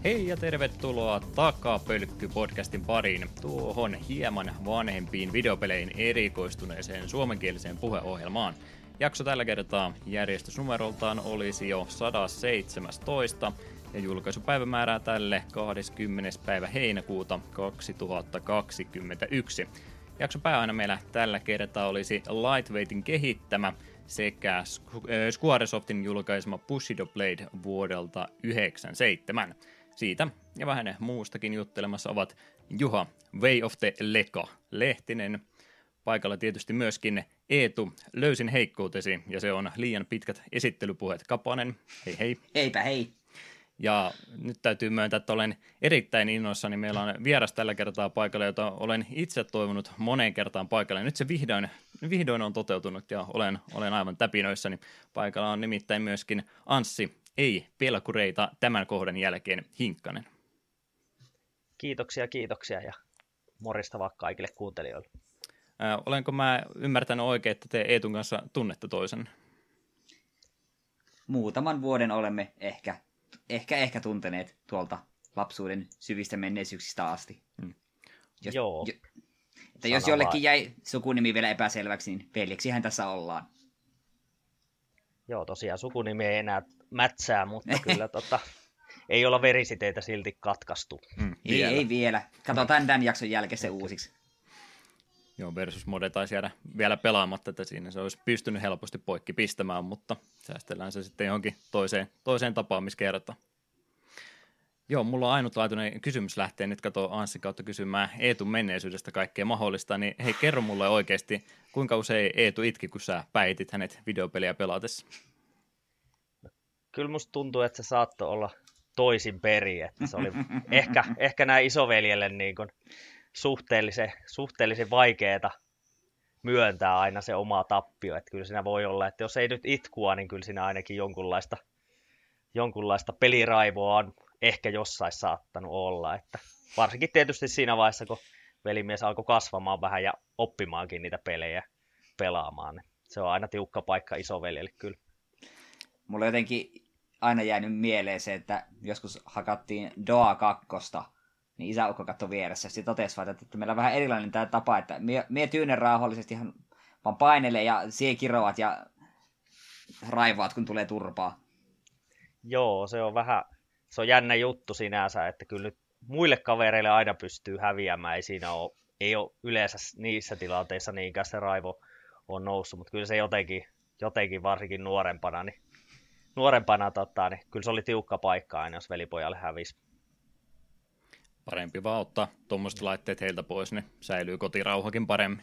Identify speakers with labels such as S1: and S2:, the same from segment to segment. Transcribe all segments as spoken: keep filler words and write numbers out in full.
S1: Hei ja tervetuloa Takapölkky-podcastin pariin, tuohon hieman vanhempiin videopeleihin erikoistuneeseen suomenkieliseen puheohjelmaan. Jakso tällä kertaa järjestysnumeroltaan olisi jo sata seitsemäntoista ja julkaisupäivämäärää tälle kahdeskymmenes päivä heinäkuuta kaksituhattakaksikymmentäyksi. Jakson pääaiheena meillä tällä kertaa olisi Lightweightin kehittämä sekä Squaresoftin julkaisema Bushido Blade vuodelta yhdeksänkymmentäseitsemän. Siitä ja vähän muustakin juttelemassa ovat Juha, Way of the Leka, Lehtinen, paikalla tietysti myöskin Eetu, löysin heikkoutesi, ja se on liian pitkät esittelypuheet, Kapanen, hei hei.
S2: Heipä hei.
S1: Ja nyt täytyy myöntää, että olen erittäin innoissani. Meillä on vieras tällä kertaa paikalla, jota olen itse toivonut moneen kertaan paikalla. Nyt se vihdoin, vihdoin on toteutunut ja olen, olen aivan täpinöissäni. Paikalla on nimittäin myöskin Anssi, ei pelkureita tämän kohdan jälkeen, Hinkkanen.
S3: Kiitoksia, kiitoksia ja morjesta vaan kaikille kuuntelijoille.
S1: Ää, olenko mä ymmärtänyt oikein, että te Eetun kanssa tunnette toisen?
S2: Muutaman vuoden olemme ehkä, ehkä, ehkä tunteneet tuolta lapsuuden syvistä menneisyyksistä asti. Hmm. Jos,
S3: Joo.
S2: Jo, että jos jollekin jäi sukunimi vielä epäselväksi, niin veljeksihän tässä ollaan.
S3: Joo, tosiaan sukunimi ei enää mätsää, mutta kyllä tota, ei olla verisiteitä silti katkaistu.
S1: Mm,
S2: ei, ei vielä. Katsotaan tämän jakson jälkeen se uusiksi.
S1: Joo, versus mode taisi jäädä vielä pelaamatta, että siinä se olisi pystynyt helposti poikki pistämään, mutta säästellään se sitten johonkin toiseen, toiseen tapaamiskertaan. Joo, mulla on ainutlaatuinen kysymys lähtee nyt kato Anssin kautta kysymään Eetun menneisyydestä kaikkea mahdollista, niin hei, kerro mulle oikeasti, kuinka usein Eetu itki, kun sä päihitit hänet videopeliä pelatessa?
S3: Kyllä musta tuntuu, että se saattoi olla toisin perin, että se oli ehkä, ehkä näin isoveljelle niin kuin suhteellisen, suhteellisen vaikeeta myöntää aina se oma tappio, että kyllä siinä voi olla, että jos ei nyt itkua, niin kyllä siinä ainakin jonkunlaista, jonkunlaista peliraivoa on ehkä jossain saattanut olla, että varsinkin tietysti siinä vaiheessa, kun velimies alkoi kasvamaan vähän ja oppimaankin niitä pelejä pelaamaan, niin se on aina tiukka paikka isoveljelle kyllä.
S2: Mulla on jotenkin aina jäänyt mieleen se, että joskus hakattiin Doa kakkosta, niin isäukko katsoi vieressä, ja sitten totesi vaan, että meillä on vähän erilainen tämä tapa, että mie, mie tyynen rauhallisesti ihan vaan painelee ja sie kiroat ja raivaat, kun tulee turpaa.
S3: Joo, se on vähän, se on jännä juttu sinänsä, että kyllä nyt muille kavereille aina pystyy häviämään, ei siinä ole, ei ole yleensä niissä tilanteissa niinkään se raivo on noussut, mutta kyllä se jotenkin, jotenkin varsinkin nuorempana, niin, nuorempana tota, niin kyllä se oli tiukka paikka aina, jos velipojalle hävisi.
S1: Parempi vaan ottaa tuommoiset laitteet heiltä pois, niin säilyy kotirauhakin paremmin.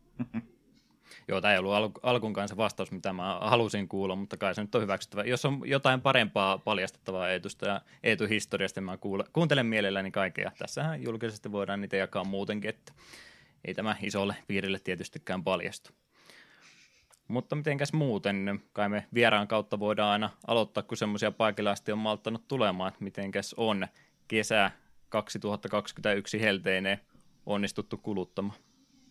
S1: Joo, tämä ei ollut al- alkuun kanssa vastaus, mitä mä halusin kuulla, mutta kai se nyt on hyväksyttävä. Jos on jotain parempaa paljastettavaa Eetusta ja Eetun historiasta, mä kuule, kuuntelen mielelläni kaikkea. Tässähän julkisesti voidaan niitä jakaa muutenkin, että ei tämä isolle piirille tietystikään paljastu. Mutta mitenkäs muuten, kai me vieraan kautta voidaan aina aloittaa, kun semmoisia paikalla asti on malttanut tulemaan. Mitenkäs on kesä kaksituhattakaksikymmentäyksi helteineen onnistuttu kuluttamaan?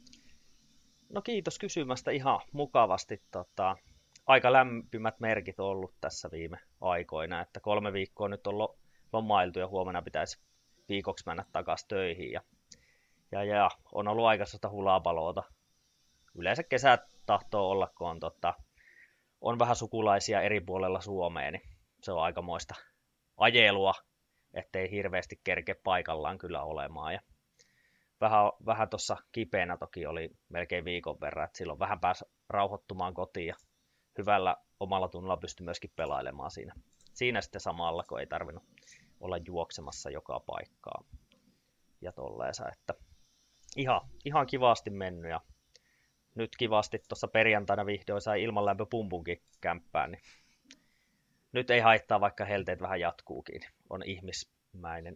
S3: No kiitos kysymästä ihan mukavasti. Tota, aika lämpimät merkit on ollut tässä viime aikoina, että kolme viikkoa nyt on lo- lomailtu ja huomenna pitäisi viikoksi mennä takaisin töihin. Ja, ja, ja on ollut aika sellaista hulapaloota. Yleensä kesät tahtoo olla, kun on, tota, on vähän sukulaisia eri puolella Suomea, niin se on aikamoista ajelua, ettei hirveästi kerke paikallaan kyllä olemaan. Ja vähän, vähän tuossa kipeänä toki oli melkein viikon verran, että silloin vähän pääsi rauhoittumaan kotiin ja hyvällä omalla tunnolla pystyi myöskin pelailemaan siinä. Siinä sitten samalla, kun ei tarvinnut olla juoksemassa joka paikkaa ja tolleensa, että ihan, ihan kivasti mennyt ja nyt kivasti tuossa perjantaina vihdoin sai ilmanlämpöpumpunkin kämppään, niin nyt ei haittaa, vaikka helteet vähän jatkuukin. On ihmismäinen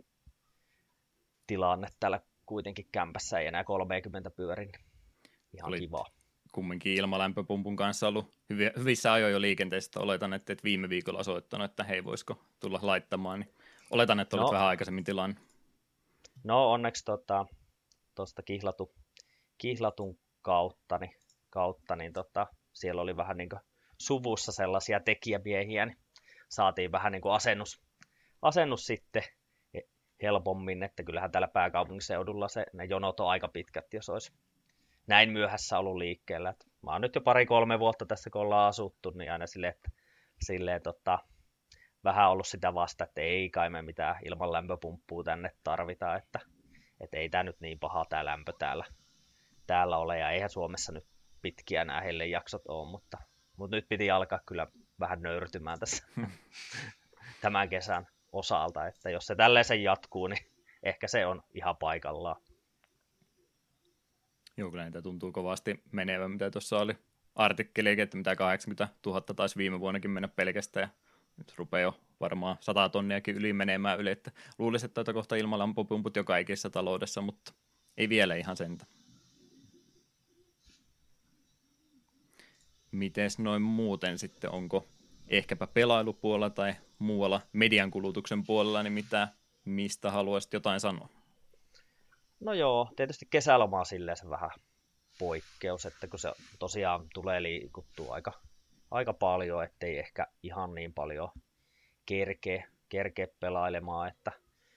S3: tilanne täällä kuitenkin kämpässä, ei enää kolmekymmentä pyörin. Ihan
S1: oli
S3: kiva.
S1: Kumminkin ilmalämpöpumpun kanssa ollut hyviä, hyvissä ajoin jo liikenteestä. Oletan, että et viime viikolla soittanut, että hei, voisiko tulla laittamaan. Niin oletan, että olet no, vähän aikaisemmin tilanne.
S3: No onneksi tuosta tota, kihlatu, kihlatun kautta, niin, kautta, niin tota, siellä oli vähän niin kuin suvussa sellaisia tekijämiehiä, niin saatiin vähän niin kuin asennus, asennus sitten helpommin, että kyllähän täällä pääkaupunkiseudulla se, ne jonot on aika pitkät, jos olisi näin myöhässä ollut liikkeellä. Et mä oon nyt jo pari-kolme vuotta tässä, kun ollaan asuttu, niin aina silleen, että silleen, tota, vähän ollut sitä vasta, että ei kai me mitään ilman lämpöpumppua tänne tarvita, että, että ei tämä nyt niin paha tämä lämpö täällä, täällä ole, ja eihän Suomessa nyt pitkiä nämä hellejaksot ole, mutta, mutta nyt piti alkaa kyllä vähän nöyrtymään tässä tämän kesän osalta, että jos se tälleen jatkuu, niin ehkä se on ihan paikallaan.
S1: Joo, kyllä niitä tuntuu kovasti menevän, mitä tuossa oli artikkeli, että mitä kahdeksankymmentätuhatta taisi viime vuonnakin mennä pelkästään, ja nyt rupeaa jo varmaan sata tonniakin yli menemään yli, että luulisin, että tätä kohta ilmalämpöpumput jo kaikissa taloudessa, mutta ei vielä ihan sentä. Miten noin muuten sitten, onko ehkäpä pelailupuolella tai muualla median kulutuksen puolella, niin mitä, mistä haluaisit jotain sanoa?
S3: No joo, tietysti kesäloma on silleen se vähän poikkeus, että kun se tosiaan tulee liikuttua aika, aika paljon, ettei ehkä ihan niin paljon kerkeä, kerkeä pelailemaan, että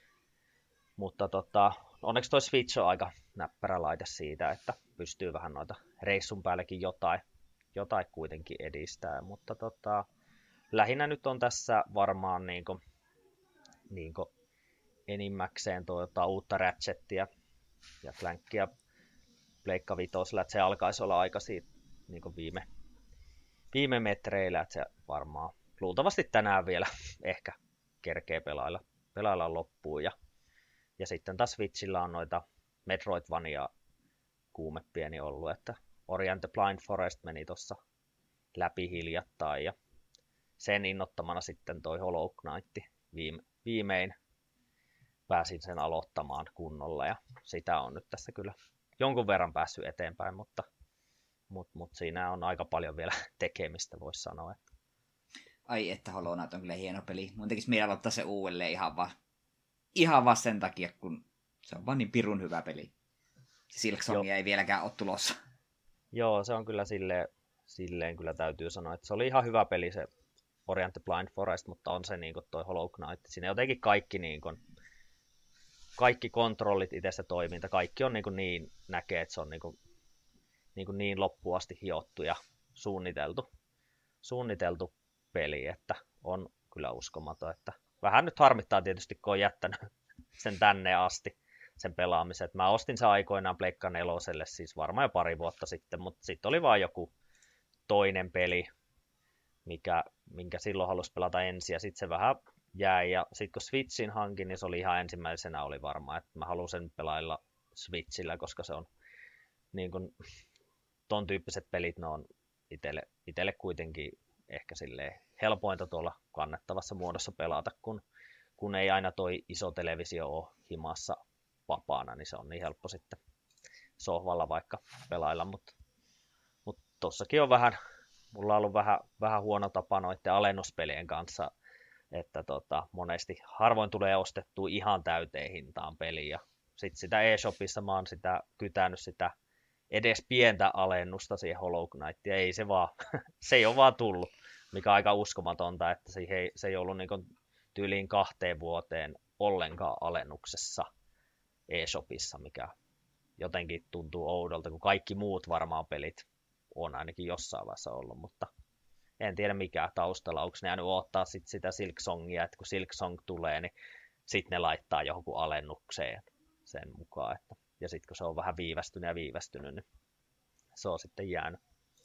S3: mutta tota, onneksi toi Switch on aika näppärä laite siitä, että pystyy vähän noita reissun päällekin jotain, jotain kuitenkin edistää, mutta tota, lähinnä nyt on tässä varmaan niinku, niinku enimmäkseen tuota uutta Ratchetia ja Clankia Pleikka vitosella, että se alkaisi olla aika siitä niinku viime, viime metreillä, että se varmaan luultavasti tänään vielä ehkä kerkee pelailla, pelailla loppuun. Ja, ja sitten taas Switchillä on noita Metroidvania kuumepieni ollut, että Ori and the Blind Forest meni tuossa läpi hiljattain ja sen innottamana sitten toi Hollow Knight viime, viimein pääsin sen aloittamaan kunnolla ja sitä on nyt tässä kyllä jonkun verran päässyt eteenpäin, mutta, mutta, mutta siinä on aika paljon vielä tekemistä, voisi sanoa. Että...
S2: Ai että Hollow Knight on kyllä hieno peli. Mun tekisi mielellä aloittaa se uudelleen ihan vaan, ihan vaan sen takia, kun se on vaan niin pirun hyvä peli. Silksongia ei vieläkään ole tulossa.
S3: Joo, se on kyllä silleen, silleen kyllä täytyy sanoa, että se oli ihan hyvä peli se Ori and the Blind Forest, mutta on se niin kuin toi Hollow Knight. Siinä jotenkin kaikki, niin kuin, kaikki kontrollit, itse se toiminta, kaikki on niin, kuin niin näkee, että se on niin, kuin, niin, kuin niin loppuun asti hiottu ja suunniteltu, suunniteltu peli, että on kyllä uskomaton. Että vähän nyt harmittaa tietysti, kun on jättänyt sen tänne asti sen pelaamisen. Että mä ostin sen aikoinaan Pleikka neloselle, siis varmaan jo pari vuotta sitten, mutta sitten oli vaan joku toinen peli, mikä, minkä silloin halusi pelata ensin, ja sitten se vähän jäi, ja sitten kun Switchin hankin, niin se oli ihan ensimmäisenä oli varmaan, että mä halusin pelailla Switchillä, koska se on niin kun, ton tyyppiset pelit, ne on itelle, itelle kuitenkin ehkä silleen helpointa tuolla kannettavassa muodossa pelata, kun, kun ei aina toi iso televisio ole himassa vapaana, niin se on niin helppo sitten sohvalla vaikka pelailla, mutta mut tossakin on vähän, mulla on ollut vähän, vähän huono tapa noiden alennuspelien kanssa, että tota, monesti harvoin tulee ostettua ihan täyteen hintaan peliä, ja sitten sitä eShopissa mä oon sitä kytänyt sitä edes pientä alennusta siihen Hollow Knightiin, ei se vaan, se ei ole vaan tullut, mikä on aika uskomatonta, että se ei, se ei ollut niin kuin tyyliin kahteen vuoteen ollenkaan alennuksessa eShopissa, mikä jotenkin tuntuu oudolta, kun kaikki muut varmaan pelit on ainakin jossain vaiheessa ollut, mutta en tiedä mikä taustalla, onko ne jäänyt odottaa sit sitä Silksongia, että kun Silksong tulee, niin sitten ne laittaa johonkin alennukseen sen mukaan, että ja sitten kun se on vähän viivästynyt ja viivästynyt, niin se on sitten jäänyt.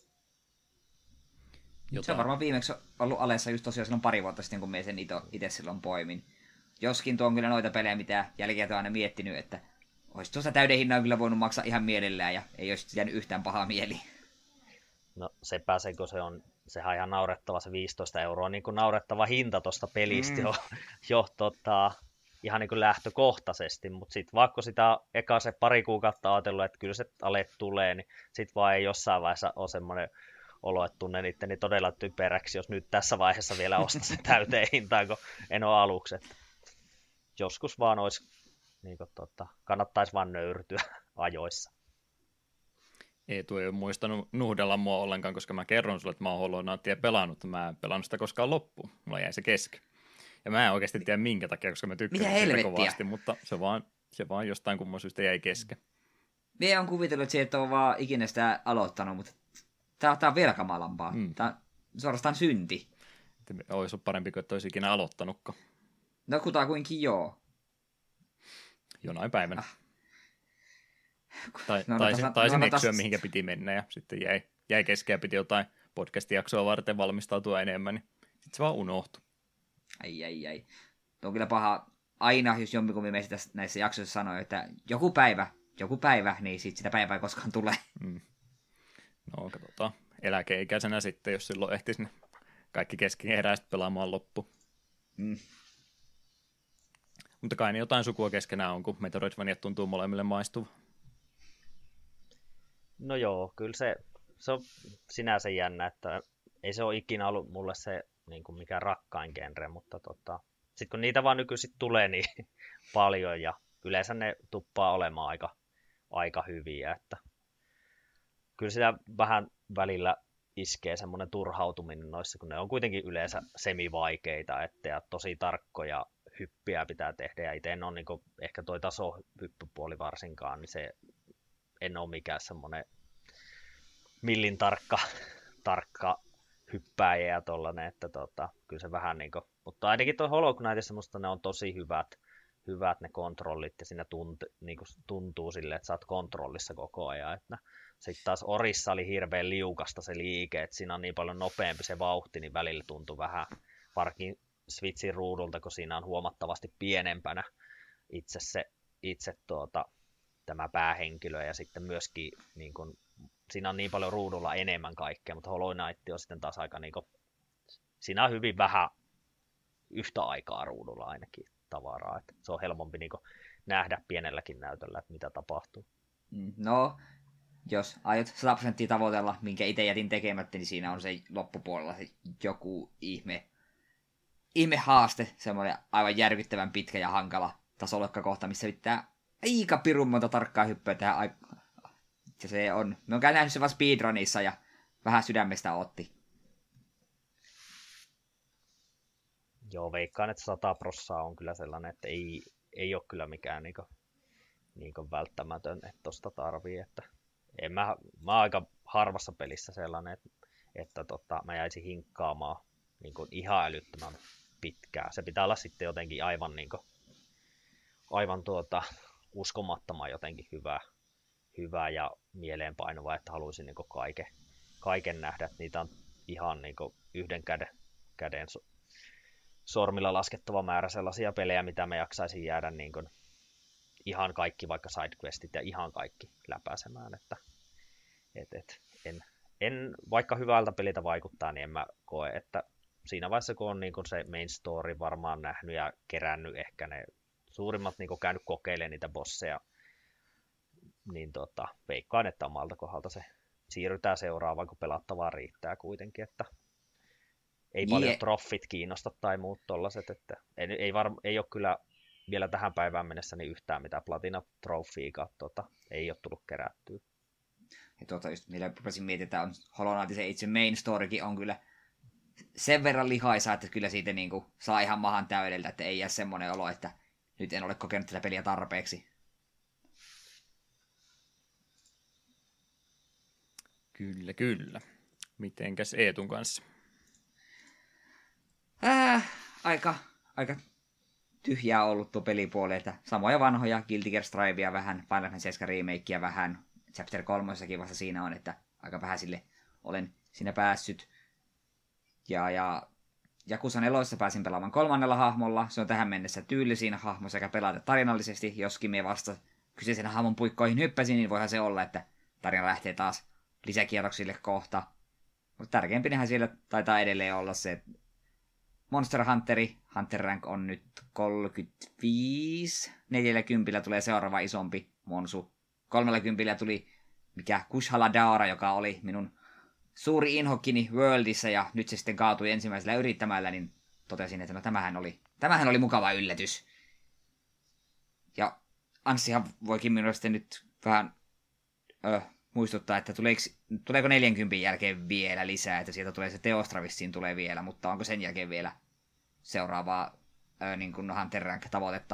S2: Jotain. Se on varmaan viimeksi ollut alessa just tosiaan silloin pari vuotta sitten, kun me sen itse silloin poimin. Joskin tuo on kyllä noita pelejä, mitä jälkeen on aina miettinyt, että olisi tuossa täyden hinnan kyllä voinut maksaa ihan mielellään ja ei olisi jäänyt yhtään pahaa mieli.
S3: No sepä se, kun se on, sehän on ihan naurettava se viisitoista euroa, niin kuin naurettava hinta tuosta pelistä mm. jo, jo tota, ihan niin kuin lähtökohtaisesti, mutta sitten vaikka sitä eka se pari kuukautta ajatellut, että kyllä se ale tulee, niin sitten vaan ei jossain vaiheessa ole semmoinen olo, että tunnen itteni todella typeräksi, jos nyt tässä vaiheessa vielä ostaa se täyteen hintaan, kun en ole aluksi. Että joskus vaan olisi, niin kuin, tota, kannattaisi vaan nöyrtyä ajoissa.
S1: Eetu ei ole muistanut nuhdella mua ollenkaan, koska mä kerron sulle, että mä oon Hollow Knightia pelannut, mä en pelannut sitä koskaan loppuun. Mulla jäi se kesken. Ja mä en oikeasti tiedä minkä takia, koska mä tykkään siitä kovasti, mutta se vaan, se vaan jostain kumman syystä jäi kesken.
S2: Mie on kuvitellut, että se et ole vaan ikinä sitä aloittanut, mutta tää, tää on vielä kamalampaa. Mm. Tää on suorastaan synti.
S1: Olisi ollut parempi, kuin et olisi ikinä aloittanutkaan.
S2: No kutakuinkin joo.
S1: Jonain päivänä.
S2: Ah.
S1: Tai,
S2: no,
S1: taisin,
S2: no,
S1: taisin
S2: no,
S1: eksyä,
S2: tas...
S1: mihinkä piti mennä, ja sitten jäi, jäi kesken ja piti jotain podcast-jaksoa varten valmistautua enemmän, niin sitten se vaan unohtui.
S2: Ai, ai, ai. Tuo on kyllä paha. Aina, jos jompikummin meistä näissä jaksoissa sanoo, että joku päivä, joku päivä, niin sit sitä päivää ei koskaan tule.
S1: Mm. No, katsotaan. Eläkeikäisenä sitten, jos silloin ehtisi ne kaikki keskeneräiset pelaamaan loppu.
S2: Mm.
S1: Mutta kai niin jotain sukua keskenään on, kun Metroidvaniat tuntuu molemmille maistuva.
S3: No joo, kyllä se, se on sinänsä jännä, että ei se ole ikinä ollut mulle se niin kuin mikään rakkain genre, mutta tota, sitten kun niitä vaan nykyisin tulee niin paljon ja yleensä ne tuppaa olemaan aika, aika hyviä, että kyllä sitä vähän välillä iskee semmoinen turhautuminen noissa, kun ne on kuitenkin yleensä semivaikeita, että ja tosi tarkkoja hyppiä pitää tehdä, ja itse en ole niin kuin, ehkä toi tasohyppypuoli varsinkaan, niin se en ole mikään semmoinen millin tarkka, tarkka hyppääjä ja tollanen, että tota, kyllä se vähän niin kuin, mutta ainakin tuo Hollow Knightissa musta ne on tosi hyvät, hyvät ne kontrollit, ja siinä tunt, niin kuin tuntuu silleen, että sä oot kontrollissa koko ajan, että sitten taas Orissa oli hirveän liukasta se liike, että siinä on niin paljon nopeampi se vauhti, niin välillä tuntui vähän, varsinkin Switchin ruudulta, kun siinä on huomattavasti pienempänä itse se, itse tuota, tämä päähenkilö, ja sitten myöskin niin kun, siinä on niin paljon ruudulla enemmän kaikkea, mutta Hollow Knight on sitten taas aika niin kun, siinä on hyvin vähän yhtä aikaa ruudulla ainakin tavaraa, että se on helpompi niin kun, nähdä pienelläkin näytöllä, että mitä tapahtuu.
S2: No, jos aiot sata prosenttia tavoitella, minkä itse jätin tekemättä, niin siinä on se loppupuolella se joku ihme, ihme haaste, semmoinen aivan järkyttävän pitkä ja hankala tasolokkakohta, missä pitää aika pirun monta tarkkaa hyppyä tehdä. Ja se on, me on nähnyt se vaan speedrunissa ja vähän sydämestä otti.
S3: Joo, veikkaan, että sata prossaa on kyllä sellainen, että ei, ei ole kyllä mikään niinku, niinku välttämätön, että tosta tarvii, että en mä, mä oon aika harvassa pelissä sellainen, että, että tota, mä jäisin hinkkaamaan niin kuin ihan älyttömän pitkään. Se pitää olla sitten jotenkin aivan, niin kuin, aivan tuota, uskomattoman jotenkin hyvä, hyvä ja mieleenpainuva, että haluaisin niin kuin kaiken, kaiken nähdä. Että niitä on ihan niin kuin yhden käden, käden sormilla laskettava määrä sellaisia pelejä, mitä mä jaksaisin jäädä niin kuin ihan kaikki, vaikka sidequestit ja ihan kaikki läpäisemään. Että, et, et, en, en, vaikka hyvältä peliltä vaikuttaa, niin en mä koe, että siinä vaiheessa, kun on niin kun se main story varmaan nähnyt ja kerännyt ehkä ne suurimmat, niin kun käynyt kokeilemaan niitä bosseja, niin tota, veikkaan, että omalta kohdalta se siirrytään seuraavaan, kun pelattavaa riittää kuitenkin, että ei yeah. paljon troffit kiinnosta tai muut tollaset, että ei, ei, var, ei ole kyllä vielä tähän päivään mennessä niin yhtään mitään platina trofeekaan tota, ei ole tullut kerättyä.
S2: Ja tuota, just millä rupesin mietitään, on Hollow Knight, se itse main storykin on kyllä sen verran lihaisa, että kyllä siitä niinku saa ihan mahan täydeltä, että ei jää semmoinen olo, että nyt en ole kokenut tätä peliä tarpeeksi.
S1: Kyllä, kyllä. Mitenkäs Eetun kanssa?
S2: Äh, aika, aika tyhjää ollut tuo pelipuoli, että samoja vanhoja Guilty Gear Strivea vähän, Final Fantasy seitsemän remakea vähän, Chapter kolmossakin vasta siinä on, että aika vähän sille olen siinä päässyt. Ja, ja Jakusa nelossa pääsin pelaamaan kolmannella hahmolla, se on tähän mennessä tyylisin hahmo sekä pelata tarinallisesti, joskin me vasta kyseisen hahmon puikkoihin hyppäsin, niin voihan se olla, että tarina lähtee taas lisäkierroksille kohta. Mutta tärkeimpinähän siellä taitaa edelleen olla se, että Monster Hunteri, Hunter Rank on nyt kolmekymmentäviisi, neljäkymmentä tulee seuraava isompi monsu. kolmekymmentä tuli mikä Kushala Daora, joka oli minun suuri inhokkini Worldissa, ja nyt se sitten kaatui ensimmäisellä yrittämällä, niin totesin, että no tämähän oli, tämähän oli mukava yllätys. Ja Anssihan voikin minusta nyt vähän ö, muistuttaa, että tuleeko, tuleeko neljänkymmenen jälkeen vielä lisää, että sieltä tulee se Teostra vissiin tulee vielä, mutta onko sen jälkeen vielä seuraavaa ää, niin kuin Hunter Rank -tavoitetta.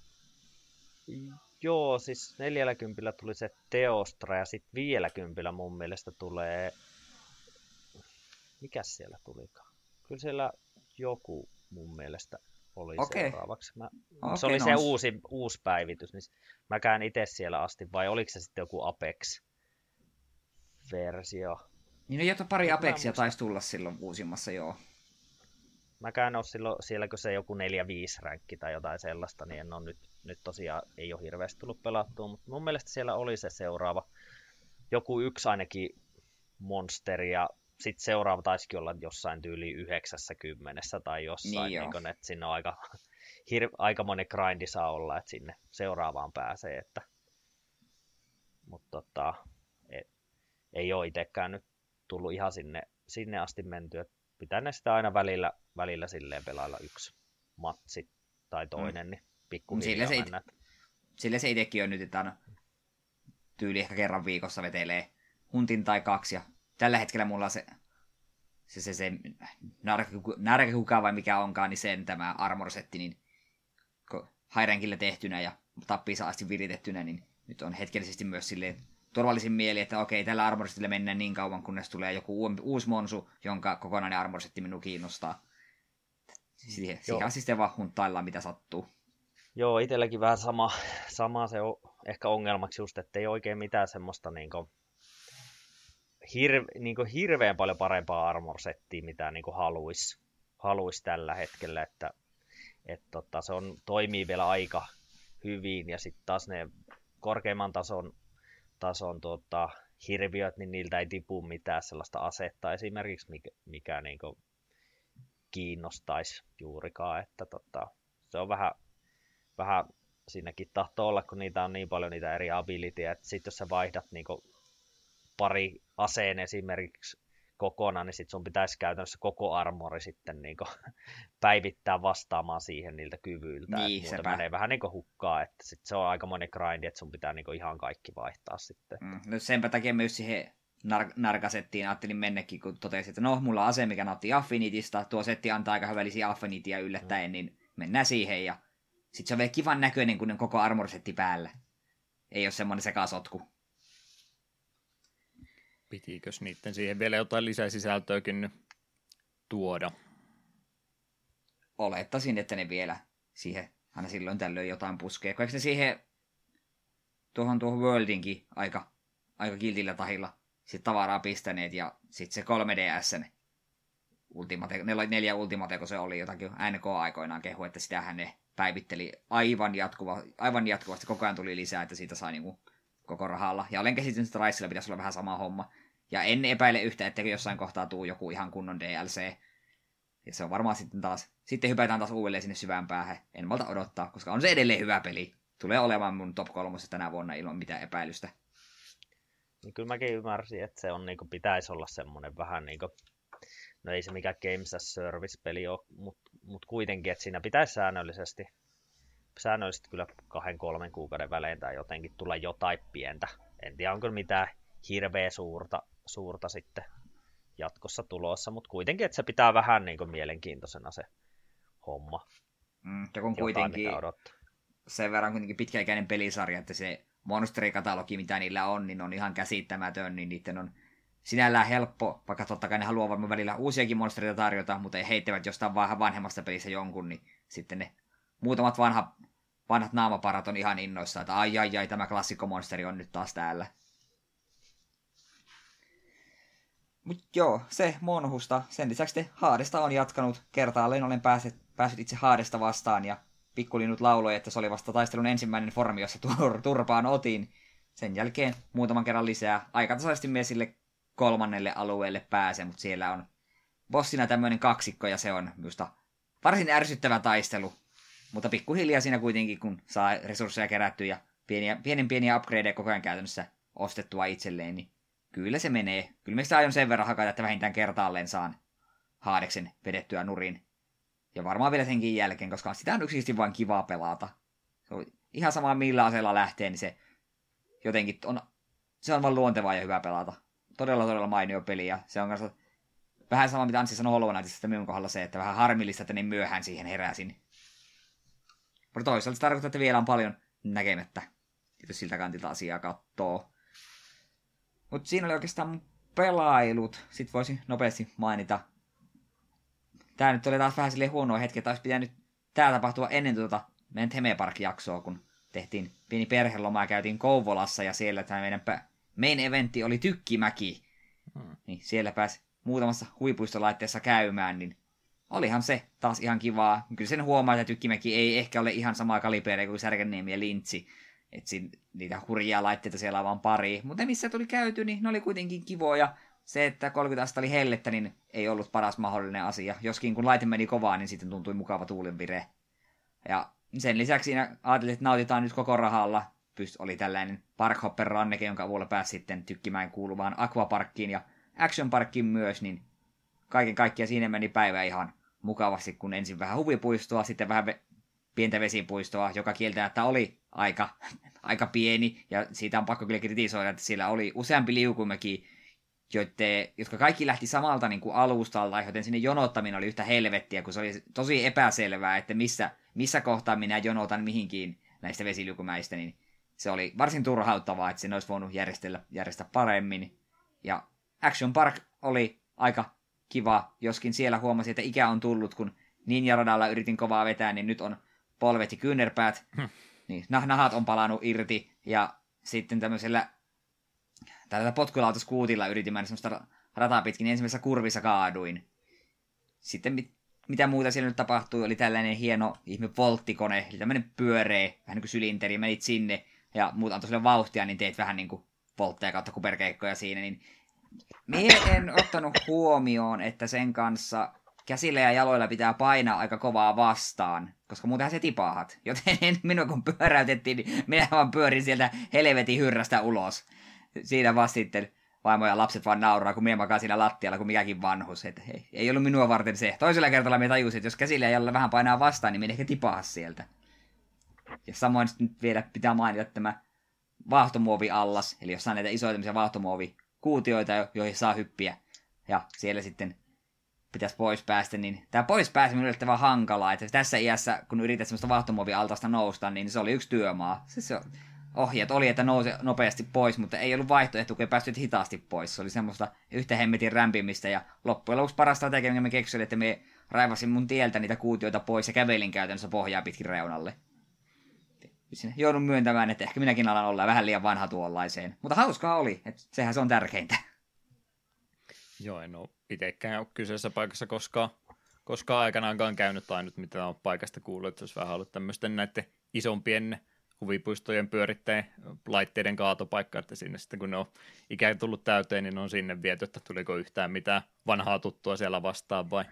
S3: Joo, siis neljälläkympillä tuli se Teostra ja sitten viidelläkympillä mun mielestä tulee... Mikäs siellä tulikaan? Kyllä siellä joku mun mielestä oli okay. seuraavaksi. Mä... Okay, se oli no se uusi, uusi päivitys, niin mä käyn itse siellä asti, vai oliko se sitten joku Apex-versio?
S2: Niin no jotta pari Apexia taisi tulla silloin uusimmassa, joo.
S3: Mä käyn ole silloin, siellä kun se joku neljä viisi ränkki tai jotain sellaista, niin en ole nyt, nyt tosiaan ei ole hirveästi tullut pelattua, mutta mun mielestä siellä oli se seuraava, joku yksi ainakin monsteri ja sitten seuraava taisikin olla jossain tyyli yhdeksänkymmentä tai jossain, niin niin että sinne on aika, hir, aika monen grindi saa olla, että sinne seuraavaan pääsee, että mutta tota, et, ei ole itsekään nyt tullut ihan sinne, sinne asti menty, että pitää ne sitä aina välillä, välillä silleen pelailla yksi matsi tai toinen, mm. niin pikkuhiljaa
S2: sille
S3: mennä.
S2: Se sille se itsekin on nyt, että on tyyli ehkä kerran viikossa vetelee huntin tai kaksi, ja tällä hetkellä mulla on se, se, se, se närkäkuka vai mikä onkaan, niin sen tämä armor-setti, niin hairenkille tehtynä ja tappiinsa asti viritettynä, niin nyt on hetkellisesti myös silleen turvallisin mieli, että okei, tällä armorsettillä mennään niin kauan, kunnes tulee joku uusi monsu, jonka kokonainen armorsetti minua kiinnostaa. Siihen, siihen sitten vaan hunttaillaan, mitä sattuu.
S3: Joo, itselläkin vähän sama, sama se on ehkä ongelmaksi just, että ei oikein mitään semmoista niinku, hirve, niinku hirveän paljon parempaa armorsettiä, mitä niinku haluaisi haluais tällä hetkellä, että et tota, se on, toimii vielä aika hyvin, ja sitten taas ne korkeimman tason tason tuota, hirviöt, niin niiltä ei tipu mitään sellaista asetta esimerkiksi, mikä, mikä niin kuin kiinnostaisi juurikaan, että tota, se on vähän, vähän siinäkin tahtoo olla, kun niitä on niin paljon niitä eri abilityjä, että sitten jos sä vaihdat niin kuin pari aseen esimerkiksi kokonaan, niin sitten sun pitäisi käytännössä koko armori sitten niin kuin päivittää vastaamaan siihen niiltä kyvyiltä.
S2: Niin,
S3: muuten menee vähän niin kuin hukkaa, että sit se on aika monen grindi, että sun pitää niin kuin ihan kaikki vaihtaa sitten.
S2: Mm, no senpä takia myös siihen nar- narkasettiin ajattelin mennekin, kun totesin, että no, mulla on ase, mikä nauttii affinitista, tuo setti antaa aika hyvällisiä affinitia yllättäen, mm. niin mennään siihen, ja sitten se on vielä kivan näköinen, kun on koko armorsetti päällä. Ei ole semmoinen sekasotku.
S1: Pitikös niiden siihen vielä jotain lisäsisältöäkin tuoda?
S2: Olettaisin, että ne vielä siihen aina silloin tällöin jotain puskee. Eikö ne siihen tuohon, tuohon Worldinkin aika, aika kiltillä tahilla sit tavaraa pistäneet, ja sitten se kolme D S:n Ultimate, neljä Ultimate, kun se oli jotakin N K-aikoinaan kehu, että sitähän ne päivitteli aivan, jatkuva, aivan jatkuvasti, koko ajan tuli lisää, että siitä sai niinku koko rahalla. Ja olen käsitynyt, että Raisilla pitäisi olla vähän sama homma. Ja en epäile yhtä, että jossain kohtaa tuu joku ihan kunnon D L C. Ja se on varmaan sitten taas, sitten hypätään taas uudelleen sinne syvään päähän. En malta odottaa, koska on se edelleen hyvä peli. Tulee olemaan mun top kolmossa tänä vuonna ilman mitään epäilystä.
S3: Niin kyllä mäkin ymmärsin, että se on, niin kuin, pitäisi olla semmoinen vähän niin kuin, no ei se mikään Games as Service-peli ole, mutta mut kuitenkin, että siinä pitäisi säännöllisesti, säännöllisesti kyllä kahden, kolmen kuukauden välein tai jotenkin tulla jotain pientä. En tiedä, onko mitään hirveä suurta, suurta sitten jatkossa tulossa, mutta kuitenkin, että se pitää vähän niin kuin mielenkiintoisena se homma.
S2: Mm, ja kun kuitenkin sen verran kuitenkin pitkäikäinen pelisarja, että se monsterikatalogi, mitä niillä on, niin on ihan käsittämätön, niin niiden on sinällään helppo, vaikka totta kai ne haluaa varmaan välillä uusiakin monstereita tarjota, mutta ei heittävät jostain vähän vanhemmasta pelistä jonkun, niin sitten ne muutamat vanha, vanhat naamaparat on ihan innoissa, että ai ai ai, tämä klassikkomonsteri on nyt taas täällä. Mut joo, se Monhusta. Sen lisäksi te Haadesta on jatkanut. Kertaalleen olen päässyt, päässyt itse Haadesta vastaan, ja pikkulinnut lauloi, että se oli vasta taistelun ensimmäinen formi, jossa tur- turpaan otin. Sen jälkeen muutaman kerran lisää. Aikatasaisesti myös sille kolmannelle alueelle pääse, mutta siellä on bossina tämmöinen kaksikko, ja se on minusta varsin ärsyttävä taistelu. Mutta pikkuhiljaa siinä kuitenkin, kun saa resursseja kerättyä ja pieniä, pienen pieniä upgradeja koko ajan käytännössä ostettua itselleen, niin kyllä se menee. Kyllä mä aion sen verran hakata, että vähintään kertaalleen saan Haadeksen vedettyä nurin. Ja varmaan vielä senkin jälkeen, koska sitä on yksisesti vain kivaa pelata. Se on ihan sama millä aseella lähtee, niin se jotenkin on, se on vaan luontevaa ja hyvä pelata. Todella, todella mainio peli, ja se on kanssa vähän sama, mitä Anssi sanoi Hollow Knightista minun kohdalla se, että vähän harmillista, että niin myöhään siihen heräsin. Mutta toisaalta se tarkoittaa, että vielä on paljon näkemättä, jos siltä kantilta asiaa katsoo. Mutta siinä oli oikeastaan mun pelailut. Sitten voisin nopeasti mainita. Tää nyt oli taas vähän silleen huonoa hetki, että olisi pitänyt tää tapahtua ennen tuota meidän Theme Park-jaksoa, kun tehtiin pieni perheloma ja käytiin Kouvolassa ja siellä tämä meidän main eventti oli Tykkimäki. Hmm. Niin siellä pääsi muutamassa huvipuistolaitteessa käymään, niin olihan se taas ihan kivaa. Kyllä sen huomaa, että Tykkimäki ei ehkä ole ihan samaa kaliberia kuin Särkänniemi ja Lintsi. Että niitä hurjia laitteita siellä on vaan pari. Mutta ne, missä tuli käyty, niin ne oli kuitenkin kivoja. Se, että kolmekymmentä astetta oli hellettä, niin ei ollut paras mahdollinen asia. Joskin kun laite meni kovaa, niin sitten tuntui mukava tuulenvire. Ja sen lisäksi siinä ajattelin, että nautitaan nyt koko rahalla. Pyst oli tällainen Parkhopper ranneke, jonka avulla pääsi sitten Tykkimään kuuluvaan Aquaparkkiin ja Action Parkkiin myös, niin kaiken kaikkiaan siinä meni päivä ihan mukavasti, kun ensin vähän huvipuistoa, sitten vähän ve- pientä vesipuistoa, joka kieltämättä oli aika, aika pieni, ja siitä on pakko kyllä kritisoida, että siellä oli useampi liukumäki, joitte, jotka kaikki lähti samalta niin kuin alustalta, joten sinne jonottaminen oli yhtä helvettiä, kun se oli tosi epäselvää, että missä, missä kohtaa minä jonotan mihinkin näistä vesiliukumäistä, niin se oli varsin turhauttavaa, että sen olisi voinut järjestellä, järjestää paremmin. Ja Action Park oli aika kiva, joskin siellä huomasin, että ikä on tullut, kun Ninja-radalla yritin kovaa vetää, niin nyt on polvet ja kyynärpäät, hmm. niin nahat on palannut irti, ja sitten tämmöisellä tällä potkulautaskuutilla yritin mennä semmoista rataa pitkin, niin ensimmäisessä kurvissa kaaduin. Sitten mit, mitä muuta siellä nyt tapahtui, oli tällainen hieno ihme volttikone, eli tämmöinen pyöreä, vähän niin kuin sylinteri, menit sinne, ja muut antoi sille vauhtia, niin teet vähän niin kuin voltteja kautta kuperkeikkoja siinä, niin mie en ottanut huomioon, että sen kanssa käsillä ja jaloilla pitää painaa aika kovaa vastaan, koska muutenhan se tipahat. Joten minua kun pyöräytettiin, niin minä vaan pyörin sieltä helvetin hyrrästä ulos. Siinä vaan sitten vaimo ja lapset vaan nauraa, kun minä makaan siinä lattialla kuin mikäkin vanhus. Et ei, ei ollut minua varten se. Toisella kertaa minä tajusin, että jos käsillä ja jaloilla vähän painaa vastaan, niin minä ehkä tipaha sieltä. Ja samoin nyt vielä pitää mainita tämä vaahtomuovi-allas, eli jos saa näitä isoja tämmöisiä vaahtomuovikuutioita, joihin saa hyppiä, ja siellä sitten pitäisi pois päästä, niin tämä pois pääseminen on yllättävän hankalaa, että tässä iässä, kun yrität semmoista vaahtomuovi-altasta nousta, niin se oli yksi työmaa. Siis se ohjeet oli, että nouse nopeasti pois, mutta ei ollut vaihtoehto, kun ei päässyt hitaasti pois. Se oli semmoista yhtä hemmetin rämpimistä, ja loppujen lopuksi parasta strategia, minkä me keksin, että me raivasin mun tieltä niitä kuutioita pois ja kävelin käytännössä pohjaa pitkin reunalle. Joudun myöntämään, että ehkä minäkin alan olla vähän liian vanha tuollaiseen. Mutta hauskaa oli, että sehän se on tärkeintä.
S1: Joo, en ole itsekään ole kyseessä paikassa koskaan, koskaan aikanaankaan käynyt ainut, mitä on paikasta kuullut, että olisi vähän ollut tämmöisten näiden isompien huvipuistojen pyörittäjien laitteiden kaatopaikka, että sinne sitten kun ne on ikään tullut täyteen, niin on sinne viety, että tuliko yhtään mitään vanhaa tuttua siellä vastaan vai?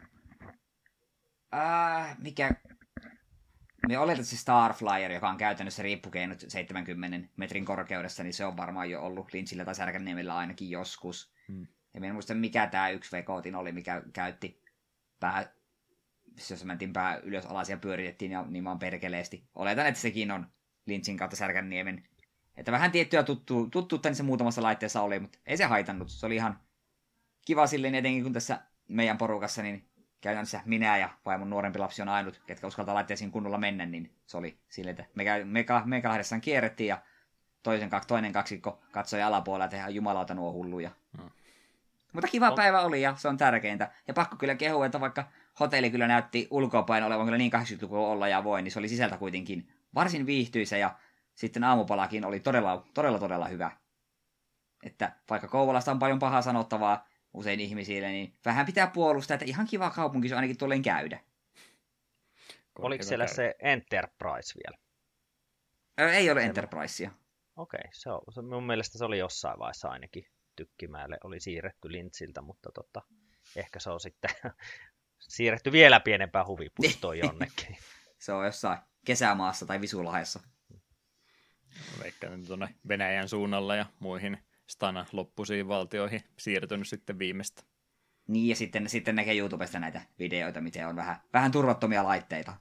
S2: Äh, mikä... Me oletan, että se Starflyer, joka on käytännössä riippukeinut seitsemänkymmenen metrin korkeudessa, niin se on varmaan jo ollut Lintsillä tai Särkänniemellä ainakin joskus. Hmm. Ja minä en muista, mikä tämä yksi vekootin oli, mikä käytti pää, jos mentiin pää ylös alas ja pyöritettiin ja niin vaan perkeleesti. Oletan, että sekin on Lintsin kautta Särkänniemen. Että vähän tiettyä tuttu, tuttuutta niin se muutamassa laitteessa oli, mutta ei se haitannut. Se oli ihan kiva silleen, etenkin kun tässä meidän porukassa, niin käytännössä minä ja vai mun nuorempi lapsi on ainut, ketkä uskaltaa laitteisiin kunnolla mennä, niin se oli silleen, että me, me, me kahdessaan kierrettiin ja toisen, toinen kaksikko katsoi alapuolella, että ihan jumalauta nuo hulluja. Hmm. Mutta kiva oh. päivä oli ja se on tärkeintä. Ja pakko kyllä kehua, että vaikka hotelli kyllä näytti ulkoapäin olevan kyllä niin kahdeksankymmentälukua olla ja voi, niin se oli sisältä kuitenkin varsin viihtyisä ja sitten aamupalakin oli todella, todella, todella hyvä. Että vaikka Kouvolasta on paljon pahaa sanottavaa usein ihmisille, niin vähän pitää puolustaa, että ihan kiva kaupunki se ainakin tuolleen käydä.
S3: Oliko siellä käydä. Se Enterprise vielä?
S2: Ei ole Enterprisea.
S3: Okei, okay, se on, se, mun mielestä se oli jossain vaiheessa ainakin Tykkimäelle, oli siirretty Lintsiltä, mutta tota, ehkä se on sitten siirretty vielä pienempään huvipuistoon jonnekin.
S2: Se on jossain kesämaassa tai Visulahessa.
S1: Veikkaan tuonne Venäjän suunnalla ja muihin Stana loppuisiin valtioihin siirtynyt sitten viimeistä.
S2: Niin, ja sitten, sitten näkee YouTubesta näitä videoita, miten on vähän, vähän turvattomia laitteita.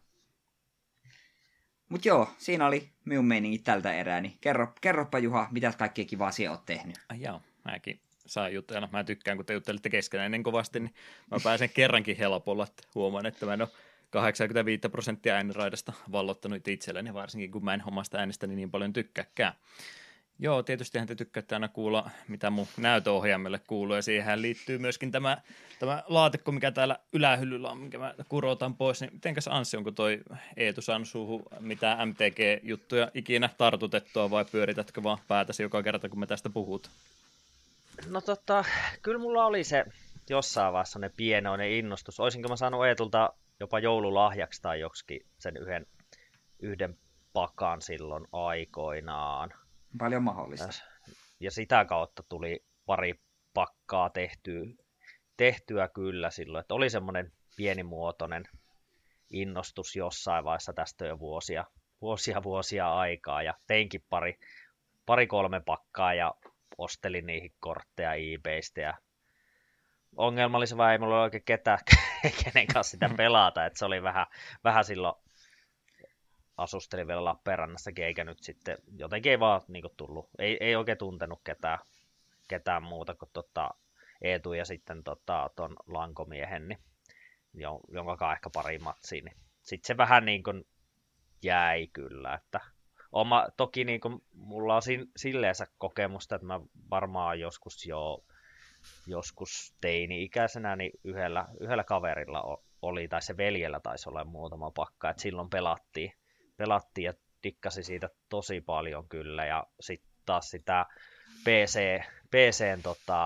S2: Mut joo, siinä oli minun meiningit tältä erää, niin kerro, kerropa Juha, mitä kaikkea kivaa sinä oot tehnyt.
S1: Ai joo, mäkin saan jutella. Mä tykkään, kun te juttelitte keskenään niin kovasti, niin mä pääsen kerrankin helpolla, että huomaan, että mä en ole kahdeksankymmentäviisi prosenttia ääniraidasta vallottanut itselleni, varsinkin kun mä en omasta äänestäni niin paljon tykkääkään. Joo, tietystihän te tykkäätte aina kuulla, mitä mun näytöohjaimelle kuuluu, ja siihen liittyy myöskin tämä, tämä laatikko, mikä täällä ylähyllyllä on, minkä mä kurotan pois. Niin mitenkäs Anssi, onko toi Eetu saanut suuhun mitään M T G-juttuja ikinä tartutettua, vai pyöritätkö vaan päätäsi joka kerta, kun me tästä puhut?
S3: No tota, kyllä mulla oli se jossain vaiheessa ne pienoinen innostus. Olisinko mä saanut Eetulta jopa joululahjaksi tai joksikin sen yhden, yhden pakan silloin aikoinaan.
S2: Paljon mahdollista.
S3: Ja sitä kautta tuli pari pakkaa tehtyä, tehtyä kyllä silloin, että oli semmoinen pienimuotoinen innostus jossain vaiheessa tästä jo vuosia, vuosia, vuosia aikaa, ja teinkin pari, pari kolme pakkaa ja ostelin niihin kortteja eBaystä, ja ongelma oli se vaan, ei mulla ole oikein ketään, kenen kanssa sitä pelata, että se oli vähän, vähän silloin, asustelin vielä Lappeenrannassakin, eikä nyt sitten, jotenkin ei vaan niin kuin tullut, ei, ei oikein tuntenut ketään, ketään muuta kuin tota Eetu ja sitten tota, ton lankomiehen, niin, jonka ehkä pari matsiin, niin sitten se vähän niin kuin jäi kyllä, että oma, toki niin kuin, mulla on silleensä kokemusta, että mä varmaan joskus jo, joskus teini-ikäisenä, niin yhdellä, yhdellä kaverilla oli, tai se veljellä taisi olla muutama pakka, että silloin pelattiin, pelattiin ja dikkasi siitä tosi paljon kyllä, ja sitten taas sitä P C, P C:n tota,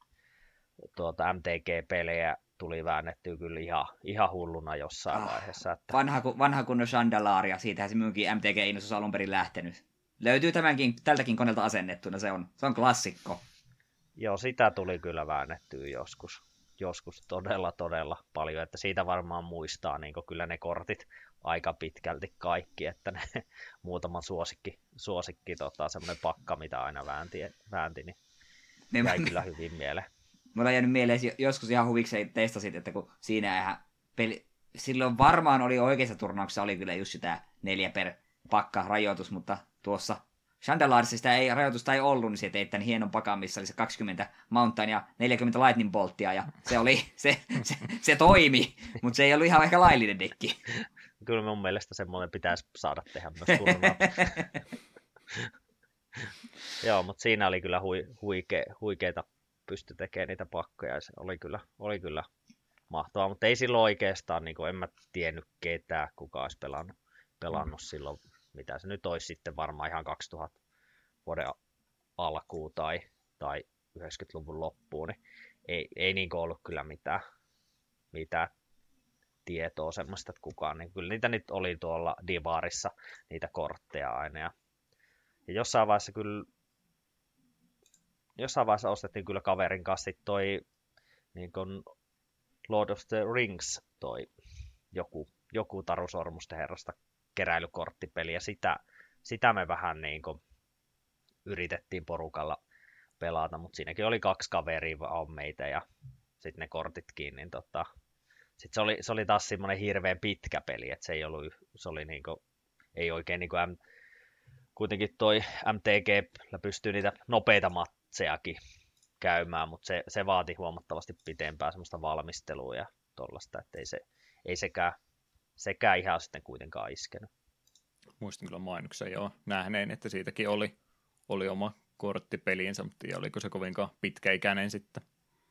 S3: tuota M T G-pelejä tuli väännettyä kyllä ihan, ihan hulluna jossain ah, vaiheessa. Että...
S2: Vanha, vanha kunnon Chandalaria, siitähän se minunkin M T G-innostus alun perin lähtenyt. Löytyy tämänkin, tältäkin koneelta asennettuna, se on, se on klassikko.
S3: Joo, sitä tuli kyllä väännettyä joskus, joskus todella, todella paljon, että siitä varmaan muistaa niin kyllä ne kortit aika pitkälti kaikki, että ne muutama suosikki, suosikki tota, semmoinen pakka, mitä aina väänti, väänti niin ne jäi mä... kyllä hyvin mieleen.
S2: Mulla on jäänyt mieleen, joskus ihan huvikseen testasit, että kun siinä ihan peli... silloin varmaan oli oikeassa turnauksessa oli kyllä just sitä neljä per pakka rajoitus, mutta tuossa Chandalarissa sitä ei, rajoitusta ei ollut, niin se teit tämän hienon pakan, missä oli se kaksikymmentä Mountain ja neljäkymmentä Lightning Bolttia, ja se oli, se, se, se toimi, mutta se ei ollut ihan ehkä laillinen dekki.
S3: Kyllä mun mielestä semmoinen pitäisi saada tehdä myös turnauksessa. Joo, mutta siinä oli kyllä hui, huike, huikeita pysty tekemään niitä pakkoja, ja se oli kyllä, oli kyllä mahtavaa, mutta ei silloin oikeastaan, niin kuin en mä tiennyt ketään, kuka olisi pelannut, pelannut silloin, mitä se nyt olisi sitten varmaan ihan kaksituhatta vuoden alkuun tai, tai yhdeksänkymmentäluvun loppuun, niin ei, ei niin kuin ollut kyllä mitään, mitään tietoa semmoista, että kukaan, niin kyllä niitä nyt oli tuolla Divarissa, niitä kortteja aina, ja, ja jossain vaiheessa kyllä jossain vaiheessa ostettiin kyllä kaverin kanssa toi niin kuin Lord of the Rings, toi joku, joku Taru Sormusten herrasta keräilykorttipeli, ja sitä, sitä me vähän niin kuin yritettiin porukalla pelata, mutta siinäkin oli kaksi kaveria on meitä, ja sitten ne kortitkin, niin tota, sitten se oli, se oli taas semmoinen hirveän pitkä peli, että se ei ollut, se oli niin kuin, ei oikein niin kuin M, kuitenkin toi M T G pystyy niitä nopeita matsejakin käymään, mutta se, se vaati huomattavasti pitempää semmoista valmistelua ja tollaista, että ei, se, ei sekään, sekään ihan sitten kuitenkaan iskenyt.
S1: Muistin kyllä mainoksen jo nähneen, että siitäkin oli, oli oma korttipeliinsä, mutta tiedä, oliko se kovinkaan pitkäikäinen sitten.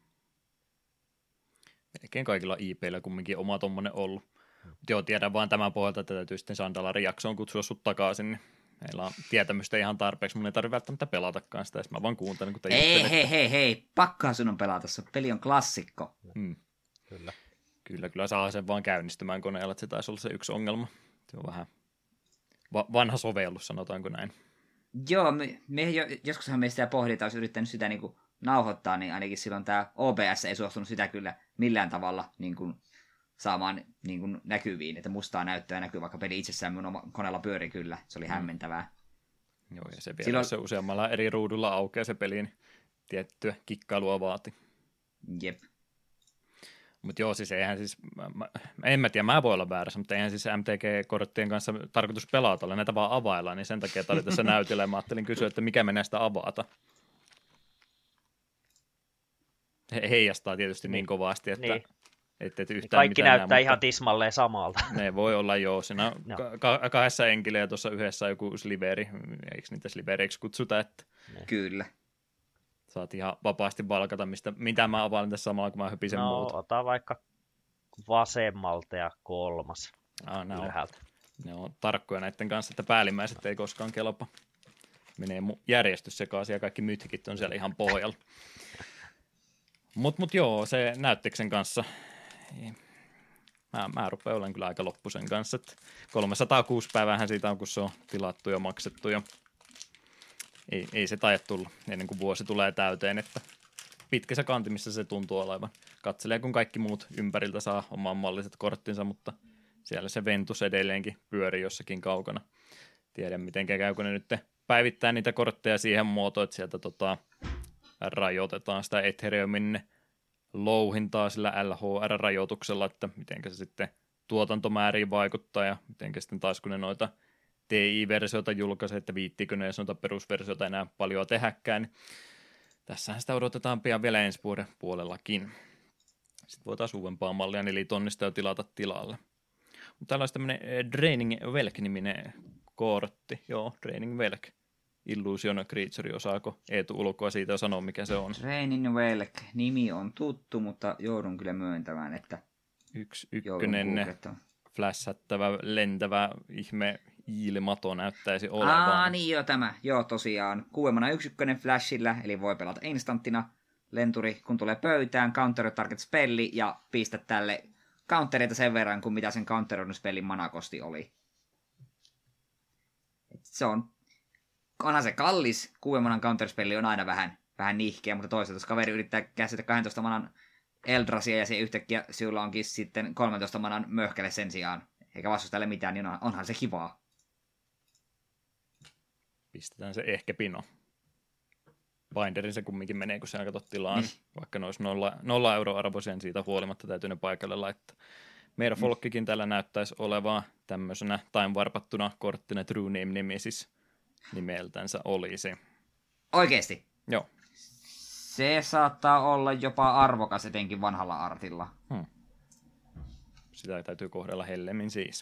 S1: Melkein kaikilla I P:llä kumminkin oma tommonen ollut. Hmm. Joo, tiedän vaan tämän pohjalta, että täytyy sitten Sandalarin jaksoon kutsua sut takaisin, niin meillä on tietämystä ihan tarpeeksi, mun ei tarvitse välttämättä pelatakaan sitä, mä vaan kuuntelen, kun te
S2: Ei, juttelette. hei, hei, hei, pakkaa sun on pelata, se peli on klassikko.
S1: Hmm. Kyllä. Kyllä, kyllä saa sen vaan käynnistymään koneella, että se taisi olla se yksi ongelma. Se on vähän va- vanha sovellus, sanotaanko näin.
S2: Joo, me, me jo, joskushan me sitä pohditaan, olisi yrittänyt sitä niin kuin nauhoittaa, niin ainakin silloin tämä O B S ei suostunut sitä kyllä millään tavalla niin kuin saamaan niin kuin näkyviin, että mustaa näyttöä näkyy, vaikka peli itsessään minun koneella pyöri kyllä. Se oli mm. hämmentävää.
S1: Joo, ja se vielä silloin... se useammalla eri ruudulla aukeaa se peli, niin tiettyä kikkailua vaati.
S2: Jep.
S1: Mutta joo, siis eihän siis, mä, en mä tiedä, mä voin olla väärässä, mutta eihän siis M T G-korttien kanssa tarkoitus pelata, olla näitä vaan availlaan, niin sen takia, että oli tässä näytillä, ja mä ajattelin kysyä, että mikä me näistä avata. He, heijastaa tietysti niin, niin kovasti, että...
S3: Niin.
S1: Et, et yhtään
S3: Kaikki
S1: mitään
S3: näyttää
S1: enää,
S3: ihan
S1: mutta
S3: tismalleen samalta.
S1: ne voi olla joo. Siinä
S3: No.
S1: ka- kahdessa enkilöä ja tuossa yhdessä on joku sliveri. Eikö niitä slivereiksi kutsuta? Että
S2: Kyllä.
S1: saat ihan vapaasti valkata, mistä, mitä mä availen tässä samalla, kun mä höpisen
S3: No,
S1: muuta.
S3: ota vaikka vasemmalta ja kolmas
S1: Ah, ne, on,
S3: ylhäältä.
S1: ne on tarkkoja näiden kanssa, että päällimmäiset ei koskaan kelpa. Menee mu- järjestys sekaisin ja kaikki mythikit on siellä ihan pohjalla. Mut, mut joo, se näyttiksen kanssa. Mä, mä rupean olemaan kyllä aika loppu sen kanssa. Että kolmesataakuusi päivähän siitä on, kun se on tilattu ja maksettu. Ja ei, ei se taida tulla ennen kuin vuosi tulee täyteen, että pitkässä kantimissa se tuntuu olevan. Katselee, kun kaikki muut ympäriltä saa oman malliset korttinsa, mutta siellä se Ventus edelleenkin pyörii jossakin kaukana. Tiedän, miten käy, kun ne nyt päivittää niitä kortteja siihen muotoon, että sieltä tota, rajoitetaan sitä Ethereumin louhintaa sillä L H R-rajoituksella, että miten se sitten tuotantomääriin vaikuttaa ja miten sitten taas kun ne noita T I-versioita julkaisee, että viittiikö ne, jos noita perusversioita enää paljon tehäkään, niin tässähän sitä odotetaan pian vielä ensi vuoden puolellakin. Sitten voi taas uudempaa mallia nelitonnista jo tilata tilalle. Mutta täällä olisi tämmöinen Draining Velk-niminen kortti. Joo, Draining Velk. Illusion Creature, osaako Eetu ulkoa siitä sanoa, mikä se on?
S2: Draining Velk. Nimi on tuttu, mutta joudun kyllä myöntämään, että
S1: Yksi
S2: joudun
S1: ykkönen
S2: googlettamaan.
S1: flässättävä, lentävä ihme ilmato näyttäisi olevan.
S2: Aa, niin joo, tämä. Joo, tosiaan. Kuuemana yksi ykkönen flashilla, eli voi pelata instanttina. Lenturi, kun tulee pöytään, counter target spelli ja pistä tälle countereita sen verran, kuin mitä sen counteroidun spellin manakosti oli. Et se on, onhan se kallis. Kuuemanan counterspelli on aina vähän, vähän nihkeä, mutta toisaalta jos kaveri yrittää käsitä kahdentoista manan Eldrasia ja se yhtäkkiä sinulla onkin sitten kolmentoista manan möhkäle sen sijaan, eikä vastustajalle mitään, niin onhan se kivaa.
S1: Pistetään se ehkä pino. Binderin se kumminkin menee, kun sä katsot tilaan,
S2: Mm.
S1: vaikka ne olisi nolla, nolla euro arvoisen, siitä huolimatta täytyy ne paikalle laittaa. Meidän mm. Folkkikin täällä näyttäisi olevaa tämmöisenä time warpattuna korttina True Name Nemesis nimeltänsä olisi.
S2: Oikeesti?
S1: Joo.
S2: Se saattaa olla jopa arvokas etenkin vanhalla artilla.
S1: Hmm. Sitä täytyy kohdella hellemmin siis.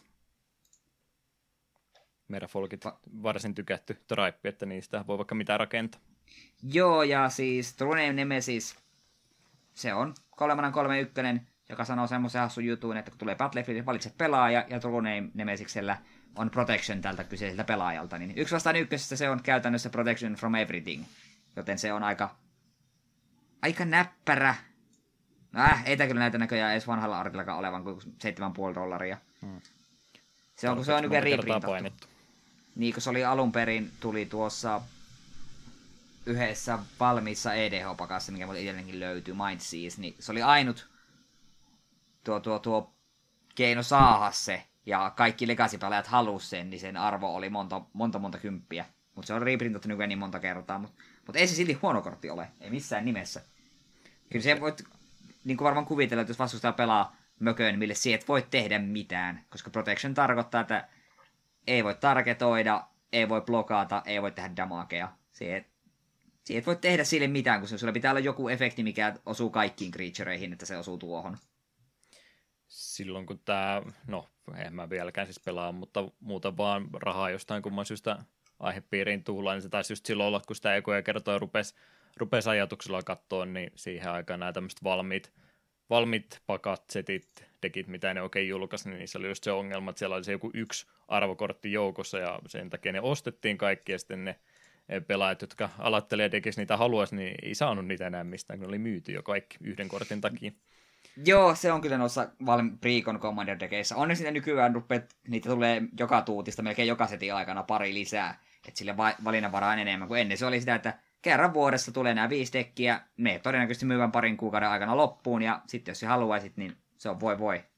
S1: Meidän Folkit varsin tykätty tribe, että niistä voi vaikka mitä rakentaa.
S2: Joo, ja siis True Name Nemesis, se on kolmannen kolme ykkönen, joka sanoo semmoisen hassun jutun, että kun tulee Battlefield, valitse pelaaja, ja True Name Nemesiksellä on protection tältä kyseiseltä pelaajalta. Niin yksi vastaan ykkösestä se on käytännössä protection from everything, joten se on aika, aika näppärä. Äh, ei tämä kyllä näytä näköjään edes vanhalla artillakaan olevan kuin seitsemän pilkku viisi dollaria. Hmm. Se on, kun se on nykyään reprintattu. Niin, kun se oli alun perin, tuli tuossa yhdessä valmiissa E D H-pakassa, mikä mulle itsellenkin löytyy, Mindseas, niin se oli ainut tuo, tuo, tuo keino saada se, ja kaikki Legacy-pelaajat halusi sen, niin sen arvo oli monta, monta, monta kymppiä. Mutta se on reprintattu nykyään niin monta kertaa, mutta mut ei se silti huono kortti ole, ei missään nimessä. Kyllä se voit niin kuin varmaan kuvitella, että jos vastustaja pelaa mökön, mille sä et voi tehdä mitään, koska protection tarkoittaa, että ei voi targetoida, ei voi blokata, ei voi tehdä damagea. Se et, se et voi tehdä sille mitään, kun sulla pitää olla joku efekti, mikä osuu kaikkiin creatureihin, että se osuu tuohon.
S1: Silloin kun tämä, no en mä vieläkään siis pelaa, mutta muuta vaan rahaa jostain kumman syystä aihepiiriin tuhlaa, niin se taisi just silloin olla, kun sitä ekoja kertoja rupesi, rupesi ajatuksella katsoa, niin siihen aikaan nämä tämmöiset valmiit, valmiit pakat, setit, dekit, mitä ne oikein julkaisi, niin niissä oli just se ongelma, että siellä oli se joku yksi arvokortti joukossa, ja sen takia ne ostettiin kaikki, ja sitten ne pelaajat, jotka aloittelivat dekis niitä haluaisi, niin ei saanut niitä enää mistään, kun ne oli myyty jo kaikki yhden kortin takia.
S2: Joo, se on kyllä noissa valmi- Precon Commander dekeissä. Onneksi niitä nykyään rupeat, niitä tulee joka tuutista, melkein joka setin aikana pari lisää. Että sille va- valinnanvaraa on enemmän kuin ennen. Se oli sitä, että kerran vuodessa tulee nämä viisi dekkiä, ne todennäköisesti myyvän parin kuukauden aikana loppuun, ja sitten jos sä haluaisit, niin se on voi voi.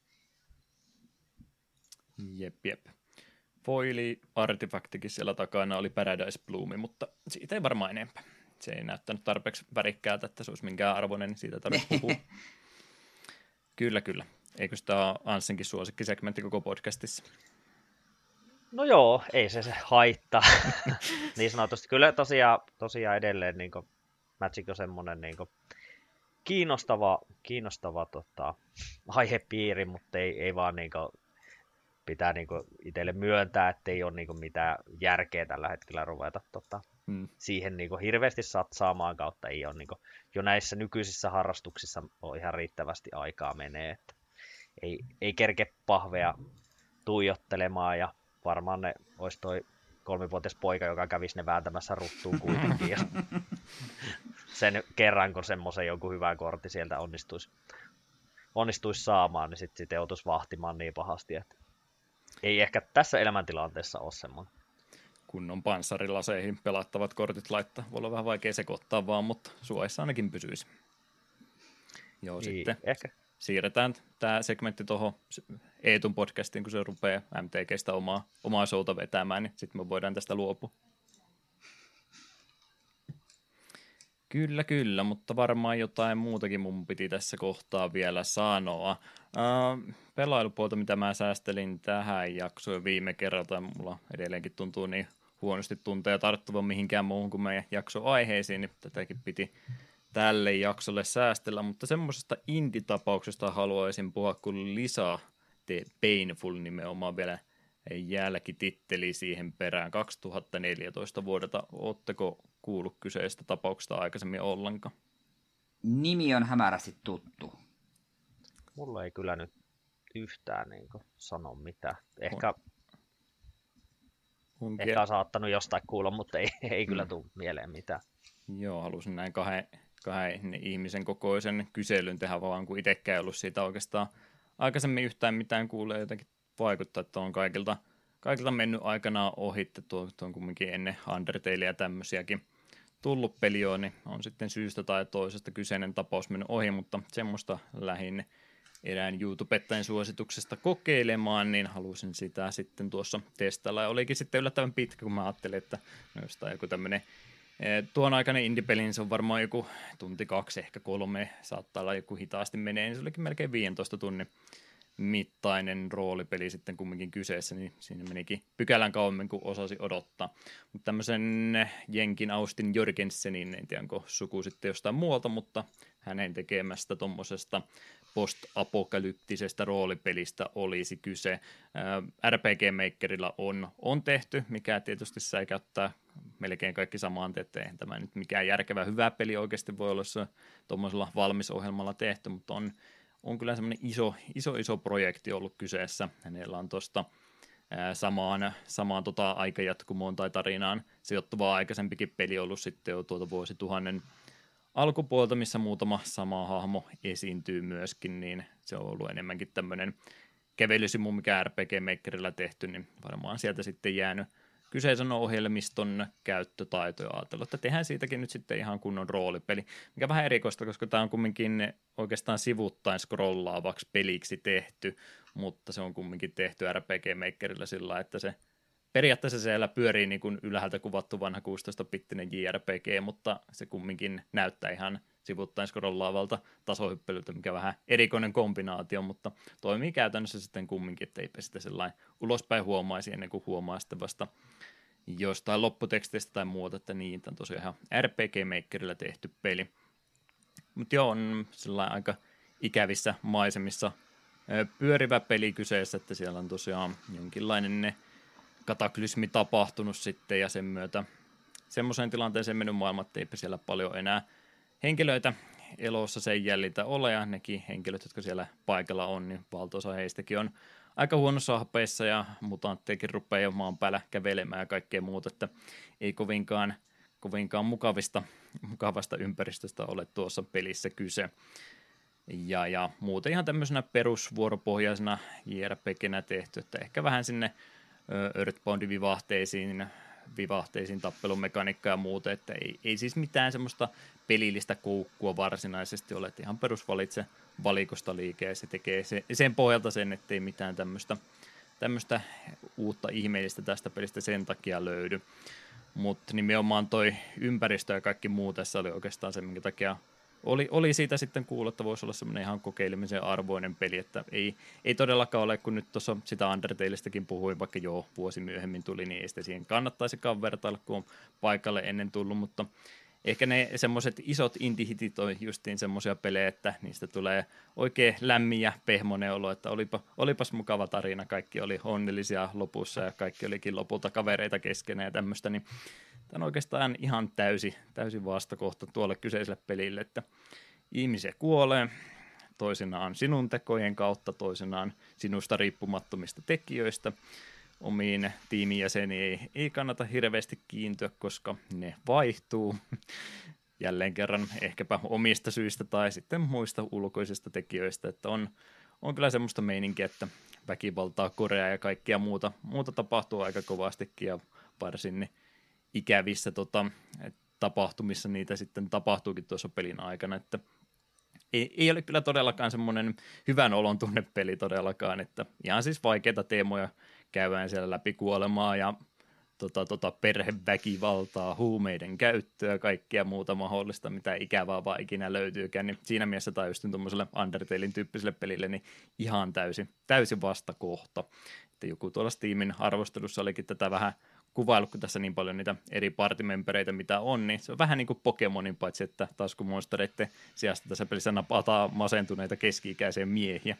S1: Jep, jep. Foili-artefaktikin siellä takana oli Paradise Bloomi, mutta siitä ei varmaan enempää. Se ei näyttänyt tarpeeksi värikkäältä, että se olisi minkään arvoinen, niin siitä tarvitsisi puhua. Kyllä, kyllä. Eikö sitä ole Anssinkin suosikkisegmentti koko podcastissa?
S3: No joo, ei se se haittaa. Niin sanotusti. Kyllä tosiaan, tosiaan edelleen niin kuin Magic on semmoinen niin kuin kiinnostava, kiinnostava tota, aihepiiri, mutta ei, ei vaan niinku, pitää niinku itselle myöntää, että ei ole niinku mitään järkeä tällä hetkellä ruveta tota, hmm. siihen niinku hirveästi satsaamaan kautta. Ei ole niinku, jo näissä nykyisissä harrastuksissa on ihan riittävästi aikaa menee, että ei, ei kerke pahvea tuijottelemaan ja varmaan ne olisi toi kolmivuotias poika, joka kävisi ne vääntämässä ruttuun kuitenkin. Ja sen kerran, kun semmoisen jonkun hyvän kortti sieltä onnistuisi, onnistuisi saamaan, niin sitten sit joutuisi vahtimaan niin pahasti, että ei ehkä tässä elämäntilanteessa ole semmoinen.
S1: Kunnon panssarilaseihin pelattavat kortit laittaa. Voi olla vähän vaikea sekoittaa vaan, mutta suojassa ainakin pysyisi. Joo, niin, sitten ehkä. Siirretään tämä segmentti tuohon Eetun podcastiin, kun se rupeaa M T G:stä omaa, omaa showta vetämään, niin sitten me voidaan tästä luopua. Kyllä, kyllä, mutta varmaan jotain muutakin mun piti tässä kohtaa vielä sanoa. Uh, pelailupuolta, mitä mä säästelin tähän jaksoon viime kerralta, mulla edelleenkin tuntuu niin huonosti tuntea tarttuvan mihinkään muuhun kuin meidän jaksoaiheisiin, niin tätäkin piti tälle jaksolle säästellä, mutta semmoisesta indie-tapauksesta haluaisin puhua, kun Lisa The Painful nimenomaan vielä jälkititteli siihen perään kaksituhattaneljätoista vuodelta. Ootteko kuullut kyseistä tapauksesta aikaisemmin ollenkaan?
S2: Nimi on hämärästi tuttu.
S3: Mulla ei kyllä nyt yhtään niin kuin sano mitään. Ehkä, on... ehkä on saattanut jostain kuulla, mutta ei, ei kyllä tule mieleen mitään.
S1: Joo, halusin näin kahden, kahden ihmisen kokoisen kyselyn tehdä, vaan kun itsekään ei ollut siitä oikeastaan aikaisemmin yhtään mitään kuulee, jotenkin vaikuttaa, että on kaikilta, kaikilta mennyt aikanaan ohitte, tuo, tuo on kumminkin ennen Undertale ja tämmöisiäkin tullut peliä, niin on sitten syystä tai toisesta kyseinen tapaus mennyt ohi, mutta semmoista lähin erään YouTubettajan suosituksesta kokeilemaan, niin halusin sitä sitten tuossa testailla, ja olikin sitten yllättävän pitkä, kun mä ajattelin, että no jostain joku tämmöinen tuon aikainen indie-pelin, se on varmaan joku tunti kaksi, ehkä kolme, saattaa olla joku hitaasti menee, niin se olikin melkein viidentoista tunnin mittainen roolipeli sitten kumminkin kyseessä, niin siinä menikin pykälän kauemmin kuin osasi odottaa. Mutta tämmöisen jenkin Austin Jorgensenin, en tiedä onko suku sitten jostain muualta, mutta hänen tekemästä tuommoisesta post-apokalyptisesta roolipelistä olisi kyse. R P G Makerilla on, on tehty, mikä tietysti säikäyttää melkein kaikki samaan, että eihän tämä nyt mikään järkevä hyvä peli oikeasti voi olla se tuommoisella valmisohjelmalla tehty, mutta on On kyllä semmoinen iso, iso, iso projekti ollut kyseessä. Hänellä on tuosta samaan, samaan tota aikajatkumoon tai tarinaan sijoittuvaa aikaisempikin peli ollut sitten jo tuota vuosituhannen alkupuolta, missä muutama sama hahmo esiintyy myöskin, niin se on ollut enemmänkin tämmöinen kävelysimu, mikä R P G Makerilla tehty, niin varmaan sieltä sitten jäänyt kyseisen ohjelmiston käyttötaitoja ajatellut, että tehdään siitäkin nyt sitten ihan kunnon roolipeli, mikä vähän erikoista, koska tämä on kumminkin oikeastaan sivuttain scrollaavaksi peliksi tehty, mutta se on kumminkin tehty R P G Makerilla sillä, että se periaatteessa siellä pyörii niin kuin ylhäältä kuvattu vanha kuusitoista-bittinen J R P G, mutta se kumminkin näyttää ihan sivuttain scrollaavalta tasohyppelyltä, mikä vähän erikoinen kombinaatio, mutta toimii käytännössä sitten kumminkin, että eipä sitä sellainen ulospäin huomaisi ennen kuin huomaa sitten vasta jostain lopputekstistä tai muuta, että niin, tämä on tosiaan ihan R P G Makerilla tehty peli. Mutta joo, on sellainen aika ikävissä maisemissa pyörivä peli kyseessä, että siellä on tosiaan jonkinlainen ne kataklysmi tapahtunut sitten ja sen myötä semmoiseen tilanteeseen mennyt maailma, että eipä siellä paljon enää henkilöitä elossa sen jäljiltä ole, ja nekin henkilöt, jotka siellä paikalla on, niin valtaosa heistäkin on aika huonossa hapeissa, ja mutanttejakin rupeaa jo maan päällä kävelemään ja kaikkea muuta, että ei kovinkaan, kovinkaan mukavista, mukavasta ympäristöstä ole tuossa pelissä kyse. Ja, ja muuten ihan tämmöisenä perusvuoropohjaisena J R P G:nä tehty, että ehkä vähän sinne Earthboundin vivahteisiin, vivahteisiin tappelumekaniikkaa ja muuta, että ei, ei siis mitään semmoista pelillistä koukkua varsinaisesti ole, että ihan perusvalitse valikosta liike ja se tekee se, sen pohjalta sen, ettei mitään tämmöistä, tämmöistä uutta ihmeellistä tästä pelistä sen takia löydy. Mutta nimenomaan toi ympäristö ja kaikki muu tässä oli oikeastaan se, minkä takia Oli, oli siitä sitten kuulla, että voisi olla semmoinen ihan kokeilemisen arvoinen peli, että ei, ei todellakaan ole, kun nyt tuossa sitä Undertalestäkin puhuin, vaikka joo, vuosi myöhemmin tuli, niin ei sitä siihen kannattaisikaan vertailla, kun on paikalle ennen tullut, mutta ehkä ne semmoiset isot indie-hitit on justiin semmoisia pelejä, että niistä tulee oikein lämmin ja pehmoinen olo, että olipa, olipas mukava tarina, kaikki oli onnellisia lopussa ja kaikki olikin lopulta kavereita keskenään ja tämmöistä, niin tämä on oikeastaan ihan täysi, täysi vastakohta tuolle kyseiselle pelille, että ihmisiä kuolee, toisinaan sinun tekojen kautta, toisinaan sinusta riippumattomista tekijöistä. Omiin tiimijäseniin ei, ei kannata hirveästi kiintyä, koska ne vaihtuu jälleen kerran ehkäpä omista syistä tai sitten muista ulkoisista tekijöistä, että on, on kyllä semmoista meininkiä, että väkivaltaa, korea ja kaikkia muuta, muuta tapahtuu aika kovastikin ja varsin ikävissä tota, tapahtumissa niitä sitten tapahtuukin tuossa pelin aikana, että Ei, ei ole kyllä todellakaan semmoinen hyvän olon tunnepeli todellakaan, että ihan siis vaikeita teemoja käydään siellä läpi, kuolemaa ja tota, tota, perheväkivaltaa, huumeiden käyttöä, kaikkea muuta mahdollista, mitä ikävää vaan ikinä löytyykään, niin siinä mielessä tai just tuommoiselle Undertalein tyyppiselle pelille niin ihan täysin, täysin vastakohta. Että joku tuolla Steamin arvostelussa olikin tätä vähän kuvaillut, kun tässä niin paljon niitä eri partimempereitä, mitä on, niin se on vähän niin kuin Pokemonin, paitsi että taskumonstereiden sijasta tässä pelissä napataan masentuneita keski-ikäisiä miehiä.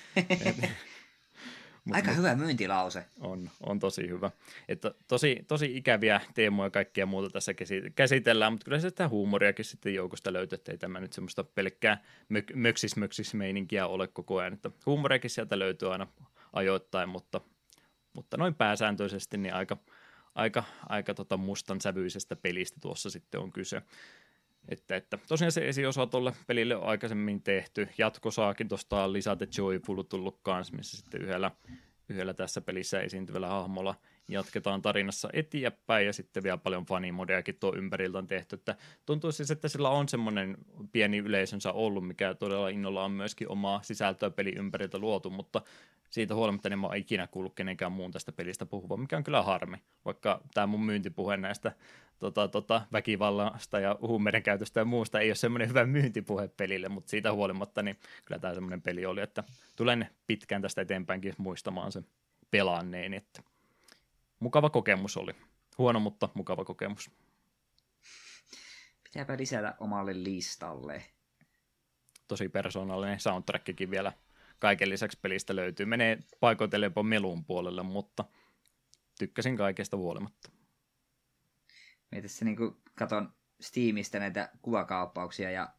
S2: Mut, Aika mut, hyvä myyntilause.
S1: On, on tosi hyvä. Että tosi, tosi ikäviä teemoja ja kaikkea muuta tässä käsitellään, mutta kyllä se sitä huumoriakin sitten joukosta löytyy, että ei tämä nyt semmoista pelkkää mök- möksis-möksis meininkiä ole koko ajan. Että huumoriakin sieltä löytyy aina ajoittain, mutta, mutta noin pääsääntöisesti niin aika aika, aika tota mustan sävyisestä pelistä tuossa sitten on kyse. Että, että tosiaan se esiosa tuolle pelille on aikaisemmin tehty. Jatkosaakin tuosta on lisää The Joyful tullut kanssa, missä sitten yhdellä, yhdellä tässä pelissä esiintyvällä hahmolla jatketaan tarinassa eteenpäin ja sitten vielä paljon fanimodeakin tuo ympäriltä on tehty. Että tuntuu siis, että sillä on semmoinen pieni yleisönsä ollut, mikä todella innolla on myöskin omaa sisältöä pelin ympäriltä luotu, mutta siitä huolimatta niin mä oon ikinä kuullut kenenkään muun tästä pelistä puhuvan, mikä on kyllä harmi, vaikka tämä mun myyntipuhe näistä tota, tota, väkivallasta ja huumeiden käytöstä ja muusta ei ole semmoinen hyvä myyntipuhe pelille, mutta siitä huolimatta niin kyllä tämä semmoinen peli oli, että tulen pitkään tästä eteenpäinkin muistamaan sen pelanneeni, että mukava kokemus oli. Huono, mutta mukava kokemus.
S2: Pitääpä lisätä omalle listalle.
S1: Tosi persoonallinen soundtrackikin vielä kaiken lisäksi pelistä löytyy. Menee paikoitellen jopa melun puolelle, mutta tykkäsin kaikesta huolimatta.
S2: Mie tässä niin katon Steamista näitä kuvakaappauksia ja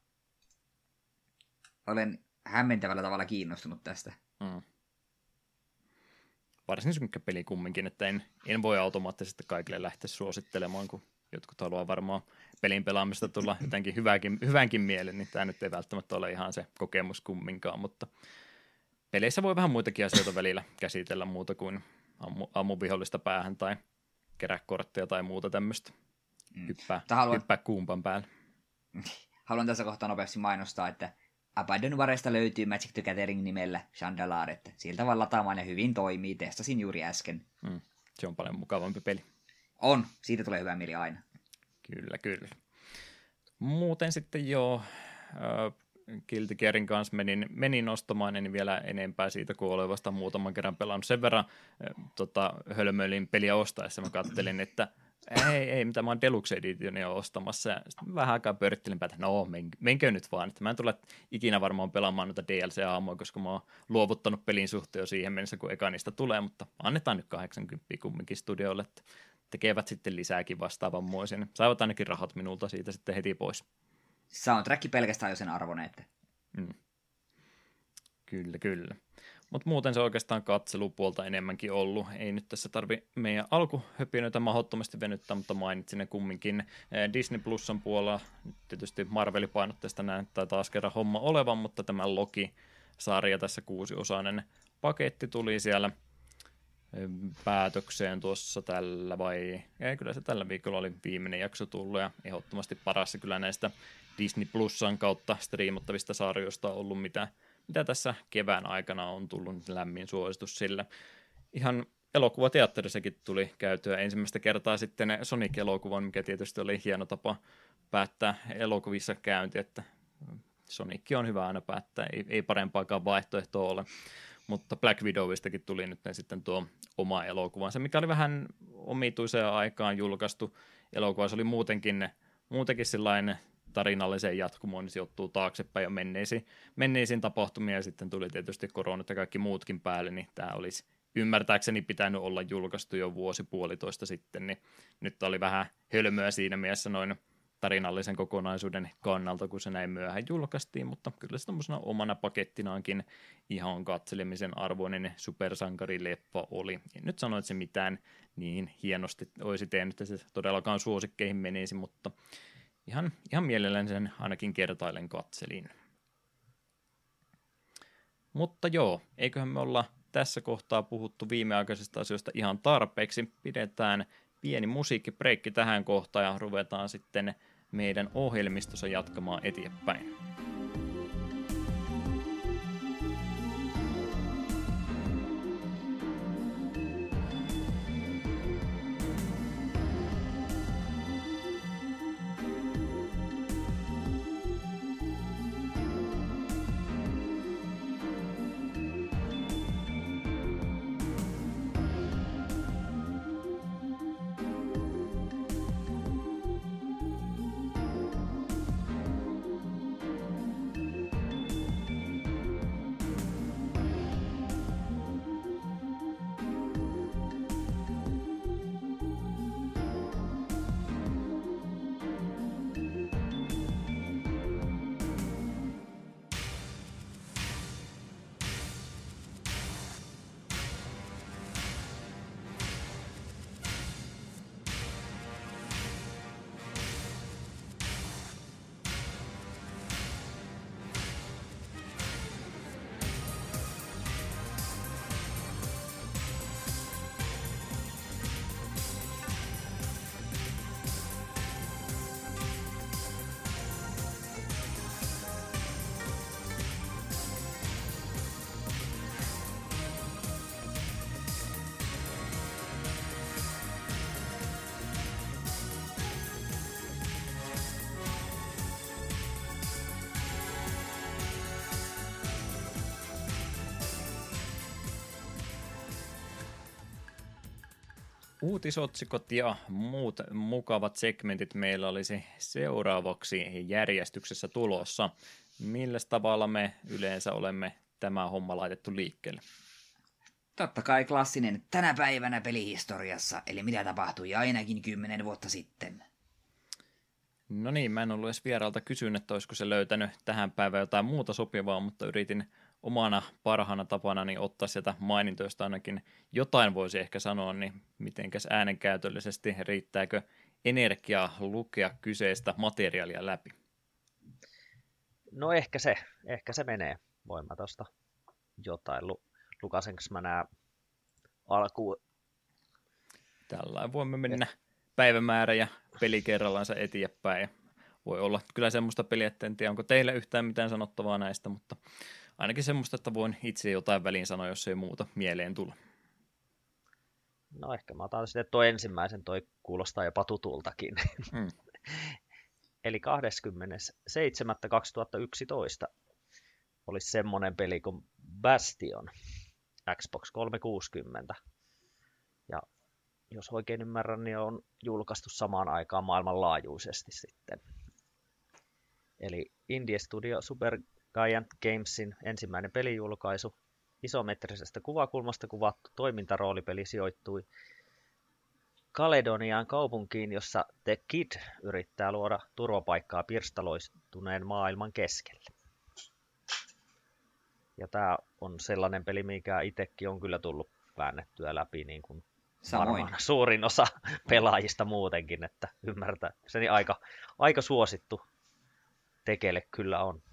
S2: olen hämmentävällä tavalla kiinnostunut tästä.
S1: Mm. Varsin synkkä peli kumminkin, että en, en voi automaattisesti kaikille lähteä suosittelemaan, kun jotkut haluaa varmaan pelin pelaamista tulla jotenkin hyvänkin, hyvänkin mielen, niin tämä nyt ei välttämättä ole ihan se kokemus kumminkaan, mutta peleissä voi vähän muitakin asioita välillä käsitellä muuta kuin ammu, ammu vihollista päähän tai kerää kortteja tai muuta tämmöistä. Hyppää, haluan... hyppää kuumpan päälle.
S2: Haluan tässä kohtaa nopeasti mainostaa, että Abandonwaresta löytyy Magic the Gathering nimellä Chandalar, että sieltä vaan lataamaan ja hyvin toimii. Testasin juuri äsken.
S1: Mm, se on paljon mukavampi peli.
S2: On, siitä tulee hyvä mieli aina.
S1: Kyllä, kyllä. Muuten sitten joo, äh, Guilty Gearin kanssa menin, menin ostamaan, en vielä enempää siitä, kun olen vasta muutaman kerran pelannut. Sen verran äh, tota, hölmöilin peliä ostaessa, mä kattelin, että ei, ei, mitä mä oon Deluxe Editionia ostamassa. Ja sitten vähän aikaa pörttelin päätä, että no, men, menkö nyt vaan. Että mä en tule ikinä varmaan pelaamaan noita D L C-aamoja, koska mä oon luovuttanut pelin suhteen jo siihen mennessä, kun eka niistä tulee, mutta annetaan nyt kahdeksankymmentä kumminkin studioille, että tekevät sitten lisääkin vastaavanmoisen. Saivat ainakin rahat minulta siitä sitten heti pois.
S2: Soundtrack pelkästään jo sen arvoinen, että...
S1: Mm. Kyllä, kyllä. Mutta muuten se on oikeastaan katselupuolta enemmänkin ollut. Ei nyt tässä tarvi meidän alkuhöpinöitä mahdottomasti venyttää, mutta mainitsin ne kumminkin. Disney Plusan puolella, nyt tietysti Marvel-painotteista näyttää taas kerran homma olevan, mutta tämä Loki-sarja tässä kuusiosainen paketti tuli siellä päätökseen tuossa tällä, vai ei, kyllä se tällä viikolla oli viimeinen jakso tullut, ja ehdottomasti paras kyllä näistä Disney Plusan kautta striimattavista sarjoista on ollut, mitä mitä tässä kevään aikana on tullut lämmin suositus sillä. Ihan elokuvateatterissakin tuli käytyä ensimmäistä kertaa sitten Sonic-elokuvan, mikä tietysti oli hieno tapa päättää elokuvissa käynti, että Sonic on hyvä aina päättää, ei, ei parempaakaan vaihtoehtoa ole. Mutta Black Widowistakin tuli nyt sitten tuo oma elokuvansa, mikä oli vähän omituiseen aikaan julkaistu elokuva. Se oli muutenkin muutenkin sellainen tarinalliseen jatkumoon, niin sijoittuu taaksepäin ja menneisiin, menneisiin tapahtumia, ja sitten tuli tietysti koronat ja kaikki muutkin päälle, niin tämä olisi ymmärtääkseni pitänyt olla julkaistu jo vuosi puolitoista sitten, niin nyt oli vähän hölmöä siinä mielessä noin tarinallisen kokonaisuuden kannalta, kun se näin myöhään julkaistiin, mutta kyllä se tommosena omana pakettinaankin ihan katselemisen arvoinen supersankarileffa oli. En nyt sano, että se mitään niin hienosti olisi tehnyt, että se todellakaan suosikkeihin menisi, mutta ihan, ihan mielelläni sen ainakin kertailen katselin. Mutta joo, eiköhän me olla tässä kohtaa puhuttu viimeaikaisista asioista ihan tarpeeksi. Pidetään pieni musiikkibreikki tähän kohtaan ja ruvetaan sitten meidän ohjelmistossa jatkamaan eteenpäin. Uutisotsikot ja muut mukavat segmentit meillä olisi seuraavaksi järjestyksessä tulossa. Millä tavalla me yleensä olemme tämä homma laitettu liikkeelle?
S2: Totta kai klassinen tänä päivänä pelihistoriassa, eli mitä tapahtui ainakin kymmenen vuotta sitten.
S1: No niin, mä en ollut edes vieraalta kysynyt, että olisiko se löytänyt tähän päivään jotain muuta sopivaa, mutta yritin omana parhaana tapana niin ottaa sieltä mainintoista ainakin jotain voisi ehkä sanoa, niin mitenkäs äänenkäytöllisesti riittääkö energiaa lukea kyseistä materiaalia läpi?
S3: No ehkä se, ehkä se menee. Voin mä tosta jotain. Lukasenko mä nää alkuun?
S1: Tällä voimme mennä päivämäärä ja peli kerrallaansa eteenpäin. Voi olla kyllä semmoista peliä, että en tiedä, onko teillä yhtään mitään sanottavaa näistä, mutta ainakin semmoista, että voin itse jotain väliin sanoa, jos ei muuta mieleen tule.
S3: No ehkä mä otan sitten tuo ensimmäisen, toi kuulostaa jopa tutultakin. Mm. Eli kahdeskymmenes seitsemäs kaksituhattayksitoista olisi semmoinen peli kuin Bastion Xbox kolmesataakuusikymmentä. Ja jos oikein ymmärrän, niin on julkaistu samaan aikaan maailmanlaajuisesti sitten. Eli Indie Studio Supergiant Gamesin ensimmäinen pelijulkaisu. Isometrisestä kuvakulmasta kuvattu toimintaroolipeli sijoittui Kaledonian kaupunkiin, jossa The Kid yrittää luoda turvapaikkaa pirstaloituneen maailman keskelle. Ja tämä on sellainen peli, mikä itsekin on kyllä tullut väännettyä läpi, niin kuin varmaan suurin osa pelaajista muutenkin, että ymmärtää. Se niin aika, aika suosittu tekele kyllä on.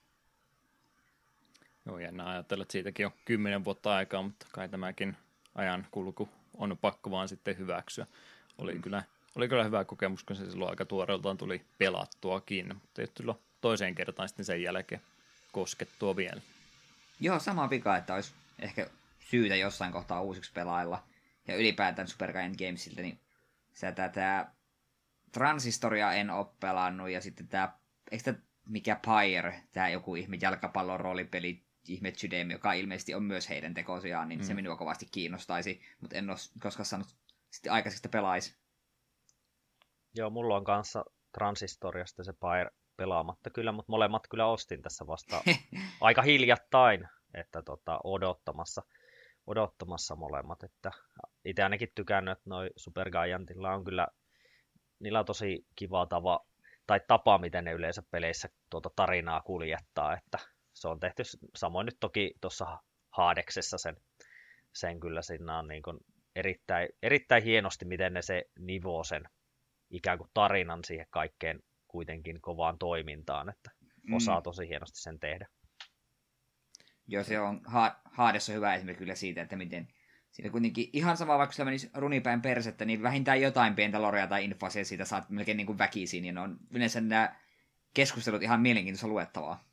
S1: Joo, jännä ajatella, että siitäkin on kymmenen vuotta aikaa, mutta kai tämäkin ajan kulku on pakko vaan sitten hyväksyä. Oli kyllä, oli kyllä hyvä kokemus, kun se silloin aika tuoreeltaan tuli pelattuakin, mutta ei tullut toiseen kertaan sitten sen jälkeen koskettua vielä.
S2: Joo, sama pika, että olisi ehkä syytä jossain kohtaa uusiksi pelailla. Ja ylipäätään Supergiant Gamesilta, niin tämä Transistoria en ole pelannut, ja sitten tämä, eikö tämä mikä Pyre, tämä joku ihme jalkapallon roolipeli, ihme Judem, joka ilmeisesti on myös heidän tekosiaan, niin mm. se minua kovasti kiinnostaisi, mutta en ole koskaan saanut sitten aikaisesta pelaisi.
S3: Joo, mulla on kanssa Transistor ja sitten se Pyre pelaamatta kyllä, mutta molemmat kyllä ostin tässä vasta aika hiljattain, että tota, odottamassa, odottamassa molemmat. Että itse ainakin tykännyt, että noi Super Giantilla on kyllä, niillä on tosi kiva tava, tai tapa, miten ne yleensä peleissä tuota tarinaa kuljettaa, että se on tehty samoin nyt toki tuossa Hadeksessa sen, sen kyllä siinä on niin kuin erittäin, erittäin hienosti, miten ne se nivoo sen ikään kuin tarinan siihen kaikkeen kuitenkin kovaan toimintaan, että osaa
S2: Mm.
S3: tosi hienosti sen tehdä.
S2: Joo, se on Ha- Hades on hyvä esimerkki kyllä siitä, että miten siinä kuitenkin ihan sama, vaikka sillä menisi runipäin persettä, niin vähintään jotain pientä lorea tai infoa siitä saat melkein niin kuin väkisin, ja ne on yleensä nämä keskustelut ihan mielenkiintoista luettavaa.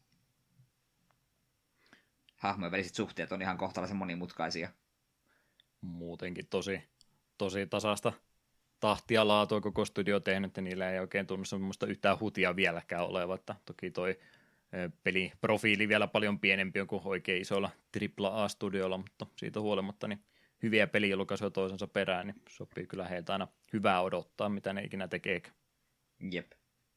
S2: Hahmojen väliset suhteet on ihan kohtalaisen monimutkaisia.
S1: Muutenkin tosi, tosi tasasta tahtia laatua koko studio tehnyt, että niillä ei oikein tunnu semmoista yhtään hutia vieläkään oleva. Että toki toi eh, peliprofiili vielä paljon pienempi on kuin oikein isoilla triple A-studioilla, mutta siitä huolimatta niin hyviä pelijulkaisuja toisensa perään, niin sopii kyllä heiltä aina hyvää odottaa, mitä ne ikinä tekee.
S2: Jep.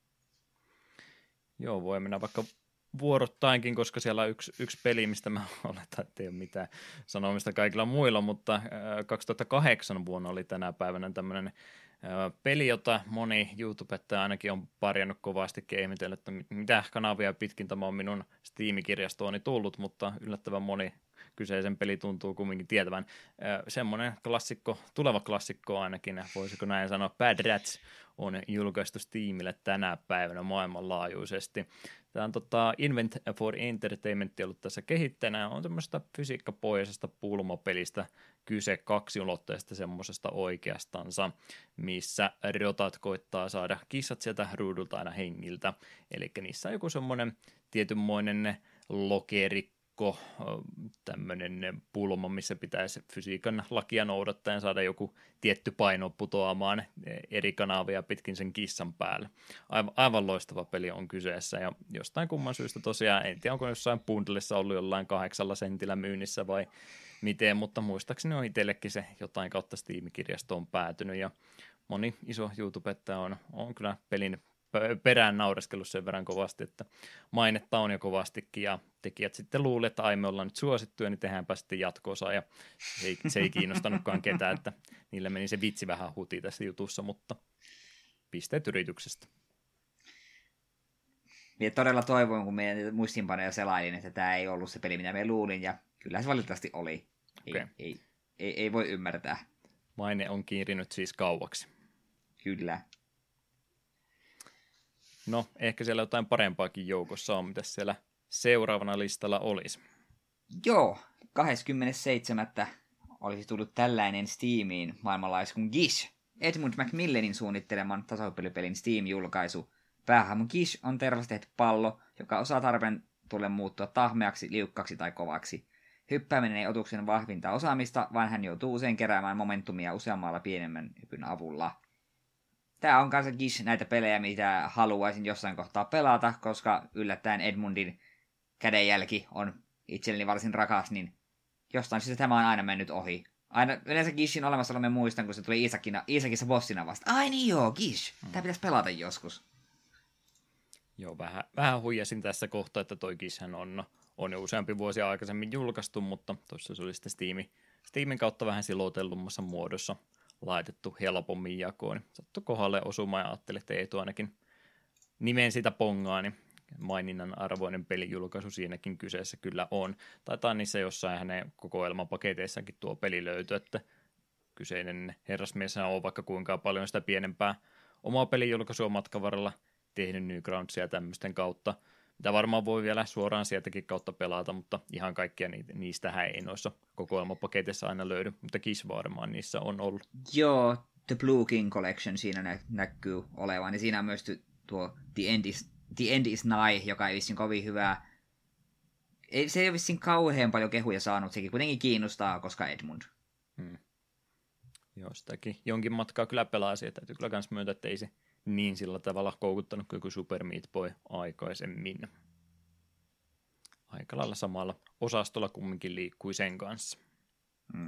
S1: Joo, voi mennä vaikka vuorottainkin, koska siellä on yksi, yksi peli, mistä mä oletan, että ei ole mitään sanomista kaikilla muilla, mutta kaksituhattakahdeksan vuonna oli tänä päivänä tämmöinen peli, jota moni YouTubettaja ainakin on parjannut kovasti keimitellyt, että mitä kanavia pitkin tämä on minun Steam-kirjastooni tullut, mutta yllättävän moni kyseisen peli tuntuu kumminkin tietävän. Semmoinen klassikko, tuleva klassikko ainakin, voisiko näin sanoa, Bad Rats on julkaistu Steamille tänä päivänä maailmanlaajuisesti. Tämä on tota, Invent for Entertainment ollut tässä kehittäjänä, on semmoista fysiikkapohjaisesta pulmapelistä kyse kaksiulotteista semmoisesta oikeastansa, missä rotat koittaa saada kissat sieltä ruudulta aina hengiltä. Eli niissä on joku semmoinen tietynmoinen lokerikko, tämmöinen pulma, missä pitäisi fysiikan lakia noudattaen saada joku tietty paino putoamaan eri kanavia pitkin sen kissan päälle. Aivan, aivan loistava peli on kyseessä, ja jostain kumman syystä tosiaan, en tiedä onko jossain bundlessa ollut jollain kahdeksalla sentillä myynnissä vai miten, mutta muistaakseni on itsellekin se jotain kautta Steam-kirjastoon päätynyt, ja moni iso YouTubettaja on, on kyllä pelin perään naureskellut sen verran kovasti, että mainetta on jo kovastikin, ja tekijät sitten luulee, että ai me ollaan nyt suosittuja, niin tehdäänpä sitten jatko-osa, ja se ei, se ei kiinnostanutkaan ketään, että niille meni se vitsi vähän huti tässä jutussa, mutta pisteet yrityksestä.
S2: Minä todella toivoin, kun meidän muistinpanoja selailin, että tämä ei ollut se peli, mitä me luulin, ja kyllä se valitettavasti oli. Ei,
S1: Okay.
S2: ei, ei, ei voi ymmärtää.
S1: Maine on kiirinyt siis kauaksi.
S2: Kyllä.
S1: No, ehkä siellä jotain parempaakin joukossa on, mitä siellä seuraavana listalla olisi.
S2: Joo, kahdeskymmenesseitsemäs olisi tullut tällainen Steamiin maailmanlaajuisesti kuin Gish. Edmund Macmillanin suunnitteleman tasapelipelin Steam-julkaisu. Päähahmo Gish on tervasta tehty pallo, joka osaa tarpeen tullen muuttua tahmeaksi, liukkaksi tai kovaksi. Hyppääminen ei otuksen vahvinta osaamista, vaan hän joutuu usein keräämään momentumia useammalla pienemmän hypyn avulla. Tää on kanssa Gish näitä pelejä, mitä haluaisin jossain kohtaa pelata, koska yllättäen Edmundin kädenjälki on itselleni varsin rakas, niin jostain syystä tämä on aina mennyt ohi. Aina, yleensä Gishin olemassaolo me muistan, kun se tuli Isakina, Isakissa bossina vasta. Ai niin joo, Gish. Tää pitäisi pelata joskus.
S1: Joo, vähän, vähän huijasin tässä kohtaa, että toi Gishhän on, on jo useampi vuosi aikaisemmin julkaistu, mutta tuossa se oli sitten Steamin, Steamin kautta vähän silotellummassa muodossa laitettu helpommin jakoon. Sattui kohdalle osumaan ja ajattelin, että Eetu ainakin nimen sitä pongaa, niin maininnan arvoinen pelijulkaisu siinäkin kyseessä kyllä on. Taitaa niissä jossain hänen kokoelmapaketeissakin tuo peli löytyy, että kyseinen herrasmies on vaikka kuinka paljon sitä pienempää omaa pelijulkaisua matkan varrella tehnyt Newgroundsia tämmöisten kautta, mitä varmaan voi vielä suoraan sieltäkin kautta pelata, mutta ihan kaikkia niistähän ei noissa kokoelmapaketeissa aina löydy, mutta Kiss varmaan niissä on ollut.
S2: Joo, The Blue King Collection siinä nä- näkyy olevan, ja siinä on myös tuo The End is, The End is Nigh, joka ei vissiin kovin hyvää. Ei, se ei ole vissiin kauhean paljon kehuja saanut, sekin kuitenkin kiinnostaa, koska Edmund.
S1: Hmm. Joo, sitäkin jonkin matkaa kyllä pelasi, ja täytyy kyllä myös myöntää, että ei se niin sillä tavalla koukuttanut kuin Super Meat Boy aikaisemmin. Aika lailla samalla osastolla kumminkin liikkui sen kanssa.
S2: Mm.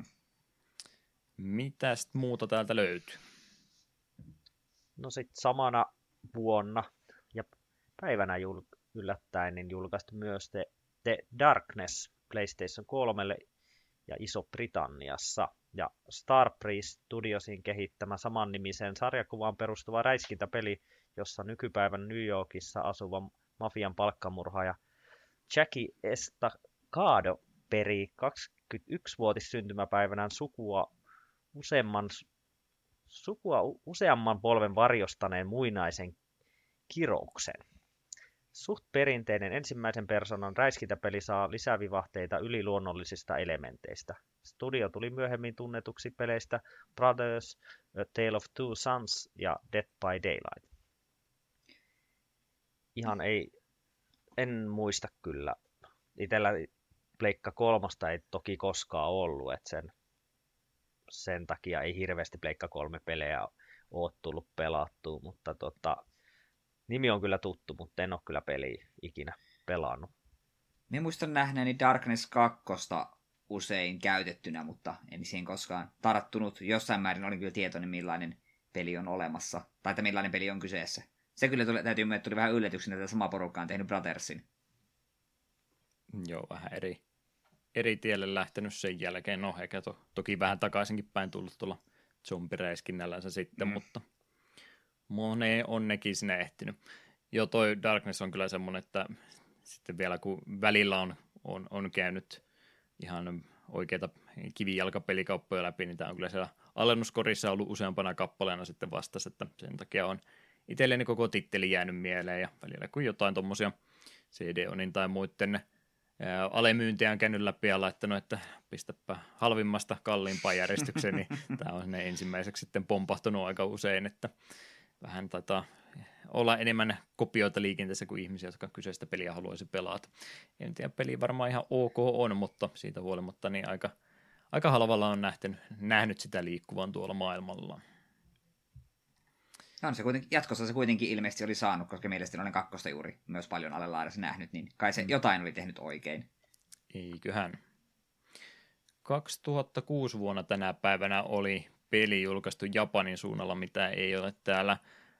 S1: Mitäs muuta täältä löytyy?
S3: No sit samana vuonna. Ja päivänä jul- yllättäen niin julkaistu myös The, The Darkness PlayStation kolmelle ja Iso-Britanniassa. Ja Starbreeze Studiosin kehittämä samannimisen sarjakuvaan perustuva räiskintäpeli, jossa nykypäivän New Yorkissa asuva mafian palkkamurhaaja Jackie Estacado perii kaksikymmentäyksivuotissyntymäpäivänään sukua useamman, sukua useamman polven varjostaneen muinaisen kirouksen. Suht perinteinen ensimmäisen persoonan räiskintäpeli saa lisävivahteita yliluonnollisista elementeistä. Studio tuli myöhemmin tunnetuksi peleistä Brothers, A Tale of Two Sons ja Dead by Daylight. Ihan ei, en muista kyllä. Itellä Pleikka kolmosta ei toki koskaan ollut, että sen, sen takia ei hirveästi Pleikka kolme pelejä ole tullut pelattua, mutta tota, nimi on kyllä tuttu, mutta en ole kyllä peliä ikinä pelannut.
S2: Minä muistan nähneeni Darkness kaksi usein käytettynä, mutta en siihen koskaan tarttunut. Jossain määrin olin kyllä tietoinen, millainen peli on olemassa, tai että millainen peli on kyseessä. Se kyllä tuli, täytyy myöntää, tuli vähän yllätyksenä, että sama porukka on tehnyt Brothersin.
S1: Joo, vähän eri, eri tielle lähtenyt sen jälkeen. No, eikä to, toki vähän takaisinkin päin tullut tuolla zombireiskinnällänsä sitten, mm. mutta moneen on nekin sinne ehtinyt. Joo, toi Darkness on kyllä semmoinen, että sitten vielä kun välillä on, on, on käynyt ihan oikeita kivijalkapelikauppoja läpi, niin tämä on kyllä siellä alennuskorissa ollut useampana kappaleena sitten vastassa, että sen takia on itselleni koko titteli jäänyt mieleen, ja välillä kun jotain tuommoisia C D-onin tai muiden ää, alemyyntiä on käynyt läpi ja laittanut, että pistäpä halvimmasta kalliimpaan järjestykseen, niin tämä on ne ensimmäiseksi sitten pompahtunut aika usein, että vähän taitaa olla enemmän kopioita liikenteessä kuin ihmisiä, jotka kyseistä peliä haluaisi pelata. En tiedä, peli varmaan ihan ok on, mutta siitä huolimatta niin aika, aika halvalla on nähty, nähnyt sitä liikkuvan tuolla maailmalla.
S2: On se kuitenkin, jatkossa se kuitenkin ilmeisesti oli saanut, koska mielestäni olen kakkosta juuri myös paljon alelaadassa nähnyt, niin kai se mm. jotain oli tehnyt oikein. Eiköhän.
S1: kaksituhattakuusi vuonna tänä päivänä oli peli julkaistu Japanin suunnalla, mitä ei ole täällä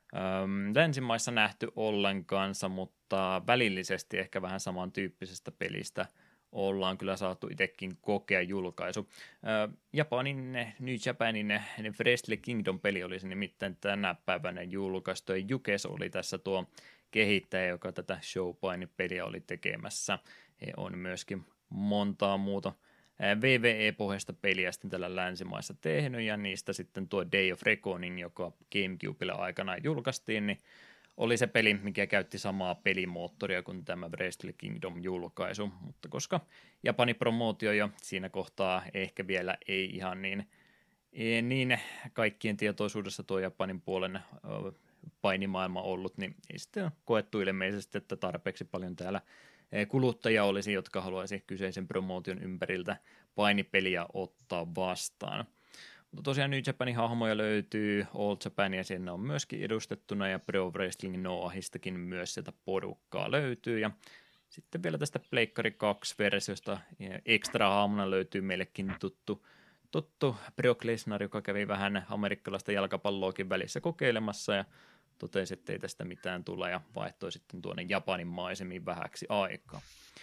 S1: länsimaissa nähty ollenkaan, mutta välillisesti ehkä vähän samantyyppisestä pelistä ollaan kyllä saatu itsekin kokea julkaisu. Japanin, New Japanin Wrestle Kingdom-peli oli se nimittäin tänä päivänä julkaistu, ja Jukes oli tässä tuo kehittäjä, joka tätä Showpaini-peliä oli tekemässä. He on myöskin montaa muuta V V E-pohjaista peliä sitten tällä länsimaissa tehnyt, ja niistä sitten tuo Day of Reckoning, joka GameCubella aikana julkaistiin, niin oli se peli, mikä käytti samaa pelimoottoria kuin tämä Wrestle Kingdom-julkaisu, mutta koska Japanin promootio jo siinä kohtaa ehkä vielä ei ihan niin, niin kaikkien tietoisuudessa tuo Japanin puolen painimaailma ollut, niin ei sitten koettu ilmeisesti, että tarpeeksi paljon täällä kuluttajia olisi, jotka haluaisi kyseisen promootion ympäriltä painipeliä ottaa vastaan. Mutta tosiaan New Japanin hahmoja löytyy, All Japania siinä on myöskin edustettuna, ja Pro Wrestling Noahistakin myös sieltä porukkaa löytyy, ja sitten vielä tästä Pleikkari kaksi-versiosta extra hahmona löytyy meillekin tuttu, tuttu Brock Lesnar, joka kävi vähän amerikkalaista jalkapalloakin välissä kokeilemassa, ja totesi, että ei tästä mitään tule, ja vaihtoi sitten tuonne Japanin maisemiin vähäksi aikaa.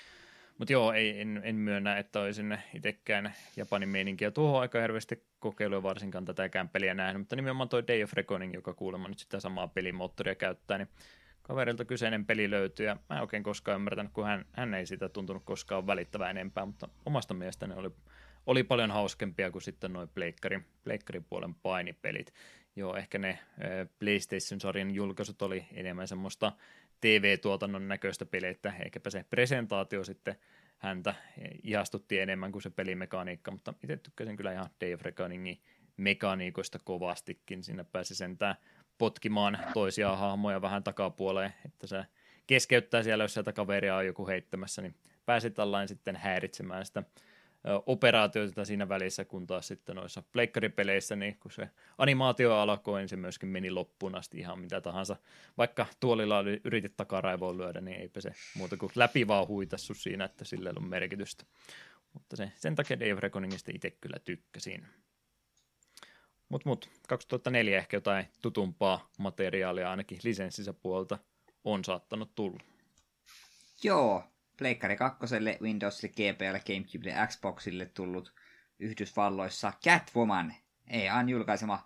S1: Mutta joo, ei, en, en myönnä, että olisin itsekään Japanin meininkiä tuohon aika hirveästi kokeiluja, varsinkaan tätäkään peliä nähnyt, mutta nimenomaan toi Day of Reckoning, joka kuulemma nyt sitä samaa pelimoottoria käyttää, niin kaverilta kyseinen peli löytyy, ja mä en oikein koskaan ymmärtänyt, kun hän, hän ei sitä tuntunut koskaan välittävän enempää, mutta omasta mielestäni oli, oli paljon hauskempia kuin sitten noin pleikkarin, pleikkarin puolen painipelit. Joo, ehkä ne PlayStation-sarjan julkaisut oli enemmän semmoista T V-tuotannon näköistä peliä, että ehkäpä se presentaatio sitten häntä ihastutti enemmän kuin se pelimekaniikka, mutta itse tykkäsin kyllä ihan Day of Reckoningin mekaniikoista kovastikin. Siinä pääsi sentään potkimaan toisia hahmoja vähän takapuoleen, että se keskeyttää siellä, jos sieltä kaveria on joku heittämässä, niin pääsi tällainen sitten häiritsemään sitä operaatioita siinä välissä, kun taas sitten noissa pleikkaripeleissä, niin kun se animaatio alkoi, niin se myöskin meni loppuun asti ihan mitä tahansa. Vaikka tuolilla oli yritit takaraivoon lyödä, niin eipä se muuta kuin läpi vaan huitassu siinä, että sillä ei ollut merkitystä. Mutta se, sen takia Day of Reckoningista itse kyllä tykkäsin. Mutta mut, kaksituhattaneljä ehkä jotain tutumpaa materiaalia ainakin lisenssinsä puolta on saattanut tulla.
S2: Joo, Pleikkari kakkoselle, Windowsille, G P L:lle, Gamecubelle, Xboxille tullut Yhdysvalloissa Catwoman, E A:n julkaisema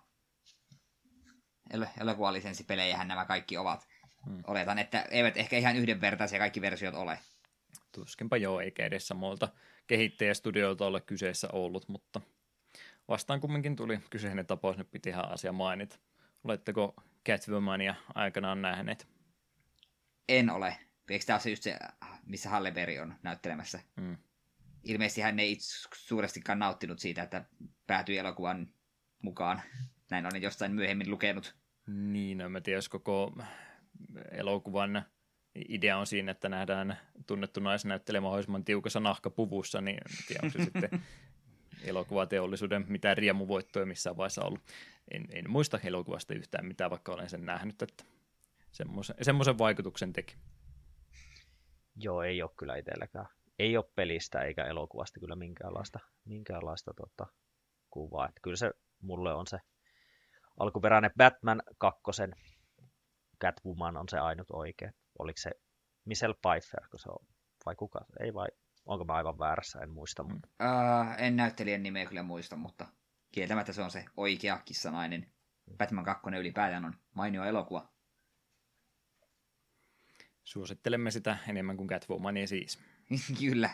S2: elokuvalisenssipelejähän nämä kaikki ovat. Hmm. Oletan, että eivät ehkä ihan yhdenvertaisia kaikki versiot ole.
S1: Tuskinpa joo, eikä edes samoilta kehittäjästudioilta ole kyseessä ollut, mutta vastaan kumminkin tuli kyseinen tapaus, nyt piti ihan asia mainita. Oletteko Catwomania aikanaan nähneet?
S2: En ole. Eikö tämä ole se just se, missä Halle Berry on näyttelemässä? Hmm. Ilmeisesti hän ei itse suurestikaan nauttinut siitä, että päätyi elokuvan mukaan. Näin olen jostain myöhemmin lukenut.
S1: Niin, no mä tiedän, jos koko elokuvan idea on siinä, että nähdään tunnettu naisnäyttelijä mahdollisimman tiukassa nahkapuvussa, niin en tiedä, onko se sitten elokuvateollisuuden mitään riemuvoittoja missään vaiheessa ollut. En, en muista elokuvasta yhtään mitään, vaikka olen sen nähnyt, että semmoisen, semmoisen vaikutuksen teki.
S3: Joo, ei ole kyllä itselläkään. Ei ole pelistä eikä elokuvasta kyllä minkäänlaista, minkäänlaista tota, kuvaa. Että kyllä se mulle on se alkuperäinen Batman kakkosen Catwoman on se ainut oikea. Oliko se Michelle Pfeiffer, kun se on, vai kuka? Ei vai, onko mä aivan väärässä, en muista. Mm.
S2: Uh, en näyttelijän nimeä kyllä muista, mutta kieltämättä se on se oikea kissanainen. Batman kakkonen ylipäätään on mainio elokuva.
S1: Suosittelemme sitä enemmän kuin Catwomania siis.
S2: Kyllä.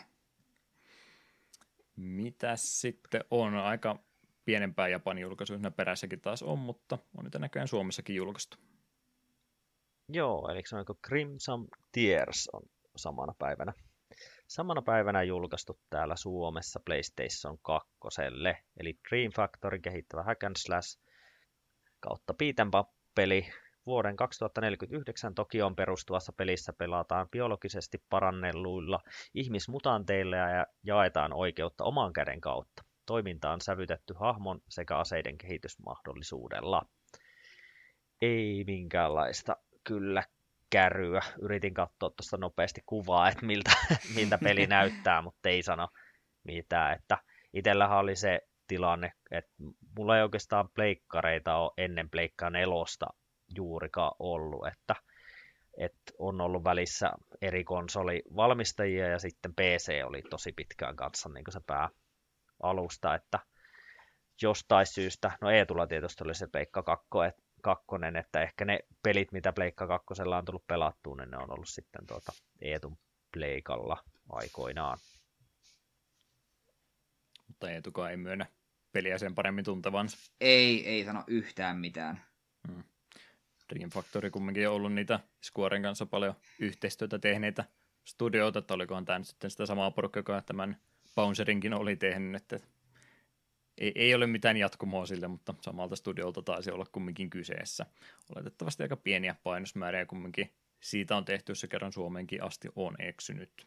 S1: Mitäs sitten on? Aika pienempää Japanin julkaisuina perässäkin taas on, mutta on niitä näköjään Suomessakin julkaistu.
S3: Joo, eli se on Crimson Tears on samana päivänä. Samana päivänä julkaistu täällä Suomessa PlayStation kakkoselle, eli Dream Factory kehittävä hack and slash kautta beat 'em up -peli. Vuoden kaksituhattaneljäkymmentäyhdeksän Tokioon perustuvassa pelissä pelataan biologisesti parannelluilla ihmismutanteilla ja jaetaan oikeutta oman käden kautta. Toiminta on sävytetty hahmon sekä aseiden kehitysmahdollisuudella. Ei minkäänlaista kyllä kärryä. Yritin katsoa tuosta nopeasti kuvaa, että miltä, miltä peli näyttää, mutta ei sano mitään. Että itsellähän oli se tilanne, että mulla ei oikeastaan pleikkareita ole ennen pleikkaa nelosta juurikaan ollut, että, että on ollut välissä eri konsolivalmistajia ja sitten P C oli tosi pitkään kanssa niin kuin se pääalusta, että jostain syystä, no Eetulla tietysti oli se Pleikka kakkonen, että ehkä ne pelit, mitä Pleikka kakkosella on tullut pelattua, niin ne on ollut sitten tuota Eetun Pleikalla aikoinaan.
S1: Mutta Eetukaan ei myönnä peliä sen paremmin tuntevansa.
S2: Ei, ei sano yhtään mitään.
S1: Hmm. Dream Factory kumminkin on ollut niitä Squaren kanssa paljon yhteistyötä tehneitä studioita, että olikohan tämä nyt sitten sitä samaa porukkaa, joka tämän Bouncerinkin oli tehnyt, että ei, ei ole mitään jatkumoa sille, mutta samalta studiolta taisi olla kumminkin kyseessä. Oletettavasti aika pieniä painosmääriä kumminkin siitä on tehty, jos se kerran Suomeenkin asti on eksynyt.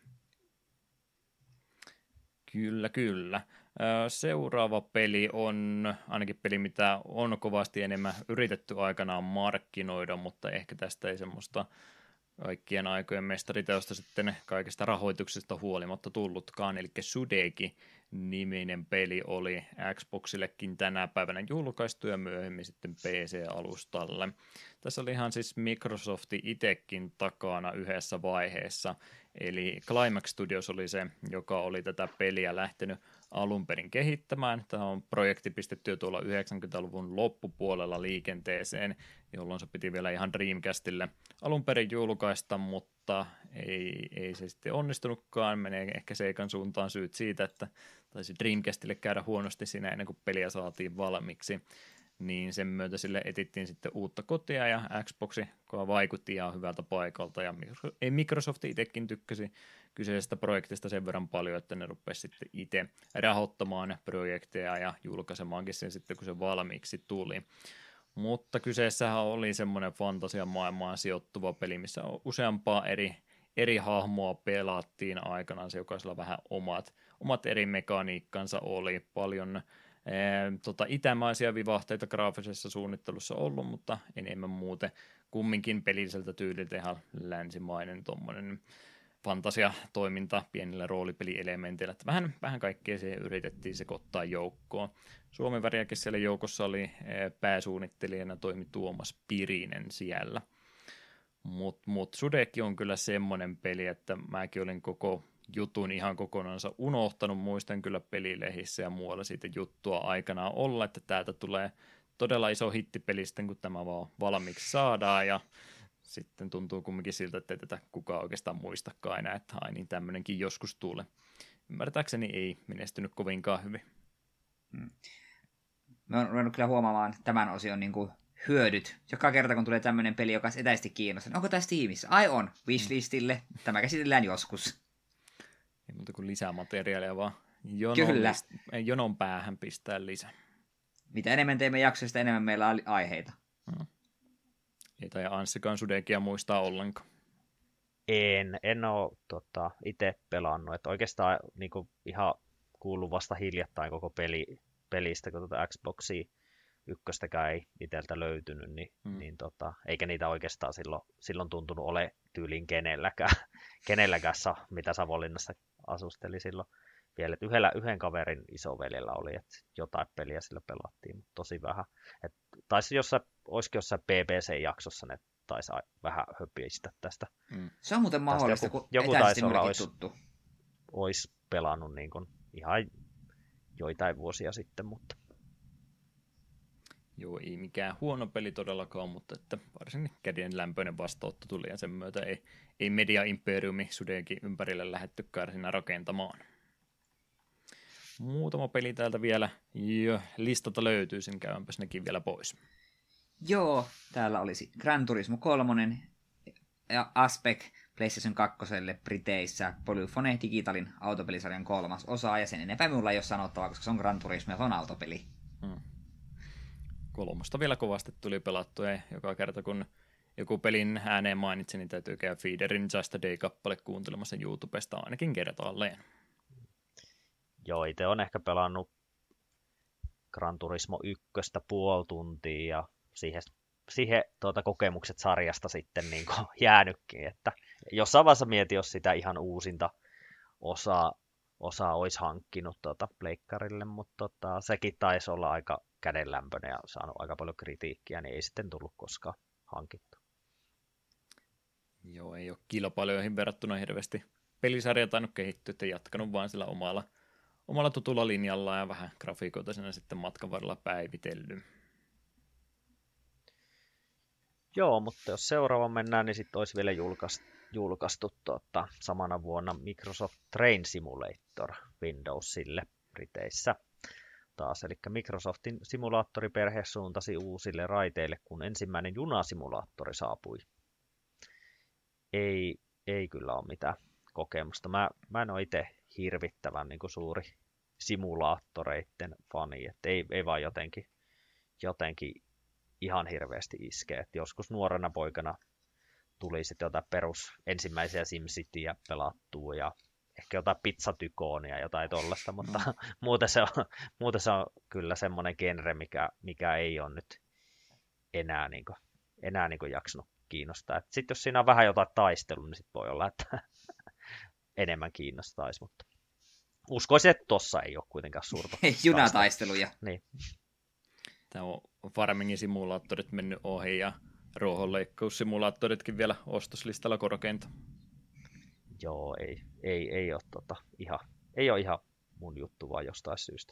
S1: Kyllä, kyllä. Seuraava peli on ainakin peli, mitä on kovasti enemmän yritetty aikanaan markkinoida, mutta ehkä tästä ei semmoista kaikkien aikojen mestariteosta sitten kaikesta rahoituksesta huolimatta tullutkaan, eli Sudeki-niminen peli oli Xboxillekin tänä päivänä julkaistu ja myöhemmin sitten P C-alustalle. Tässä oli ihan siis Microsofti itsekin takana yhdessä vaiheessa, eli Climax Studios oli se, joka oli tätä peliä lähtenyt alun perin kehittämään. Tämä on projekti pistetty jo tuolla yhdeksänkymmentäluvun loppupuolella liikenteeseen, jolloin se piti vielä ihan Dreamcastille alun perin julkaista, mutta ei, ei se sitten onnistunutkaan. Menee ehkä Seikan suuntaan syyt siitä, että taisi Dreamcastille käydä huonosti siinä ennen kuin peliä saatiin valmiiksi. Niin sen myötä sille etittiin sitten uutta kotia ja Xboxi, joka vaikutti ihan hyvältä paikalta ja Microsoft itsekin tykkäsi kyseisestä projektista sen verran paljon, että ne rupesi sitten itse rahoittamaan projekteja ja julkaisemaankin sen sitten, kun se valmiiksi tuli. Mutta kyseessähän oli semmoinen fantasiamaailmaan sijoittuva peli, missä useampaa eri, eri hahmoa pelattiin aikanaan, se jokaisella vähän omat, omat eri mekaniikkansa oli, paljon Ee, tota, itämaisia vivahteita graafisessa suunnittelussa ollut, mutta enemmän muuten kumminkin pelilliseltä tyyliltä ihan länsimainen tuommoinen fantasiatoiminta pienillä roolipelielementeillä. Että vähän, vähän kaikkea siihen yritettiin sekoittaa joukkoon. Suomen väriäkin siellä joukossa oli pääsuunnittelijana toimi Tuomas Pirinen siellä. Mutta mut Sudeki on kyllä semmoinen peli, että mäkin olin koko jutun ihan kokonaansa unohtanut. Muistan kyllä pelilehissä ja muualla siitä juttua aikanaan olla, että täältä tulee todella iso hittipeli sitten, kun tämä vaan valmiiksi saadaan, ja sitten tuntuu kumminkin siltä, että ei tätä kukaan oikeastaan muistakaan enää, että ai niin tämmöinenkin joskus tulee. Ymmärtääkseni ei menestynyt kovinkaan hyvin.
S2: Hmm. Mä oon ruvennut kyllä huomaamaan tämän osion niin kuin hyödyt. Joka kerta, kun tulee tämmöinen peli, joka on etäisesti kiinnostaa. Onko tässä tiimissä? Ai on. Wishlistille. Tämä käsitellään joskus.
S1: Ei muuta kuin lisää materiaalia, vaan jonon,
S2: Kyllä.
S1: jonon päähän pistää lisää.
S2: Mitä enemmän teemme jaksoja, sitä enemmän meillä on aiheita.
S1: Hmm. Ei tai Anssikaan Sudekia muistaa ollenkaan.
S3: En, en ole tota, itse pelannut. Että oikeastaan niin kuin, ihan kuullut vasta hiljattain koko peli, pelistä, kun tuota Xboxia ykköstäkään ei itseltä löytynyt, niin, hmm. niin tota, eikä niitä oikeastaan silloin, silloin tuntunut ole tyylin kenelläkään, kenelläkään mitä Savonlinnassa asusteli silloin vielä. Et yhdellä, yhden kaverin isoveljellä oli, että jotain peliä sillä pelattiin, mutta tosi vähän. Et taisi jossain, olisikin jossain B B C-jaksossa ne taisi vähän höpistä tästä.
S2: Hmm. Se on muuten mahdollista,
S3: joku,
S2: kun
S3: joku
S2: etäisesti
S3: olla,
S2: olisi,
S3: tuttu. Olisi pelannut niin kuin ihan joitain vuosia sitten, mutta
S1: joo, ei mikään huono peli todellakaan, mutta että varsin käden lämpöinen vastaanotto tuli ja sen myötä ei, ei Media Imperiumi Sudenkin ympärille lähtettykään siinä rakentamaan. Muutama peli täältä vielä jo listalta löytyy, sen käyänpäs nekin vielä pois.
S2: Joo, täällä olisi Gran Turismo kolme ja Aspect PlayStation kaksi Briteissä, Polyphone Digitalin autopelisarjan kolmas osa, ja sen enempää minulla ei ole sanottavaa, koska se on Gran Turismo ja se on autopeli. Hmm.
S1: Kolmosta vielä kovasti tuli pelattua, ja joka kerta kun joku pelin ääneen mainitsi, niin täytyy käydä Feederin Just a Day-kappale kuuntelemassa YouTubesta ainakin kertaalleen.
S3: Joo, itse on ehkä pelannut Gran Turismo ykköstä puoli tuntia, ja siihen, siihen tuota, kokemukset sarjasta sitten niin kuin jäänytkin, että jossain vaiheessa mietin, jos sitä ihan uusinta osaa, osaa olisi hankkinut tuota pleikkarille, mutta tota, sekin taisi olla aika kädenlämpöinen ja saanut aika paljon kritiikkiä, niin ei sitten tullut koskaan hankittu.
S1: Joo, ei ole kilpailijoihin verrattuna hirveästi pelisarja tainnut kehittyä, että jatkanut vaan sillä omalla, omalla tutulla linjalla ja vähän grafiikoita siinä sitten matkan varrella päivitellyt.
S3: Joo, mutta jos seuraava mennään, niin sitten olisi vielä julkaistu, julkaistu tuota, samana vuonna Microsoft Train Simulator Windowsille Briteissä taas. Eli Microsoftin simulaattoriperhe suuntasi uusille raiteille, kun ensimmäinen junasimulaattori saapui. Ei, ei kyllä ole mitään kokemusta. Mä, mä en ole itse hirvittävän niin kuin suuri simulaattoreiden fani, että ei, ei vaan jotenkin, jotenkin ihan hirveästi iskee. Et joskus nuorena poikana tuli sitten jotain perus ensimmäisiä SimCityjä pelattua ja ehkä jotain pizzatykoonia ja jotain tollaista, mutta mm. muuten, se on, muuten se on kyllä semmoinen genre, mikä, mikä ei ole nyt enää, niin kuin, enää niin kuin jaksanut kiinnostaa. Sitten jos siinä on vähän jotain taistelua, niin sit voi olla, että enemmän kiinnostaisi, mutta uskoisin, että tossa ei ole kuitenkaan suurta
S2: junataisteluja.
S3: Niin.
S1: Tämä on farmingin simulaattorit mennyt ohi ja ruohonleikkaussimulaattoritkin vielä ostoslistalla korkeinta.
S3: Joo, ei, ei, ei, ole, tota, ihan, ei ole ihan mun juttu vaan jostain syystä.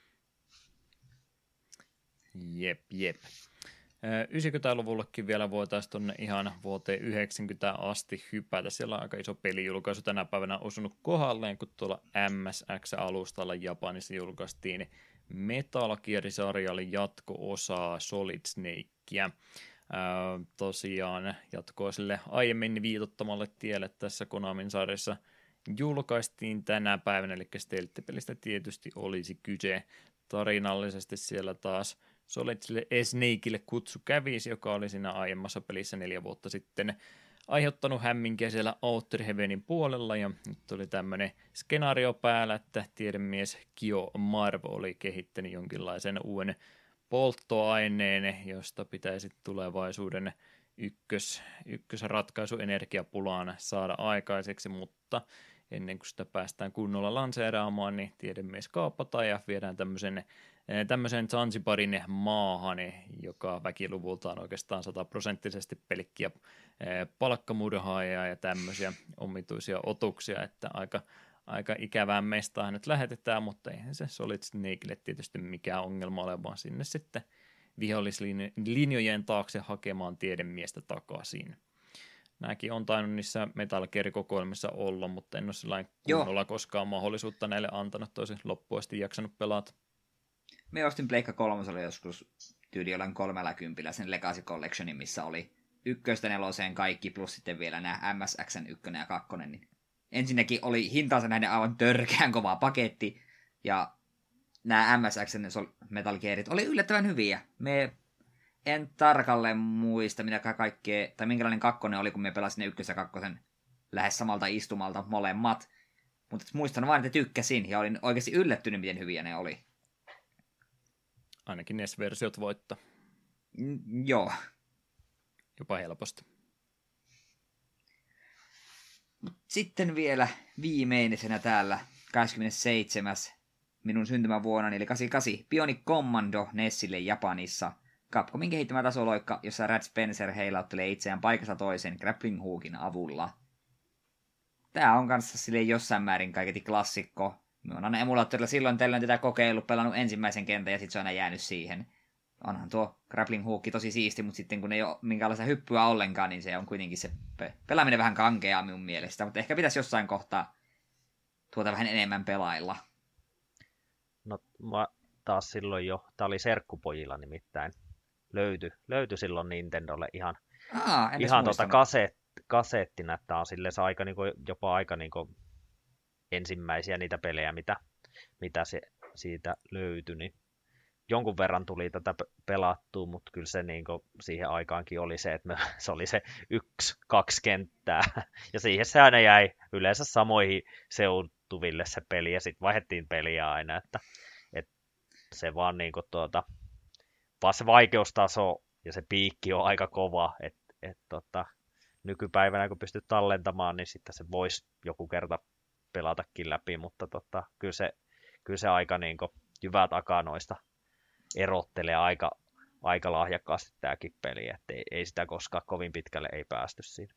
S1: Jep, jep. yhdeksänkymmentäluvullekin vielä voitaisiin tuonne ihan vuoteen yhdeksänkymmentä asti hypätä. Siellä on aika iso pelijulkaisu tänä päivänä osunut kohdalleen, kun tuolla M S X-alustalla Japanissa julkaistiin Metal Gear-sarjalle jatko-osaa Solid Snakea. Ää, tosiaan jatkoa sille aiemmin viitottamalle tielle tässä Konamin sarjassa julkaistiin tänä päivänä, eli stealth-pelistä tietysti olisi kyse. Tarinallisesti siellä taas Solid Snakeille kutsu kävisi, joka oli siinä aiemmassa pelissä neljä vuotta sitten aiheuttanut hämminkiä siellä Outer Heavenin puolella, ja nyt oli tämmöinen skenaario päällä, että tiedemies Kyo Marv oli kehittänyt jonkinlaisen uuden polttoaineen, josta pitäisi tulevaisuuden ykkös, ykkösratkaisu energiapulaan saada aikaiseksi, mutta ennen kuin sitä päästään kunnolla lanseeraamaan, niin tiedemies kaapataan ja viedään tämmöisen, tämmöisen Zanzibarin maahan, joka väkiluvultaan oikeastaan sataprosenttisesti pelkkiä palkkamurhaajia ja tämmöisiä omituisia otuksia, että aika, aika ikävää mestaa nyt lähetetään, mutta eihän se Solid Snakelle tietysti mikään ongelma ole, vaan sinne sitten vihollislinjojen taakse hakemaan tiedemiestä takaisin. Nämäkin on tainnut niissä Metal Gear-kokoelmissa olla, mutta en ole sellainen kunnolla koskaan mahdollisuutta näille antanut, toisin loppuun asti jaksanut pelata.
S2: Me ostin Pleikka kolmoselle joskus tyyli jollain kolmella kympillä sen Legacy Collectionin, missä oli ykköstä neloseen kaikki, plus sitten vielä nämä M S X yksi ja kaksi. Niin ensinnäkin oli hintansa näiden aivan törkeän kova paketti, ja nämä M S X Metal Gearit oli yllättävän hyviä. Me en tarkalleen muista, mitä kaikkea, tai minkälainen kakkonen oli, kun me pelasin ne ykkös ja kakkosen lähes samalta istumalta molemmat. Mutta muistan vain, että tykkäsin, ja olin oikeasti yllättynyt, miten hyviä ne oli.
S1: Ainakin N E S-versiot voittaa.
S2: Mm, joo.
S1: Jopa helposti.
S2: Sitten vielä viimeisenä täällä kahdeskymmenesseitsemäs minun syntymävuonna, eli kahdeksankymmentäkahdeksan, Bionic Commando Nessille Japanissa. Capcomin kehittämä tasoloikka, jossa Brad Spencer heilauttelee itseään paikasta toisen grappling hookin avulla. Tää on kanssa silleen jossain määrin kaiketi klassikko. Mä oon aina emulaattorilla silloin tällöin tätä kokeillut, pelannut ensimmäisen kentän ja sit se on aina jäänyt siihen. Onhan tuo grappling hookki tosi siisti, mutta sitten kun ei ole minkäänlaista hyppyä ollenkaan, niin se on kuitenkin se pelaaminen vähän kankeaa minun mielestä. Mutta ehkä pitäisi jossain kohtaa tuota vähän enemmän pelailla.
S3: No mä taas silloin jo, tää oli serkkupojilla nimittäin. Löytyi, löytyi silloin Nintendolle ihan,
S2: Aa,
S3: ihan tuota kaset, kasettina, että tää on silleen se aika, niin kuin, jopa aika niin kuin ensimmäisiä niitä pelejä, mitä, mitä se siitä löytyi, niin jonkun verran tuli tätä pelattua, mutta kyllä se niin kuin siihen aikaankin oli se, että me, se oli se yksi, kaksi kenttää, ja siihen se aina jäi yleensä samoihin seutuville se peli, ja sitten vaihdettiin peliä aina, että, että se vaan niin kuin tuota, vaan se vaikeustaso ja se piikki on aika kova, että et tota, nykypäivänä kun pystyt tallentamaan, niin sitten se voisi joku kerta pelatakin läpi, mutta tota, kyllä, se, kyllä se aika niin kuin jyvät akanoista erottelee aika, aika lahjakkaasti tämäkin peli, että ei, ei sitä koskaan kovin pitkälle ei päästy siinä.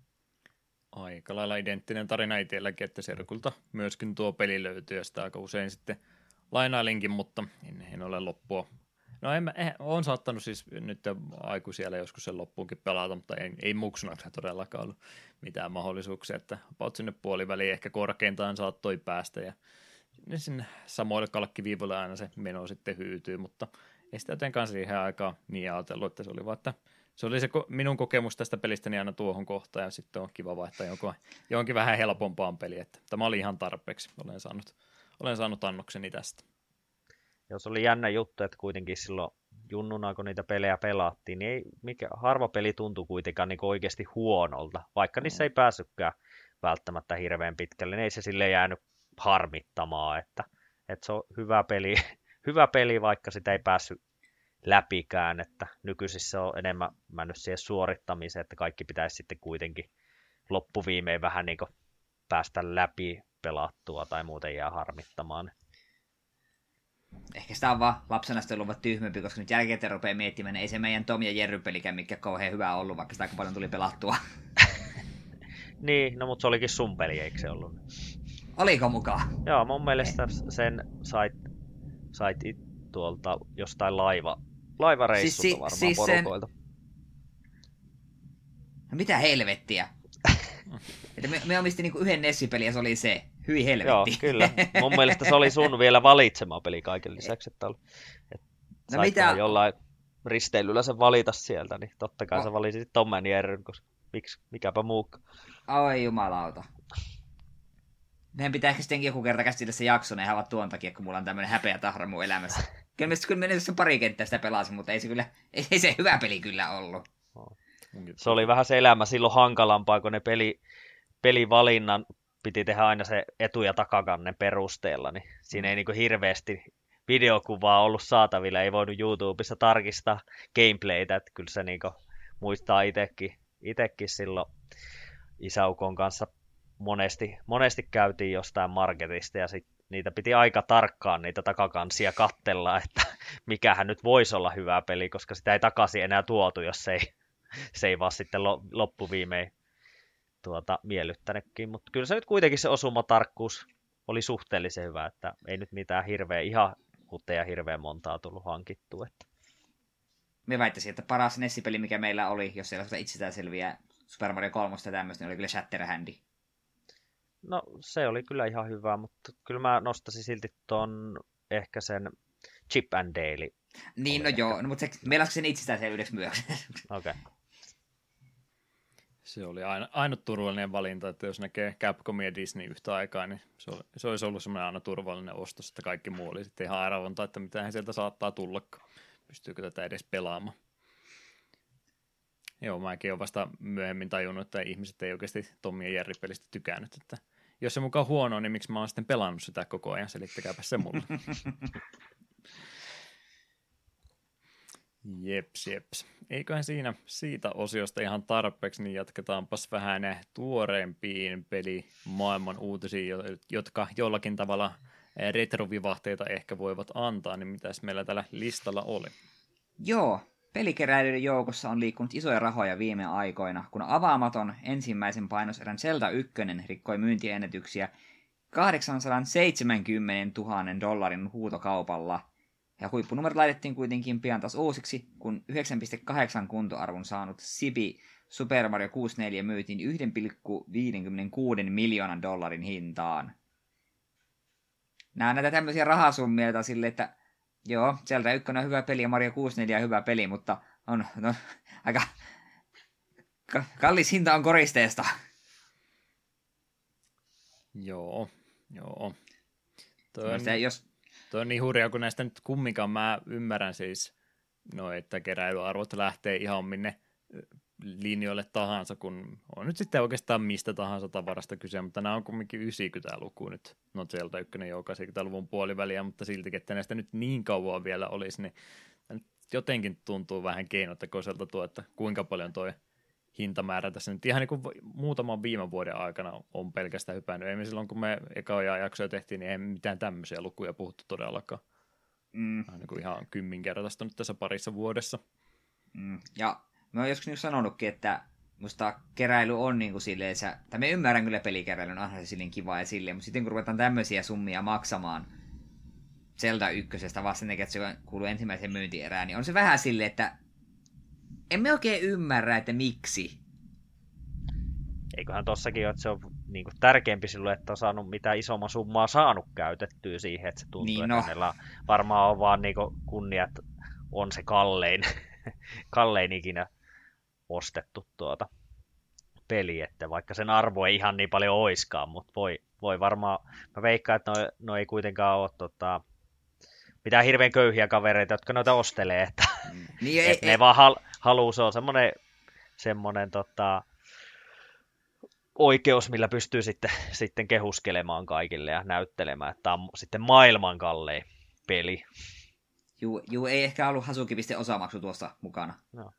S1: Aika lailla identtinen tarina itselläkin, että Serkulta myöskin tuo peli löytyy, ja sitä aika usein sitten lainailinkin, mutta en, en ole loppua. No en, en, olen saattanut siis nyt aikuisiellä joskus sen loppuunkin pelata, mutta ei, ei muksunakaan todellakaan ollut mitään mahdollisuuksia, että about sinne puoliväliin ehkä korkeintaan saattoi päästä, ja sinne samoille kalkkiviivoille aina se meno sitten hyytyy, mutta ei sitä jotenkaan siihen aikaan niin ajatellut, että se oli vaan, että se oli se minun kokemus tästä pelistä niin aina tuohon kohtaan, ja sitten on kiva vaihtaa jonkun, jonkin vähän helpompaan peliin, että tämä oli ihan tarpeeksi, olen saanut, olen saanut annokseni tästä.
S3: Joo, se oli jännä juttu, että kuitenkin silloin junnuna, kun niitä pelejä pelattiin, niin ei, mikä, harva peli tuntui kuitenkaan niin oikeasti huonolta, vaikka niissä ei päässytkään välttämättä hirveän pitkälle, niin ei se silleen jäänyt harmittamaan, että, että se on hyvä peli, hyvä peli, vaikka sitä ei päässyt läpikään, että nykyisissä on enemmän mennyt siihen suorittamiseen, että kaikki pitäisi sitten kuitenkin loppuviimein vähän niin kuin päästä läpi pelattua tai muuten jää harmittamaan.
S2: Ehkä sitä on vaan lapsena sitten ollut tyhmempi, koska nyt jälkeen rupeaa miettimään, ei se meidän Tom ja Jerry pelikään mikä kauhean hyvä ollut, vaikka sitä aika paljon tuli pelattua.
S3: Niin, no mutta se olikin sun peli, eikö se ollut?
S2: Oliko mukaan?
S3: Joo, mun mielestä sen sait, sait tuolta jostain laiva, laivareissulta siis, varmaan siis porukoilta. Sen...
S2: No mitä helvettiä? Että me, me omistin niinku yhden Nessi-pelin ja se oli se. Hyi helvetti.
S3: Joo, kyllä. Mun mielestä se oli sun vielä valitsema peli kaiken lisäksi, että, oli, että no mitä... jollain risteilyllä sen valita sieltä, niin totta kai no. Sä valitsit Tommen Jerryn, koska miksi, mikäpä muukaan.
S2: Oi jumalauta. Meidän pitää ehkä sittenkin joku kerta käsitellä se jakso, ne ovat tuon takia, kun mulla on tämmöinen häpeä tahra mun elämässä. Kyllä mä kyllä mennyt pari kenttää sitä pelasin, mutta ei se kyllä, ei se hyvä peli kyllä ollut.
S3: Se oli vähän se elämä silloin hankalampaa, kun ne peli, pelivalinnan piti tehdä aina se etu- ja takakannen perusteella, niin siinä ei niin kuin hirveästi videokuvaa ollut saatavilla, ei voinut YouTubessa tarkistaa gameplaytä, että kyllä se niinku muistaa itsekin, itekin silloin isäukon kanssa monesti, monesti käytiin jostain marketista ja sit niitä piti aika tarkkaan niitä takakansia kattella, että mikähän nyt voisi olla hyvä peli, koska sitä ei takaisin enää tuotu, jos se ei, se ei vaan sitten loppuviimein tuota, miellyttänytkin. Mutta kyllä se nyt kuitenkin se osumatarkkuus oli suhteellisen hyvä, että ei nyt mitään hirveä, ihan huteja hirveän montaa tullut hankittua. Että.
S2: Me väittäisin, että paras Nessipeli, mikä meillä oli, jos ei ole itsestään selviä Super Mario kolme ja tämmöistä, niin oli kyllä Shatterhandi.
S3: No se oli kyllä ihan hyvä, mutta kyllä mä nostaisin silti ton ehkä sen Chip and Dale.
S2: Niin, no
S3: ehkä.
S2: joo, no, mutta se, meillä on sen itsestäänselvyydeksi myös.
S3: Okei. Okay.
S1: Se oli aina, ainut turvallinen valinta, että jos näkee Capcom ja Disney yhtä aikaa, niin se, oli, se olisi ollut semmoinen aina turvallinen ostos, että kaikki muu oli sitten ihan arvonta, että mitähän sieltä saattaa tullakaan. Pystyykö tätä edes pelaamaan? Joo, mäkin olen vasta myöhemmin tajunnut, että ihmiset ei oikeasti Tommi ja Jerry-pelistä tykännyt, että jos se mukaan huono, niin miksi mä oon sitten pelannut sitä koko ajan, selittäkääpä se mulle. Jeps, jeps. Eiköhän siinä siitä osiosta ihan tarpeeksi, niin jatketaanpas vähän tuoreempiin pelimaailman uutisiin, jotka jollakin tavalla retrovivahteita ehkä voivat antaa, niin mitäs meillä tällä listalla oli?
S2: Joo, pelikeräilijöiden joukossa on liikkunut isoja rahoja viime aikoina, kun avaamaton ensimmäisen painoserän Zelda yksi rikkoi myyntiennätyksiä kahdeksansataaseitsemänkymmentätuhatta dollarin huutokaupalla. Ja huippunumerot laitettiin kuitenkin pian taas uusiksi, kun yhdeksän pilkku kahdeksan kuntoarvon saanut Sibi Super Mario kuusikymmentäneljä myytiin yksi pilkku viisikymmentäkuusi miljoonan dollarin hintaan. Nämä on näitä tämmöisiä rahasummia, joita sille, että joo, Zelda yksi on hyvä peli ja Mario kuusikymmentäneljä on hyvä peli, mutta on, on aika kallis hinta on koristeesta.
S1: Joo, joo. Toi on,
S2: jos...
S1: toi on niin hurjaa, kun näistä nyt kumminkaan mä ymmärrän siis, no, että keräilyarvot lähtee ihan minne linjoille tahansa, kun on nyt sitten oikeastaan mistä tahansa tavarasta kyse, mutta nämä on kumminkin yhdeksänkymmentäluku nyt, no Zelda yksi jo kahdeksankymmentäluvun puoliväliä, mutta siltikin, että näistä nyt niin kauan vielä olisi, niin jotenkin tuntuu vähän keinotekoiselta tuo, että kuinka paljon toi hintamäärä tässä nyt ihan niin kuin muutaman viime vuoden aikana on pelkästään hypännyt. Ei me silloin, kun me ekoja jaksoja tehtiin, niin ei mitään tämmöisiä lukuja puhuttu todellakaan. Mm. Niin kuin ihan kymminkertaistunut tässä parissa vuodessa.
S2: Mm. Ja mä oon joskus niin sanonutkin, että musta keräily on niin kuin silleen, sä, tai me ymmärrän kyllä pelikeräilyn, onhan se silleen kiva ja silleen, mutta sitten kun ruvetaan tämmöisiä summia maksamaan Zelda ykkösestä vasta ne, että se kuuluu ensimmäiseen myyntierään, niin on se vähän silleen, että emme oikein ymmärrä, että miksi.
S3: Eiköhän tossakin ole, että se on niin kuin tärkeämpi sinulle, että on saanut mitä isomman summaa saanut käytettyä siihen, että se tuntuu, niin no. Että hänellä varmaan on vaan niin kuin kunnia, että on se kallein, kallein ikinä ostettu tuota peli, että vaikka sen arvo ei ihan niin paljon oiskaan, mutta voi, voi varmaan, mä veikkaan, että no, no ei kuitenkaan ole tota, mitään hirveän köyhiä kavereita, jotka noita ostelee, että, mm. niin että ei, ne ei. vaan hal, haluu, se on semmoinen, semmoinen tota, oikeus, millä pystyy sitten, sitten kehuskelemaan kaikille ja näyttelemään, että tämä on sitten maailman kallein peli.
S2: Juu, juu ei ehkä ollut Hasukipisten osamaksu tuossa mukana.
S3: No.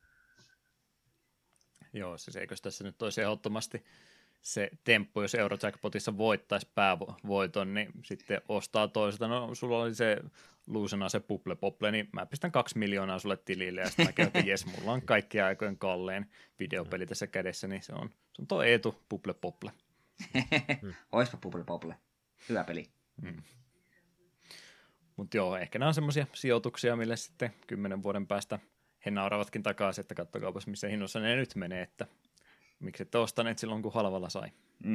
S1: Joo, siis eikös tässä nyt olisi ehdottomasti se temppu, jos Eurojackpotissa voittaisi päävoiton, niin sitten ostaa toiselta. No, sulla oli se luusena se Puple Pople, niin mä pistän kaksi miljoonaa sulle tilille, ja sitten mä kerron, että jes, mulla on kaikkien aikojen kallein videopeli tässä kädessä, niin se on, se on tuo Eetu Puple Pople.
S2: Oispa Puple Pople. Hyvä peli. Hmm.
S1: Mutta joo, ehkä nämä on semmoisia sijoituksia, mille sitten kymmenen vuoden päästä he nauravatkin takaisin, että kattokaapas missä hinnoissa ne nyt menee, että miksi ette ostaneet silloin, kun halvalla sai. Mm.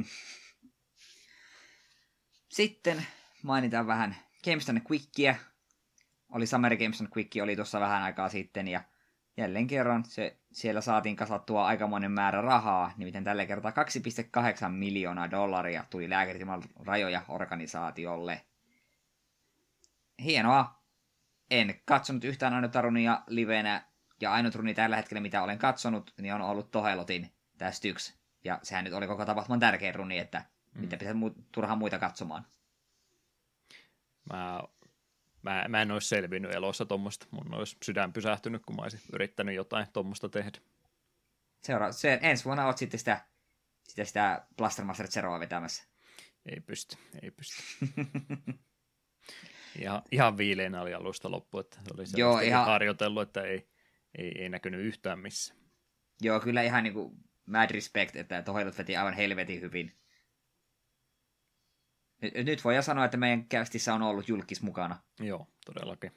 S2: Sitten mainitaan vähän Games Done Quickia. Oli Summer Games Done Quick oli tuossa vähän aikaa sitten, ja jälleen kerran se, siellä saatiin kasattua aikamoinen määrä rahaa, nimittäin tällä kertaa kaksi pilkku kahdeksan miljoonaa dollaria tuli Lääkärit ilman rajoja organisaatiolle. Hienoa. En katsonut yhtään ainutta runia livenä, ja ainut runi tällä hetkellä, mitä olen katsonut, niin on ollut Tohelotin tämä Styx. Ja sehän nyt oli koko tapahtuman tärkein runi, että mm. mitä pitää mu- turhaan muita katsomaan.
S1: Mä, mä, mä en olisi selvinnyt elossa tuommoista. Mun olisi sydän pysähtynyt, kun mä olisin yrittänyt jotain tuommoista tehdä.
S2: Seura- se, ensi vuonna oot sitten sitä, sitä, sitä Blastermaster Zeroa vetämässä.
S1: Ei pysty, ei pysty. ihan, ihan viileinä oli alusta loppu, että se oli
S2: Joo, ihan...
S1: harjoitellut, että ei, ei, ei näkynyt yhtään missään.
S2: Joo, kyllä ihan niinku mad respect, että toheilut veti aivan helvetin hyvin. Nyt, nyt voidaan sanoa, että meidän kästissä on ollut julkis mukana.
S1: Joo, todellakin.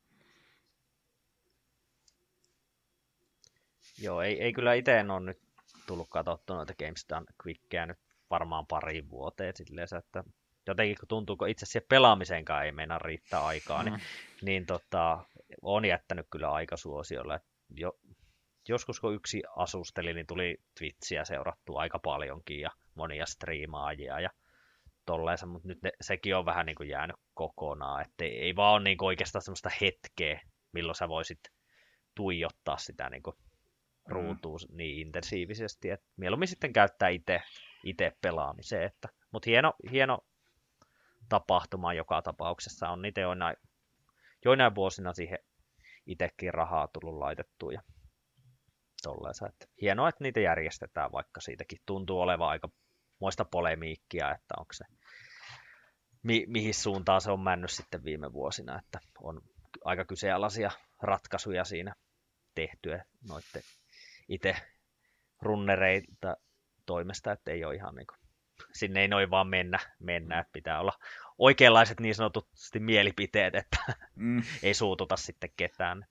S3: Joo, ei, ei kyllä itse en ole nyt tullut katsottua noita GameStar Quickia nyt varmaan pariin vuoteen silleen, että jotenkin kun tuntuu, kun itse siihen pelaamiseenkaan ei meinaa riittää aikaa, niin, mm. niin tota, on jättänyt kyllä aikasuosiolle. Jo, joskus kun yksi asusteli, niin tuli Twitchiä seurattua aika paljonkin ja monia striimaajia ja tolleensa, mutta nyt ne, sekin on vähän niin kuin jäänyt kokonaan, että ei, ei vaan ole niin kuin oikeastaan semmoista hetkeä, milloin sä voisit tuijottaa sitä niin kuin ruutuun mm. niin intensiivisesti, että mieluummin sitten käyttää itse itse pelaamiseen, että, mutta hieno, hieno tapahtuma joka tapauksessa on niitä joinain, joinain vuosina siihen itsekin rahaa tullut laitettua ja tolleensa, että hienoa, että niitä järjestetään, vaikka siitäkin tuntuu olevan aika muista polemiikkia, että onko se, mi, mihin suuntaan se on mennyt sitten viime vuosina, että on aika kyseenalaisia ratkaisuja siinä tehtyä noitten itse runnereita toimesta, että ei ole ihan niin kuin, sinne ei noin vaan mennä, mennä, että pitää olla oikeanlaiset niin sanotusti mielipiteet, että mm. ei suututa sitten ketään.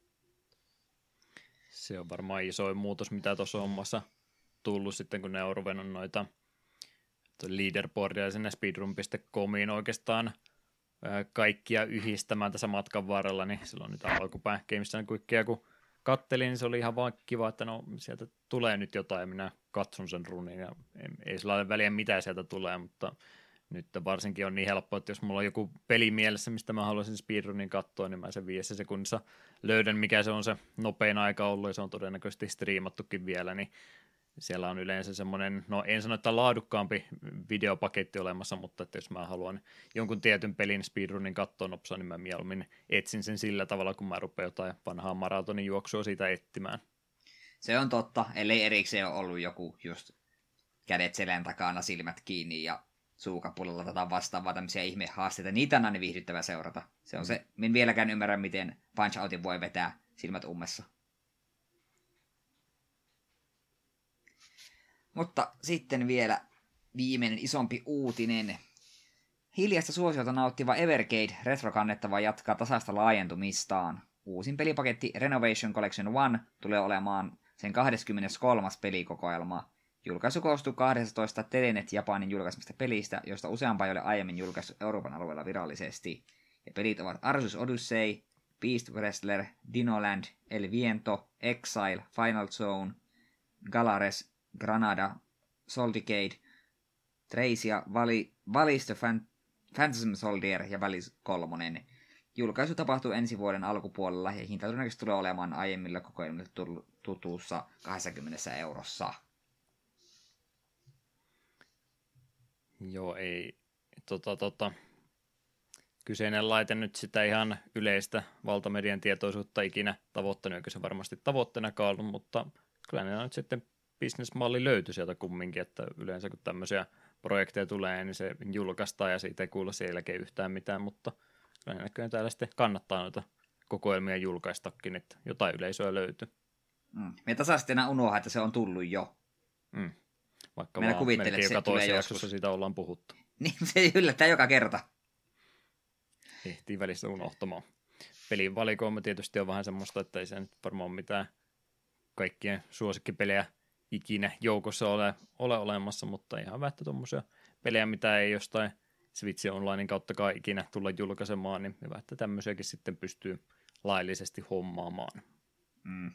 S1: Se on varmaan isoin muutos, mitä tuossa hommassa tullut sitten, kun ne on ruvennut noita leaderboardia sinne speedrun piste comiin oikeastaan kaikkia yhdistämään tässä matkan varrella, niin silloin niitä alkupään GameStar Quickia, kun kattelin, niin se oli ihan vaan kiva, että no sieltä tulee nyt jotain, minä katson sen runin, ja ei sillä ole väliä mitä sieltä tulee, mutta nyt varsinkin on niin helppo, että jos mulla on joku peli mielessä, mistä mä haluaisin speedrunin katsoa, niin mä sen viidessä sekunnissa löydän, mikä se on se nopein aika ollut, ja se on todennäköisesti striimattukin vielä, niin siellä on yleensä semmoinen, no en sano, että laadukkaampi videopaketti olemassa, mutta että jos mä haluan jonkun tietyn pelin speedrunin katsoa nopsaa, niin mä mieluummin etsin sen sillä tavalla, kun mä rupean jotain vanhaa maratonin juoksua siitä etsimään.
S2: Se on totta, ellei erikseen ole ollut joku just kädet selän takana, silmät kiinni ja suukapuolella tätä vastaavaa tämmöisiä ihmehaasteita. Niitä on aina viihdyttävä seurata. Se on se, min vieläkään ymmärrä, miten Punch-Outin voi vetää silmät ummessa. Mutta sitten vielä viimeinen isompi uutinen. Hiljaista suosiota nauttiva Evercade retrokannettava jatkaa tasaista laajentumistaan. Uusin pelipaketti Renovation Collection One tulee olemaan sen kaksikymmentäkolmas pelikokoelma. Julkaisu koostuu kaksitoista Telenet Japanin julkaisemista pelistä, joista useampaa ei ole aiemmin julkaistu Euroopan alueella virallisesti. Ja pelit ovat Arsus Odyssey, Beast Wrestler, Dinoland, El Viento, Exile, Final Zone, Galares, Granada, Soldicade, Tracia, Vali, Valis Fan, Phantasm Soldier ja Valis kolmonen. Julkaisu tapahtuu ensi vuoden alkupuolella ja hinta todennäköisesti tulee olemaan aiemmilla kokoelmilla tutussa kaksikymmentä eurossa.
S1: Joo, ei. Tota, tota. Kyseinen laite nyt sitä ihan yleistä valtamedian tietoisuutta ikinä tavoittanut, eikä se varmasti tavoitteenakaan ollut, mutta kyllä ne nyt sitten bisnesmalli löytyi sieltä kumminkin, että yleensä kun tämmöisiä projekteja tulee, niin se julkaistaan ja siitä ei kuulu sen jälkeen yhtään mitään, mutta kyllä näköjään täällä sitten kannattaa noita kokoelmia julkaistakin, että jotain yleisöä löytyy.
S2: Mm. Me tasaisesti enää unohda, että se on tullut jo.
S1: Mm. Vaikka
S2: Meillä
S1: vaan melkein joka toisessa jaksossa siitä ollaan puhuttu.
S2: Niin, se yllättää joka kerta.
S1: Ehtii välissä unohtamaan. Pelin valikoima tietysti on vähän semmoista, että ei se nyt varmaan mitään kaikkien suosikkipelejä ikinä joukossa ole, ole olemassa, mutta ihan vähän tuommoisia pelejä, mitä ei jostain Switch Onlinein kauttakaan ikinä tulla julkaisemaan, niin hyvä, että tämmöisiäkin sitten pystyy laillisesti hommaamaan.
S2: Mm.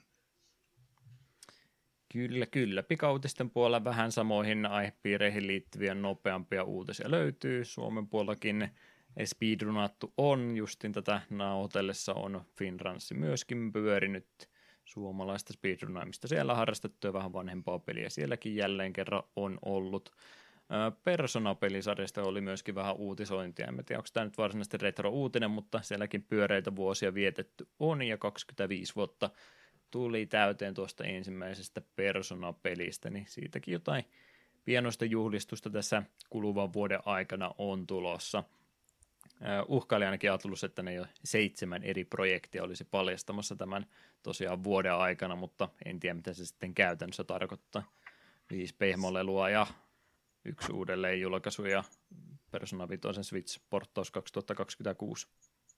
S1: Kyllä, kyllä. Pikautisten puolella vähän samoihin aihepiireihin liittyviä nopeampia uutisia löytyy. Suomen puolellakin speedrunattu on, justin tätä nauhoitellessa on Finranssi myöskin pyörinyt suomalaista speedrunaamista siellä harrastettu ja vähän vanhempaa peliä sielläkin jälleen kerran on ollut. Persona-pelisarjasta oli myöskin vähän uutisointia. En tiedä, onko tämä nyt varsinaisesti retro-uutinen, mutta sielläkin pyöreitä vuosia vietetty on, ja kaksikymmentäviisi vuotta tuli täyteen tuosta ensimmäisestä Persona-pelistä, niin siitäkin jotain pienoista juhlistusta tässä kuluvan vuoden aikana on tulossa. Uhkaili ainakin ajatus, että ne jo seitsemän eri projektia olisi paljastamassa tämän tosiaan vuoden aikana, mutta en tiedä, mitä se sitten käytännössä tarkoittaa. Viisi pehmolelua ja yksi uudelleen julkaisu ja Persona viisi Switch-porttaus kaksituhattakaksikymmentäkuusi.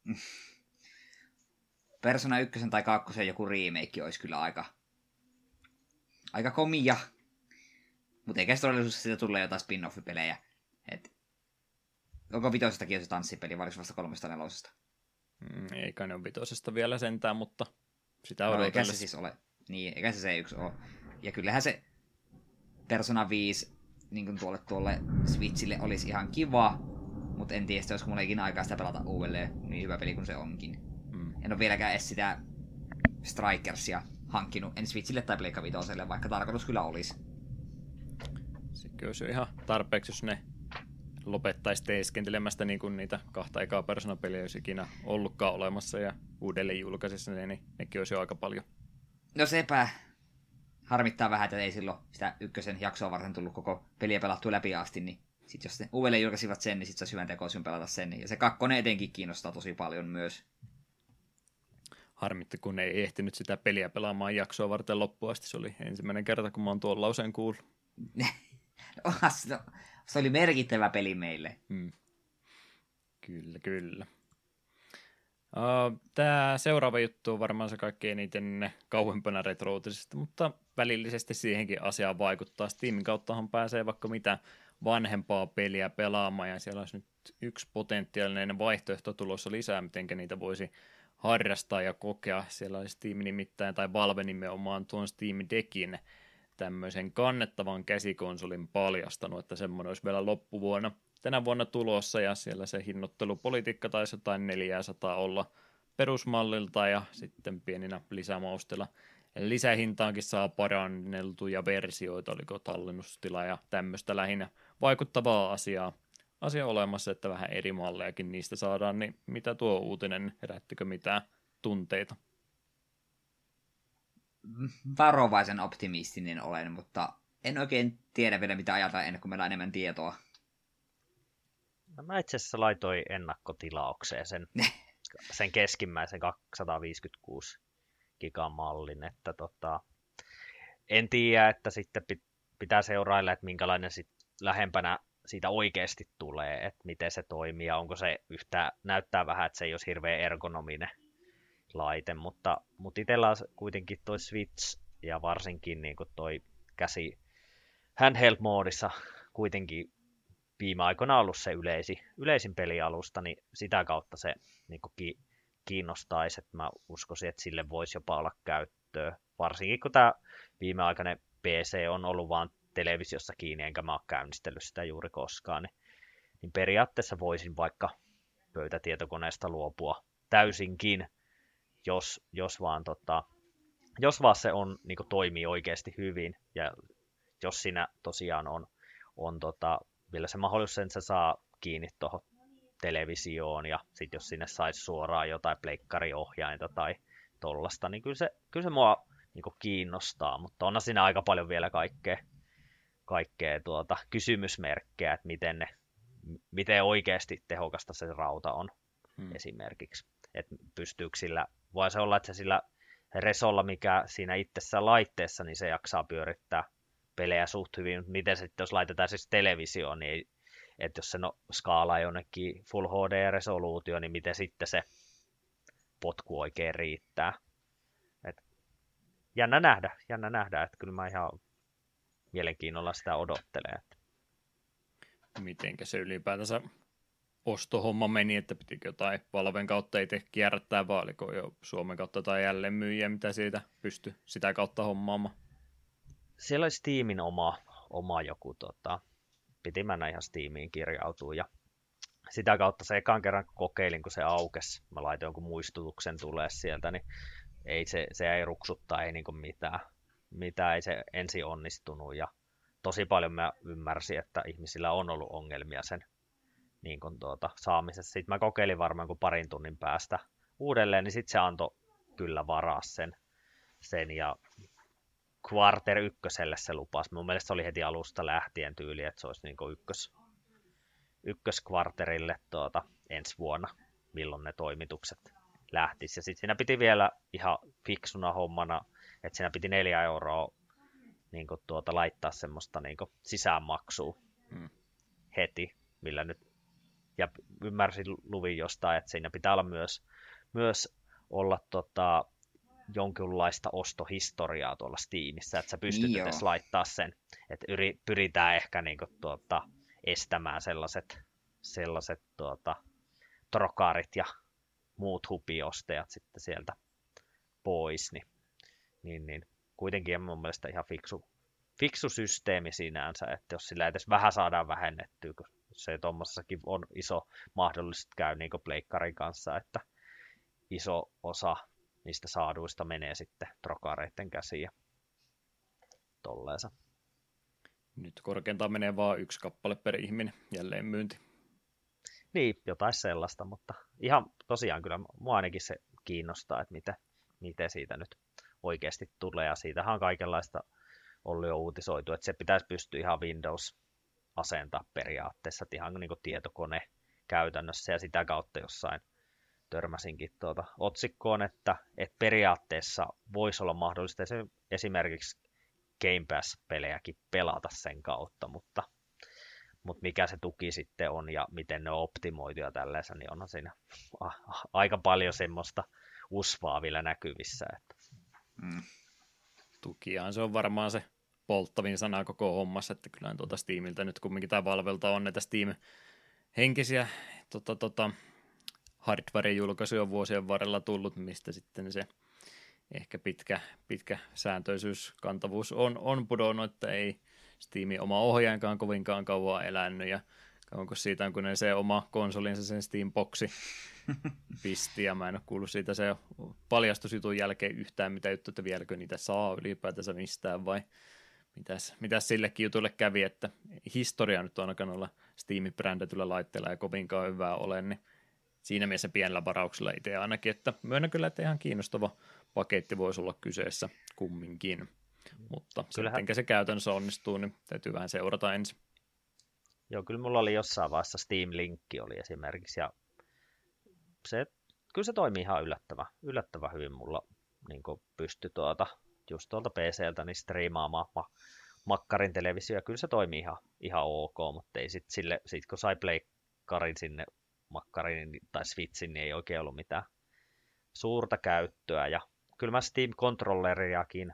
S2: Persona yksi tai kaksi joku remake olisi kyllä aika, aika komia. Mutta eikä se todellisuudessa siitä tulee jotain spin-off-pelejä. Et onko vitosestakin se tanssipeli, vai oliko vasta kolmesta nelosesta?
S1: Mm, eikä ne ole vitosesta vielä sentään, mutta sitä
S2: no,
S1: odotellessa.
S2: Eikä se siis ole. Niin, eikä se se yksi ole. Ja kyllähän se Persona viisi niin kuin tuolle, tuolle Switchille olisi ihan kiva, mutta en tiedä, olisiko mulla ikinä aikaa sitä pelata uudelleen, niin hyvä peli kuin se onkin. Mm. En ole vieläkään edes sitä Strikersia hankkinut, en Switchille tai Pleikka vitoselle, vaikka tarkoitus kyllä olisi.
S1: Sekin olisi jo ihan tarpeeksi, jos ne lopettaisi teeskentelemästä niin kuin niitä kahta ekaa Persona-peliä olisi ikinä ollutkaan olemassa ja uudelleen julkaisessa, niin nekin olisi jo aika paljon.
S2: No sepä. Harmittaa vähän, että ei silloin sitä ykkösen jaksoa varten tullut koko peliä pelattua läpi asti, niin sit jos ne uudelleen julkaisivat sen, niin sit saisi hyvän tekoisin pelata sen. Ja se kakkonen etenkin kiinnostaa tosi paljon myös.
S1: Harmitti, kun ei ehtinyt sitä peliä pelaamaan jaksoa varten loppuun asti. Se oli ensimmäinen kerta, kun mä oon tuon lauseen kuullut.
S2: no, se oli merkittävä peli meille.
S1: Hmm. Kyllä, kyllä. Uh, Tämä seuraava juttu on varmaan se kaikkein eniten kauempana retro-uutisesta, mutta välillisesti siihenkin asiaan vaikuttaa. Steamin kauttahan pääsee vaikka mitä vanhempaa peliä pelaamaan, ja siellä olisi nyt yksi potentiaalinen vaihtoehto tulossa lisää, miten niitä voisi harrastaa ja kokea. Siellä olisi Steam nimittäin, tai Valve nimenomaan tuon Steam Deckin tämmöisen kannettavan käsikonsolin paljastanut, että semmoinen olisi vielä loppuvuonna tänä vuonna tulossa, ja siellä se hinnoittelupolitiikka taisi jotain neljäsataa olla perusmallilta, ja sitten pieninä lisämaustella lisähintaankin saa paranneltuja versioita, oliko tallennustila ja tämmöistä lähinnä vaikuttavaa asiaa, asia olemassa, että vähän eri mallejakin niistä saadaan, niin mitä tuo uutinen, herättikö mitään tunteita?
S2: Varovaisen optimistinen olen, mutta en oikein tiedä vielä mitä ajatella ennen kuin meillä on enemmän tietoa.
S3: No, mä itse asiassa laitoin ennakkotilaukseen sen, sen keskimmäisen kaksisataaviisikymmentäkuusi gigan mallin, että tota, en tiedä, että sitten pitää seurailla, että minkälainen sit lähempänä siitä oikeasti tulee, että miten se toimii ja onko se yhtään, näyttää vähän, että se ei olisi hirveän ergonominen laite, mutta, mutta itsellä on kuitenkin toi Switch ja varsinkin niin kuin toi käsi handheld-moodissa kuitenkin viime aikoina ollut se yleisi, yleisin pelialusta, niin sitä kautta se niin kuin ki, kiinnostaisi, että mä uskoisin, että sille voisi jopa olla käyttöä. Varsinkin kun tämä viimeaikainen P C on ollut vaan televisiossa kiinni, enkä mä ole käynnistellyt sitä juuri koskaan, niin, niin periaatteessa voisin vaikka pöytätietokoneesta luopua täysinkin, jos, jos, vaan, tota, jos vaan se on, niin kuin toimii oikeasti hyvin, ja jos siinä tosiaan on, on tota, vielä se mahdollisuus, että se saa kiinni tuohon televisioon, ja sitten jos sinne saisi suoraan jotain pleikkariohjainta tai tollasta, niin kyllä se, kyllä se mua niin kuin kiinnostaa, mutta on siinä aika paljon vielä kaikkea, kaikkea tuota, kysymysmerkkejä, että miten, ne, miten oikeasti tehokasta se rauta on hmm. esimerkiksi. Että pystyykö sillä, voi se olla, että se sillä resolla, mikä siinä itsessään laitteessa, niin se jaksaa pyörittää pelejä suht hyvin, mutta miten sitten, jos laitetaan siis televisioon, niin ei, että jos se no, skaalaa jonnekin Full H D-resoluutio, niin miten sitten se potku oikein riittää. Et jännä nähdä, jännä nähdä, että kyllä mä ihan mielenkiinnolla sitä odottelen.
S1: Mitenkä se ylipäätänsä ostohomma meni, että pitikö jotain Valven kautta itse kierrättää, vai oliko jo Suomen kautta tai jälleen myyjiä, mitä siitä pystyi sitä kautta hommaamaan?
S3: Siellä oli Steamin oma, oma joku, tota, piti mennä ihan Steamiin kirjautua, ja sitä kautta se ekan kerran kokeilin, kun se aukesi, mä laitoin jonkun muistutuksen tulee sieltä, niin ei se, se ei ruksuttaa, ei niinku mitään, mitään, ei se ensin onnistunut, ja tosi paljon mä ymmärsin, että ihmisillä on ollut ongelmia sen niin kun tuota, saamisessa. Sitten mä kokeilin varmaan kuin parin tunnin päästä uudelleen, niin sitten se antoi kyllä varaa sen, sen ja Quarter ykköselle se lupasi. Mun mielestä se oli heti alusta lähtien tyyli, että se olisi niin kuin ykkös, ykköskvarterille tuota, ensi vuonna, milloin ne toimitukset lähtis. Ja sitten siinä piti vielä ihan fiksuna hommana, että siinä piti neljä euroa niin kuin tuota, laittaa semmoista niin kuin sisäänmaksua hmm. heti, millä nyt, ja ymmärsin luvin jostain, että siinä pitää olla myös, myös olla tota, jonkinlaista ostohistoriaa tuolla Steamissa, että sä pystyt
S2: niin
S3: edes laittaa sen, että yri, pyritään ehkä niin kuin, tuota, estämään sellaiset, sellaiset tuota, trokaarit ja muut hupiostajat sitten sieltä pois, niin, niin, niin kuitenkin on mun mielestä ihan fiksu, fiksu systeemi sinänsä, että jos sillä edes vähän saadaan vähennettyä, kun se tuommoisessakin on iso mahdollisuus käy niin kuin pleikkarin kanssa, että iso osa niistä saaduista menee sitten trokaareiden käsiin ja tolleensa.
S1: Nyt korkeintaan menee vain yksi kappale per ihminen jälleen myynti.
S3: Niin, jotain sellaista, mutta ihan tosiaan kyllä mua ainakin se kiinnostaa, että miten, miten siitä nyt oikeasti tulee. Ja siitähän on kaikenlaista ollut jo uutisoitu, että se pitäisi pystyä ihan Windows-asentaa periaatteessa, että ihan niin kuin tietokone käytännössä ja sitä kautta jossain törmäsinkin tuota otsikkoon, että, että periaatteessa voisi olla mahdollista esimerkiksi Game Pass-pelejäkin pelata sen kautta, mutta, mutta mikä se tuki sitten on ja miten ne on optimoitu ja tällaisa, niin onhan siinä aika paljon semmoista usvaa vielä näkyvissä. Että.
S1: Mm. Tukiaan se on varmaan se polttavin sana koko hommassa, että kyllä tuota Steamiltä nyt kumminkin tämä Valvelta on näitä Steam-henkisiä tota, tota, hardware-julkaisuja on vuosien varrella tullut, mistä sitten se ehkä pitkä, pitkä sääntöisyys, kantavuus on, on pudonnut, että ei Steamin oma ohjainkaan kovinkaan kauan elänyt, ja onko siitä, kun ne se oma konsolinsa sen Steamboxi pisti, ja mä en ole kuullut siitä se paljastusjutun jälkeen yhtään mitä juttu, että vieläkö niitä saa ylipäätänsä mistään, vai mitäs, mitäs sillekin jutulle kävi, että historia nyt on ainakaan olla Steamin brändätyllä laitteella ja kovinkaan hyvää ole, niin siinä mielessä pienellä varauksella itse ainakin, että myönnän kyllä, että ihan kiinnostava paketti voisi olla kyseessä kumminkin, mutta miten se käytännössä onnistuu, niin täytyy vähän seurata ensin.
S3: Joo, kyllä mulla oli jossain vaiheessa Steam-linkki oli esimerkiksi, ja se, kyllä se toimii ihan yllättävän, yllättävän hyvin mulla, niin kuin pystyi tuota, just tuolta P C:ltä niin striimaamaan ma- makkarin televisio, ja kyllä se toimii ihan, ihan ok, mutta ei sit sille, sit kun sai pleikkarin sinne makkarin tai Switchin, niin ei oikein ollut mitään suurta käyttöä, ja kyllä mä Steam-kontrolleriakin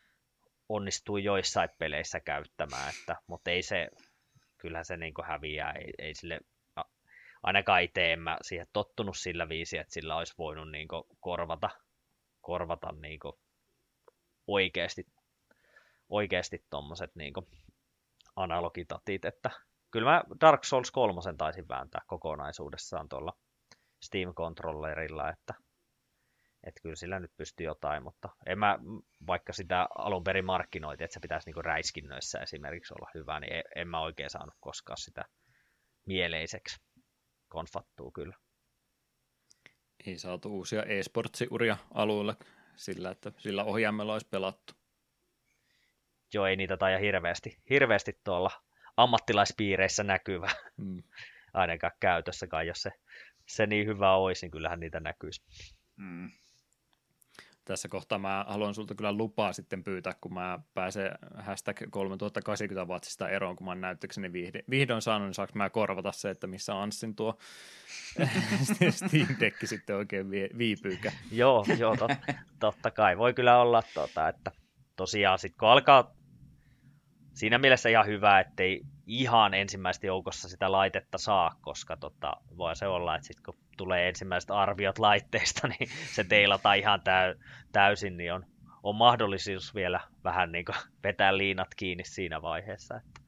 S3: onnistui joissain peleissä käyttämään, että, mutta ei se, kyllähän se niin kuin häviää, ei, ei sille, ainakaan itse en mä siihen tottunut sillä viisi, että sillä olisi voinut niin kuin korvata, korvata niin kuin oikeasti, oikeasti tommoset niin kuin analogitatit, että kyllä mä Dark Souls kolme taisin vääntää kokonaisuudessaan tuolla Steam-kontrollerilla, että, että kyllä sillä nyt pystyy jotain, mutta en mä, vaikka sitä alun perin markkinoitiin, että se pitäisi niinku räiskinnöissä esimerkiksi olla hyvä, niin en mä oikein saanut koskaan sitä mieleiseksi. Konfattuu kyllä.
S1: Ei saatu uusia e-sportsiuria alueelle sillä, että sillä ohjaimella olisi pelattu.
S3: Joo, ei niitä taida hirveästi, hirveästi tuolla ammattilaispiireissä näkyvä, mm. ainakaan käytössäkaan, jos se, se niin hyvä olisi, niin kyllähän niitä näkyisi. Mm.
S1: Tässä kohtaa mä haluan sulta kyllä lupaa sitten pyytää, kun mä pääsen hashtag kolmetuhattakahdeksankymmentä watsista eroon, kun mä oon näyttökseni vihdoin saanut, niin saanko mä korvata se, että missä Anssin tuo Steam Deck sitten oikein viipyykä.
S3: Joo, joo tot, totta kai. Voi kyllä olla, tota, että tosiaan sitten kun alkaa siinä mielessä ihan hyvä, ettei ihan ensimmäistä joukossa sitä laitetta saa, koska tota, voi se olla, että sitten kun tulee ensimmäiset arviot laitteista, niin se teilataan ihan täy, täysin, niin on, on mahdollisuus vielä vähän niin kuin vetää liinat kiinni siinä vaiheessa. Että.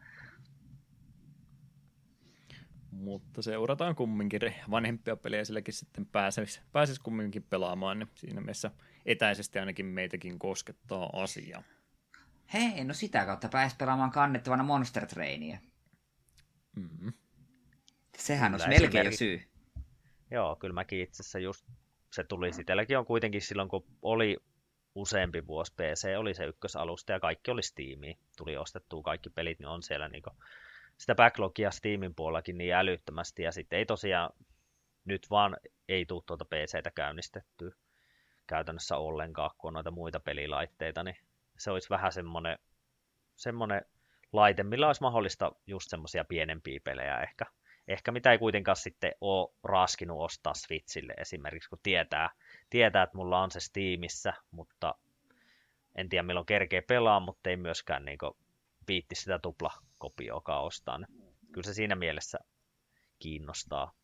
S1: Mutta seurataan kumminkin vanhempia pelejä, silläkin sitten pääsisi, pääsisi kumminkin pelaamaan, niin siinä mielessä etäisesti ainakin meitäkin koskettaa asia.
S2: Hei, no sitä kautta pääsi pelaamaan kannettavana Monster Trainia.
S1: Mm-hmm.
S2: Sehän olisi melkein jo syy.
S3: Joo, kyllä mäkin itse asiassa just, se tuli sitelläkin on kuitenkin silloin, kun oli useampi vuosi P C, oli se ykkösalusta ja kaikki oli Steamia. Tuli ostettua kaikki pelit, niin on siellä niinku sitä backlogia Steamin puolellakin niin älyttömästi. Ja sitten ei tosiaan, nyt vaan ei tule tuota P C:tä käynnistettyä käytännössä ollenkaan, kun on noita muita pelilaitteita, niin se olisi vähän semmoinen, semmoinen laite, millä olisi mahdollista just semmoisia pienempiä pelejä ehkä. Ehkä mitä ei kuitenkaan sitten ole raskinut ostaa Switchille esimerkiksi, kun tietää, tietää, että mulla on se Steamissa, mutta en tiedä milloin kerkee pelaa, mutta ei myöskään niin viitti sitä tuplakopioakaan ostaa. Kyllä se siinä mielessä kiinnostaa.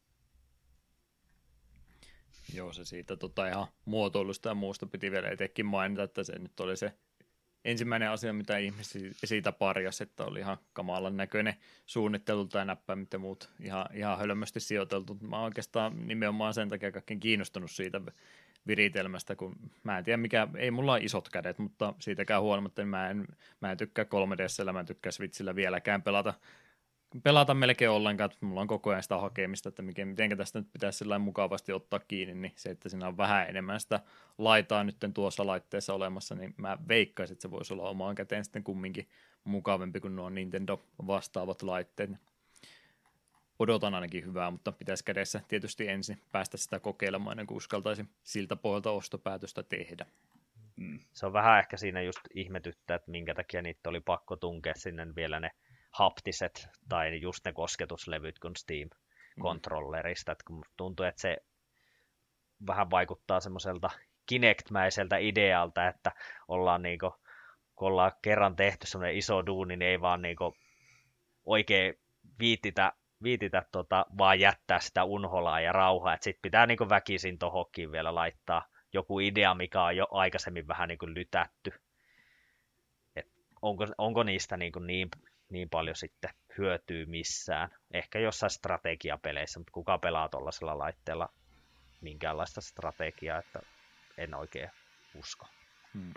S1: Joo, se siitä tota, ihan muotoilusta ja muusta piti vielä itsekin mainita, että se nyt oli se ensimmäinen asia, mitä ihmiset siitä parjasi, että oli ihan kamalan näköinen suunnittelulta ja näppäimet ja muut ihan, ihan hölmösti sijoiteltu. Mä oon oikeastaan nimenomaan sen takia kaikkein kiinnostunut siitä viritelmästä, kun mä en tiedä mikä, ei mulla ole isot kädet, mutta siitäkään huolimatta niin mä en, mä en tykkää kolme D:llä, mä en tykkää Switchillä vieläkään pelata, pelata melkein ollenkaan, että mulla on koko ajan sitä hakemista, että miten, miten tästä nyt pitäisi sellainen mukavasti ottaa kiinni, niin se, että siinä on vähän enemmän sitä laitaa nyt tuossa laitteessa olemassa, niin mä veikkaisin, että se voisi olla omaan käteen sitten kumminkin mukavampi kuin nuo Nintendo vastaavat laitteet. Odotan ainakin hyvää, mutta pitäisi kädessä tietysti ensin päästä sitä kokeilemaan, ennen kuin uskaltaisin siltä pohjalta ostopäätöstä tehdä.
S3: Mm. Se on vähän ehkä siinä just ihmetyttä, että minkä takia niitä oli pakko tunkea sinne vielä ne haptiset tai just ne kosketuslevyt kuin Steam-kontrollerista. Mm. Kun tuntuu, että se vähän vaikuttaa semmoiselta Kinect-mäiseltä idealta, että ollaan niinku, kun ollaan kerran tehty semmoinen iso duuni, niin ei vaan niinku oikein viititä, viititä tota, vaan jättää sitä unholaa ja rauhaa. Että sit pitää niinku väkisin tohonkin vielä laittaa joku idea, mikä on jo aikaisemmin vähän niinku lytätty. Et onko, onko niistä niinku niin niin paljon sitten hyötyy missään. Ehkä jossain strategiapeleissä, mutta kuka pelaa tuollaisella laitteella minkäänlaista strategiaa, että en oikein usko.
S1: Hmm.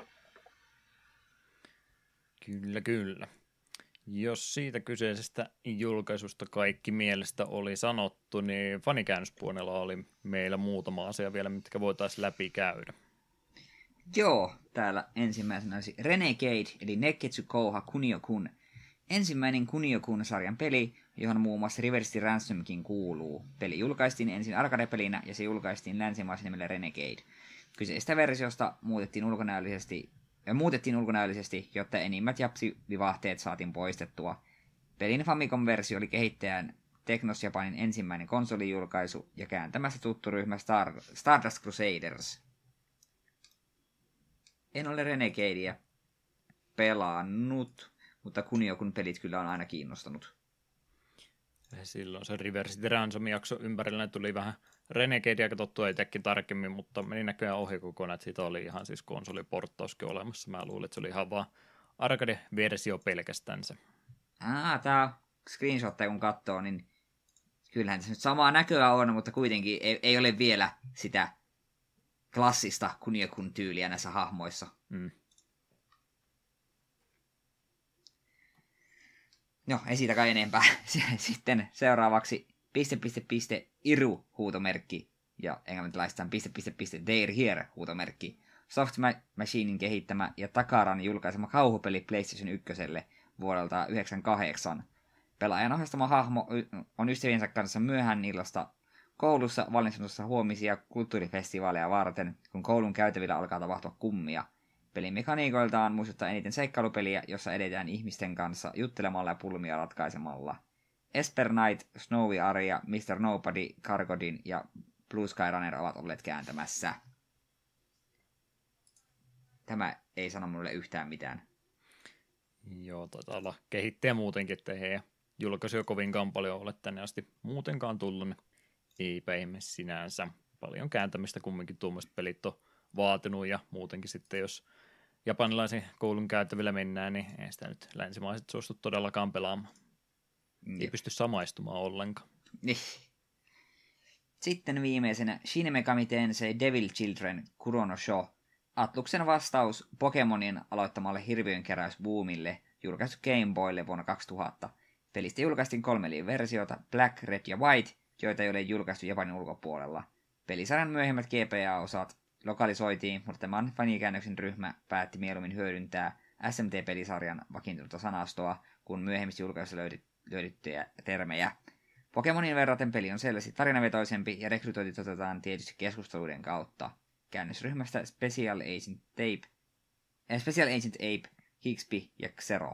S1: Kyllä, kyllä. Jos siitä kyseisestä julkaisusta kaikki mielestä oli sanottu, niin fanikäännöspuolella oli meillä muutama asia vielä, mitkä voitaisiin läpikäydä.
S2: Joo, täällä ensimmäisenä olisi Renegade, eli Nekketsu Kouha Kunio-kun. Ensimmäinen Kunio-kun-sarjan peli, johon muun muassa Reverse Ransomkin kuuluu. Peli julkaistiin ensin arcade-pelinä ja se julkaistiin länsimaisen nimellä Renegade. Kyseistä versiosta muutettiin ulkonäöllisesti, ja muutettiin ulkonäöllisesti, jotta enimmät japsivivahteet saatiin poistettua. Pelin Famicom-versio oli kehittäjän Technos Japanin ensimmäinen konsolijulkaisu ja kääntämässä tuttu ryhmä Star, Stardust Crusaders. En ole Renegadea pelannut, mutta Kunio-kun pelit kyllä on aina kiinnostanut.
S1: Silloin se Reverse Ransom-jakso ympärillä tuli vähän Renegadea katsottua itsekin tarkemmin, mutta meni näköjään ohi kokonaan, että siitä oli ihan siis konsoliporttauskin olemassa. Mä luulin, että se oli ihan vaan arcade-versio pelkästänsä.
S2: Aa, tää on screenshotteja kun katsoo, niin kyllähän tässä nyt samaa näköä on, mutta kuitenkin ei, ei ole vielä sitä klassista Kunio-kun tyyliä näissä hahmoissa. Mm. No, ei siitä kai enempää. Sitten seuraavaksi piste, piste, piste, iru huutomerkki ja englantilaistaan piste, piste, piste, they're here huutomerkki. Soft Machinein kehittämä ja Takaran julkaisema kauhupeli PlayStation ykköselle vuodelta yhdeksänkymmentäkahdeksan. Pelaajan ohjastama hahmo on ystäviensä kanssa myöhään illasta koulussa valmistumassa huomisia kulttuurifestivaaleja varten, kun koulun käytävillä alkaa tapahtua kummia. Pelin mekaniikoiltaan muistuttaa eniten seikkailupeliä, jossa edetään ihmisten kanssa juttelemalla ja pulmia ratkaisemalla. Esper Knight, Snowy Aria, mister Nobody, Cargodin ja Blue Sky Runner ovat olleet kääntämässä. Tämä ei sano minulle yhtään mitään.
S1: Joo, taitaa olla kehittäjä muutenkin, että ei julkaisu jo kovinkaan paljon ole tänne asti muutenkaan tullut. Niin eipä ihme sinänsä. Paljon kääntämistä kumminkin tuommoiset pelit on vaatinut ja muutenkin sitten, jos japanilaisen koulun käytävillä mennään, niin ei sitä nyt länsimaiset suostu todellakaan pelaamaan. Jep. Ei pysty samaistumaan ollenkaan.
S2: Niin. Sitten viimeisenä Shin Megami Tensei Devil Children Kurono Sho. Atluksen vastaus Pokemonin aloittamalle hirviönkeräysbuumille, julkaistu Game Boylle vuonna kaksituhatta. Pelistä julkaistiin kolme versiota, Black, Red ja White, joita ei ole julkaistu Japanin ulkopuolella. Pelisarjan myöhemmät G P A-osat lokalisoitiin, mutta tämän fanikäännöksen ryhmä päätti mieluummin hyödyntää S M T-pelisarjan vakiintunutta sanastoa, kun myöhemmistä julkaisuissa löydettyjä termejä. Pokemonin verraten peli on selvästi tarinavetoisempi ja rekrytointi toteutetaan tietysti keskusteluiden kautta. Käännösryhmästä Special Agent Tape, äh, Special Agent Ape, Higsby ja Xero.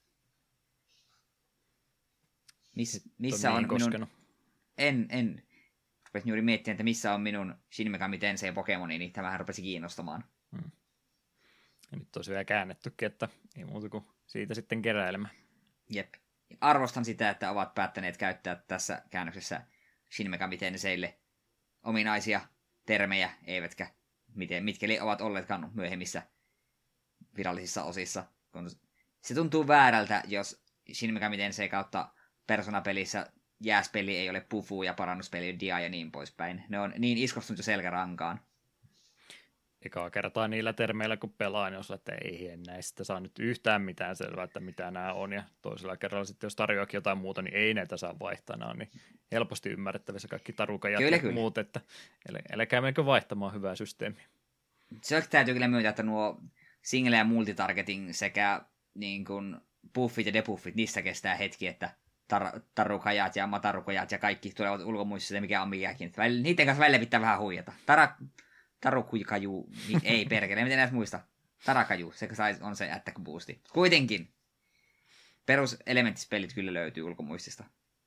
S2: Miss, missä on minun... En, en. Rupesin juuri miettimään, että missä on minun Shin Megami Tensei Pokemoni, niin tämähän rupesi kiinnostamaan.
S1: Hmm. Ja nyt olisi vielä käännettykin, että ei muuta kuin siitä sitten keräilemään.
S2: Jep. Arvostan sitä, että ovat päättäneet käyttää tässä käännöksessä Shin Megami Tenseille ominaisia termejä, eivätkä miten, mitkä ovat olleetkaan myöhemmissä virallisissa osissa. Kun se tuntuu väärältä, jos Shin Megami Tensei kautta Persona-pelissä jääspeli ei ole pufu ja parannuspeli on dia ja niin poispäin. Ne on niin iskostunut jo selkärankaan.
S1: Ekaa kertaa niillä termeillä, kun pelaa, niin on että ei näistä saa nyt yhtään mitään selvää, että mitä nämä on. Ja toisella kerralla sitten, jos tarjoakin jotain muuta, niin ei näitä saa vaihtaa. Nämä on niin helposti ymmärrettävissä kaikki tarukajat
S2: kyllä,
S1: ja
S2: kyllä.
S1: muut, että älkää menkö vaihtamaan hyvää systeemiä.
S2: Se täytyy kyllä myöntää, että nuo single- ja multitargeting sekä niin kuin buffit ja debuffit, niissä kestää hetki, että tar- tarukajat ja matarukajat ja kaikki tulevat ulkomuistissa ja mikä on mikäkin. Niiden kanssa välillä pitää vähän huijata. Tara- Tarukaju, niin ei perkele, miten näistä muista. Tarakaju, se on se attack boosti. Kuitenkin, peruselementtispelit kyllä löytyy ulkomuistista.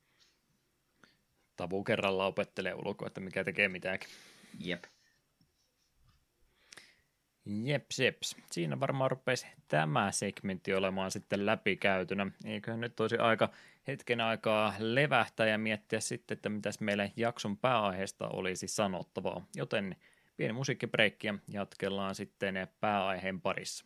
S1: Tabu kerralla opettelee ulkoa, että mikä tekee mitäkin.
S2: Jep.
S1: Jeps, jeps. Siinä varmaan rupesi tämä segmentti olemaan sitten läpikäytynä. Eiköhän nyt olisi aika hetken aikaa levähtää ja miettiä sitten, että mitäs meillä jakson pääaiheesta olisi sanottavaa. Joten pieni musiikkibreikki ja jatkellaan sitten pääaiheen parissa.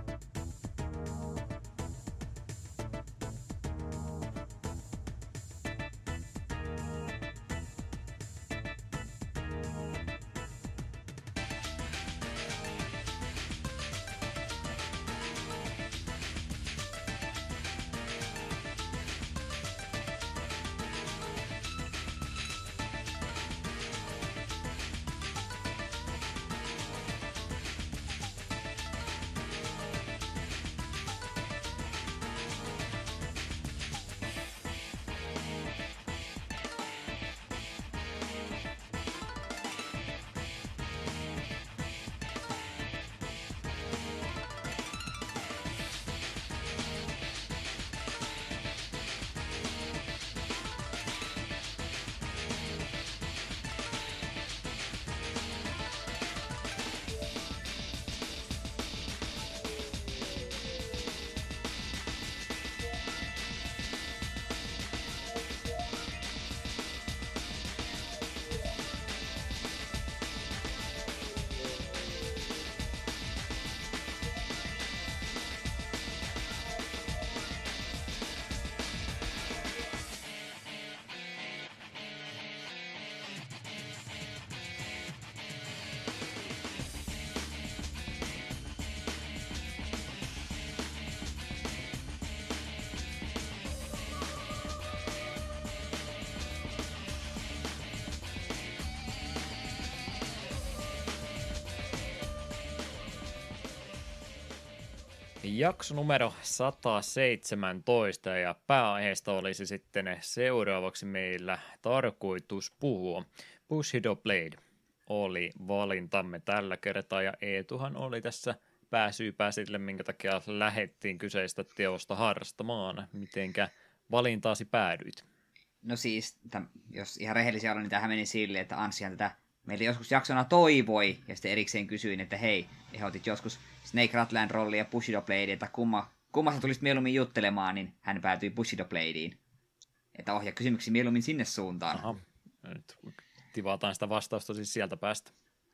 S1: Jakso numero sata seitsemäntoista ja pääaiheesta olisi sitten seuraavaksi meillä tarkoitus puhua. Bushido Blade oli valintamme tällä kertaa ja Eetuhan oli tässä pääsyypää sille, minkä takia lähdettiin kyseistä teosta harrastamaan. Mitenkä valintaasi päädyit?
S2: No siis, täm, jos ihan rehellisiä olla, niin tämähän meni silleen, että Anssihan tätä meillä joskus jaksona toivoi, ja sitten erikseen kysyin, että hei, ehdotit joskus Snake Rattle rollia ja Bushido Bladea, että kumma, kummasta tulisit mieluummin juttelemaan, niin hän päätyi Bushido Bladeen. Että ohjaa kysymyksiä mieluummin sinne suuntaan.
S1: Aha, nyt tivataan sitä vastausta siis sieltä päästä.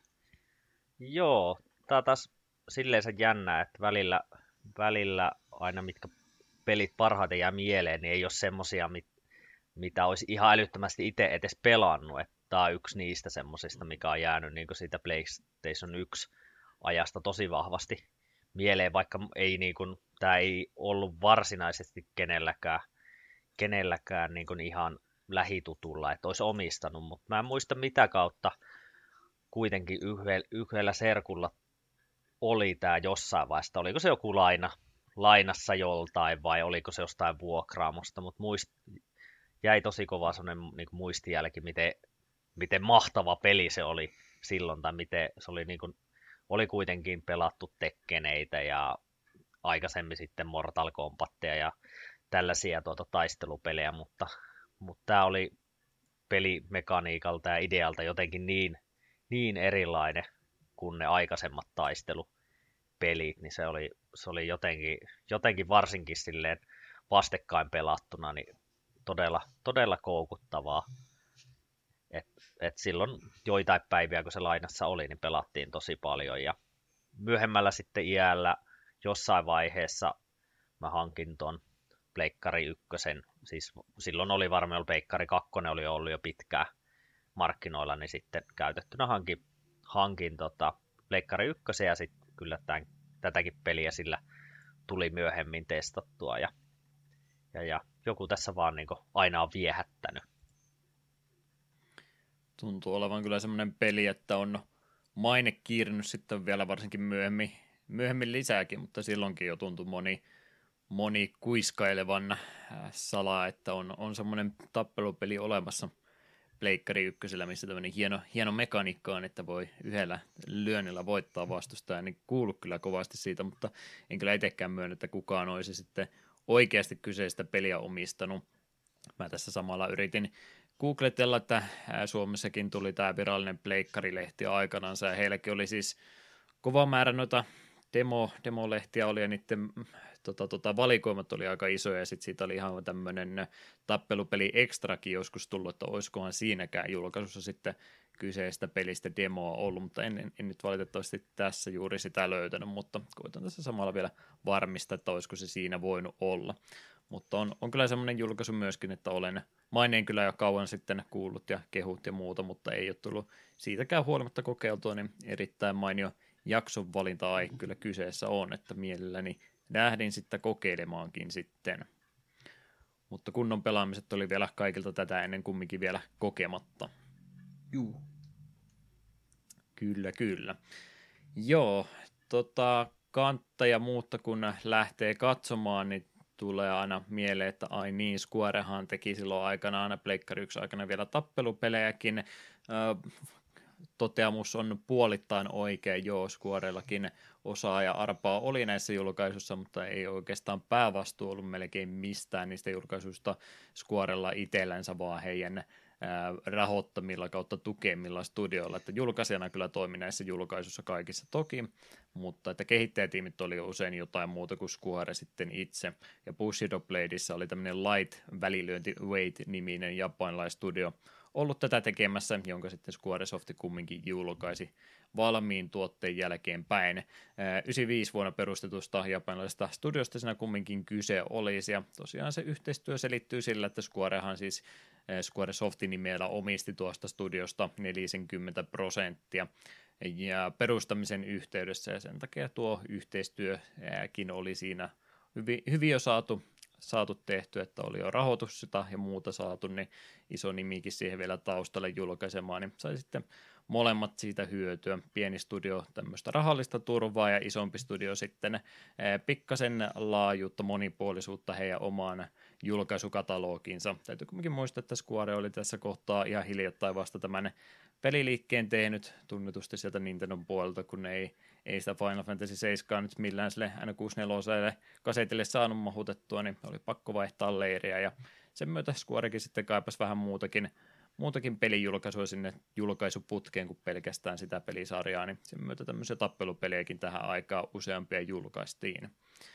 S3: Joo, tää on taas silleen se jännä, että välillä, välillä aina mitkä pelit parhaiten jää mieleen, niin ei ole semmosia, mit, mitä olisi ihan älyttömästi itse edes pelannut. Että tää on yksi niistä semmosista, mikä on jäänyt niin siitä PlayStation yksi ajasta tosi vahvasti mieleen, vaikka ei niin kuin, tämä ei ollut varsinaisesti kenelläkään, kenelläkään niin kuin ihan lähitutulla, että olisi omistanut, mutta mä en muista mitä kautta kuitenkin yhdellä, yhdellä serkulla oli tämä jossain vaiheessa, oliko se joku laina, lainassa joltain vai oliko se jostain vuokraamosta, mutta muist, jäi tosi kova sellainen niin kuin muistijälki, miten, miten mahtava peli se oli silloin, tai miten se oli, niin kuin, oli kuitenkin pelattu Tekkeneitä ja aikaisemmin sitten Mortal Kombatia ja tällaisia tuota, taistelupelejä, mutta, mutta tämä oli pelimekaniikalta ja idealta jotenkin niin, niin erilainen kuin ne aikaisemmat taistelupelit, niin se oli, se oli jotenkin, jotenkin varsinkin silleen vastekkain pelattuna niin todella, todella koukuttavaa. Et, et silloin joitain päiviä, kun se lainassa oli, niin pelattiin tosi paljon. Ja myöhemmällä sitten iällä jossain vaiheessa mä hankin ton Pleikkari ykkösen. Siis silloin oli varmaan ollut Pleikkari kakkonen oli ollut jo pitkään markkinoilla, niin sitten käytettynä hankin, hankin tota Pleikkari ykkösen ja sitten kyllä tämän, tätäkin peliä sillä tuli myöhemmin testattua. Ja, ja, ja joku tässä vaan niin kuin aina on viehättänyt.
S1: Tuntuu olevan kyllä semmoinen peli, että on maine kiirinyt sitten vielä varsinkin myöhemmin, myöhemmin lisääkin, mutta silloinkin jo tuntui moni, moni kuiskailevan salaa, että on, on semmoinen tappelupeli olemassa Pleikkari ykkösellä, missä tämmöinen hieno, hieno mekaniikka on, että voi yhdellä lyönnillä voittaa vastustajaa, niin kuuluu kyllä kovasti siitä, mutta en kyllä itsekään myönnä, että kukaan olisi sitten oikeasti kyseistä peliä omistanut. Mä tässä samalla yritin googletella, että Suomessakin tuli tämä virallinen pleikkarilehti aikanaan, ja heilläkin oli siis kova määrä noita demo, demolehtiä oli, ja niiden tota, tota, valikoimat oli aika isoja, ja sitten siitä oli ihan tämmöinen tappelupeli ekstrakin joskus tullut, että olisikohan siinäkään julkaisussa sitten kyseistä pelistä demoa ollut, mutta en, en, en nyt valitettavasti tässä juuri sitä löytänyt, mutta koitan tässä samalla vielä varmistaa, että olisiko se siinä voinut olla. Mutta on, on kyllä semmoinen julkaisu myöskin, että olen maineen kyllä jo kauan sitten kuullut ja kehut ja muuta, mutta ei ole tullut siitäkään huolimatta kokeiltua, niin erittäin mainio jakson valinta ai kyllä kyseessä on, että mielelläni lähdin sitten kokeilemaankin sitten. Mutta kunnon pelaamiset oli vielä kaikilta tätä ennen kumminkin vielä kokematta.
S2: Juu.
S1: Kyllä, kyllä. Joo, tota, kantta ja muuta kun lähtee katsomaan, niin tulee aina mieleen, että ai niin, Squarehan teki silloin aikana aina Pleikkari yksi aikana vielä tappelupelejäkin. Ö, toteamus on puolittain oikein, joo, Squarellakin osaa ja arpaa oli näissä julkaisuissa, mutta ei oikeastaan päävastuu ollut melkein mistään niistä julkaisuista Squarella itsellänsä, vaan heidän rahoittamilla kautta tukemilla studioilla, että julkaisijana kyllä toimi näissä julkaisuissa kaikissa toki, mutta että kehittäjätiimit oli usein jotain muuta kuin Square sitten itse, ja Bushido Bladeissa oli tämmöinen Light välilyönti Wait-niminen japanilaistudio ollut tätä tekemässä, jonka sitten Squaresoft kumminkin julkaisi valmiin tuotteen jälkeenpäin. yhdeksänkymmentäviisi vuonna perustetusta japanilaisesta studiosta siinä kumminkin kyse olisi, ja tosiaan se yhteistyö selittyy sillä, että Squarehan siis Squaresoftin nimellä omisti tuosta studiosta neljäkymmentä prosenttia ja perustamisen yhteydessä, ja sen takia tuo yhteistyökin oli siinä hyvin, hyvin jo saatu, saatu tehty, että oli jo rahoitus sitä ja muuta saatu, niin iso nimikin siihen vielä taustalle julkaisemaan, niin sai sitten molemmat siitä hyötyä. Pieni studio tämmöistä rahallista turvaa ja isompi studio sitten pikkasen laajuutta, monipuolisuutta heidän omaan julkaisukatalogiinsa. Täytyy kuitenkin muistaa, että Square oli tässä kohtaa ihan hiljattain vasta tämän peliliikkeen tehnyt tunnetusti sieltä Nintendon puolelta, kun ei, ei sitä Final Fantasy seitsemän nyt millään sille N kuusikymmentäneljä kasetille saanut mahutettua, niin oli pakko vaihtaa leiriä, ja sen myötä Squarekin sitten kaipasi vähän muutakin muutakin pelijulkaisua sinne julkaisuputkeen kuin pelkästään sitä pelisarjaa, niin sen myötä tämmöisiä tappelupelejäkin tähän aikaan useampia julkaistiin.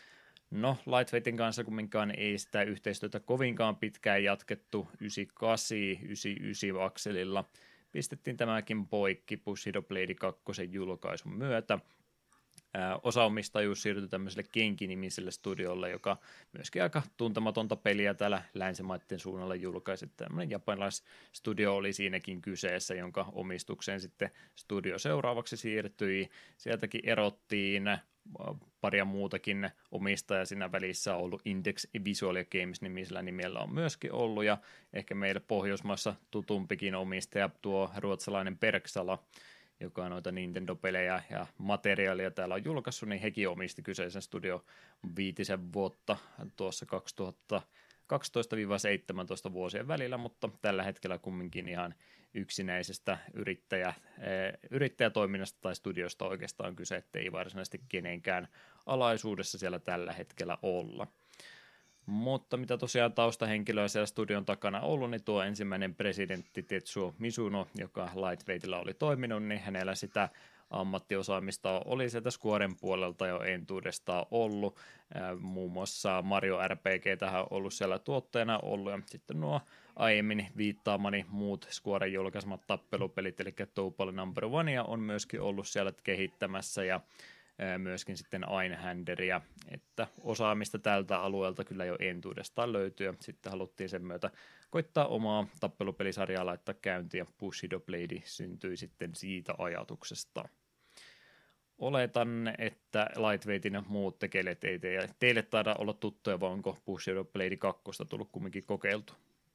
S1: No, Lightweightin kanssa kumminkaan ei sitä yhteistyötä kovinkaan pitkään jatkettu, yhdeksänkymmentäkahdeksan yhdeksänkymmentäyhdeksän akselilla pistettiin tämäkin poikki Bushido Blade kaksi julkaisun myötä, osaomistajuus siirtyi tämmöiselle Genki-nimiselle studiolle, joka myöskin aika tuntematonta peliä täällä länsimaiden suunnalla julkaisi. Tämmöinen japanilaisstudio oli siinäkin kyseessä, jonka omistukseen sitten studio seuraavaksi siirtyi. Sieltäkin erottiin paria muutakin omistajaa siinä välissä on ollut Index Visual Games nimisellä nimellä on myöskin ollut, ja ehkä meille Pohjoismaissa tutumpikin omistaja tuo ruotsalainen Bergsala, joka noita Nintendo-pelejä ja materiaalia täällä on julkaissut, niin hekin omisti kyseisen studio viitisen vuotta tuossa kaksituhattakaksitoista seitsemäntoista vuosien välillä, mutta tällä hetkellä kumminkin ihan yksinäisestä yrittäjä, yrittäjätoiminnasta tai studiosta oikeastaan kyse, ettei varsinaisesti kenenkään alaisuudessa siellä tällä hetkellä olla. Mutta mitä tosiaan taustahenkilöä siellä studion takana ollut, niin tuo ensimmäinen presidentti Tetsuo Mizuno, joka Lightweightilla oli toiminut, niin hänellä sitä ammattiosaamista oli sieltä Squaren puolelta jo entuudestaan ollut. Muun muassa Mario R P G tähän on ollut siellä tuotteena ollut, ja sitten nuo aiemmin viittaamani muut Squaren julkaisemat tappelupelit, eli Topal Number Onea on myöskin ollut siellä kehittämässä, ja myöskin sitten Einhanderia, että osaamista tältä alueelta kyllä jo entuudestaan löytyy, ja sitten haluttiin sen myötä koittaa omaa tappelupelisarjaa laittaa käyntiin, ja Bushido Blade syntyi sitten siitä ajatuksesta. Oletan, että Lightweightin ja muut tekeleet ei teille, teille taida olla tuttuja, vai onko Bushido Blade kaksi tullut kumminkin kokeiltu?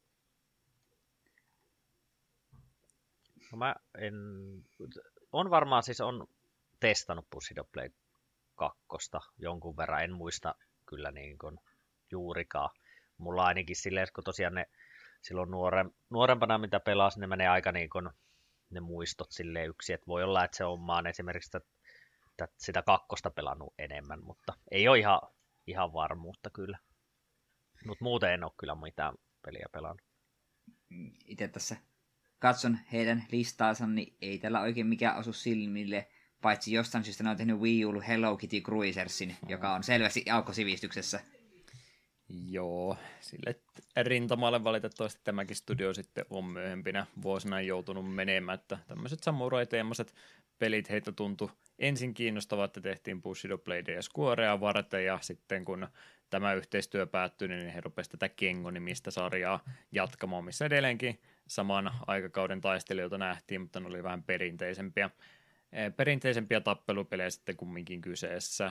S3: No mä en... On varmaan siis on testannut Bushido Blade kaksi jonkun verran, en muista kyllä niin kuin juurikaan. Mulla ainakin silleen, kun tosiaan ne silloin nuoren, nuorempana mitä pelasi, ne menee aika niin kuin ne muistot silleen yksi, että voi olla, että se on maan esimerkiksi sitä, sitä kakkosta pelannut enemmän, mutta ei ole ihan, ihan varmuutta kyllä. Mutta muuten en ole kyllä mitään peliä pelannut.
S2: Itse tässä katson heidän listaansa, niin ei tällä oikein mikään osu silmille, paitsi jostain syystä ne on tehnyt Wii U Hello Kitty Cruisersin, joka on selvästi aukkosivistyksessä.
S1: Joo, sille rintamalle valitettavasti tämäkin studio sitten on myöhempinä vuosina joutunut menemään, että tämmöiset samurai-teemaiset pelit heitä tuntui ensin kiinnostavat, että tehtiin Bushido Blade ja Squarea varten, ja sitten kun tämä yhteistyö päättyi, niin he rupesivat tätä Kengo-nimistä sarjaa jatkamaan, missä edelleenkin saman aikakauden taistelijoita nähtiin, mutta ne oli vähän perinteisempiä. Perinteisempiä tappelupelejä sitten kumminkin kyseessä.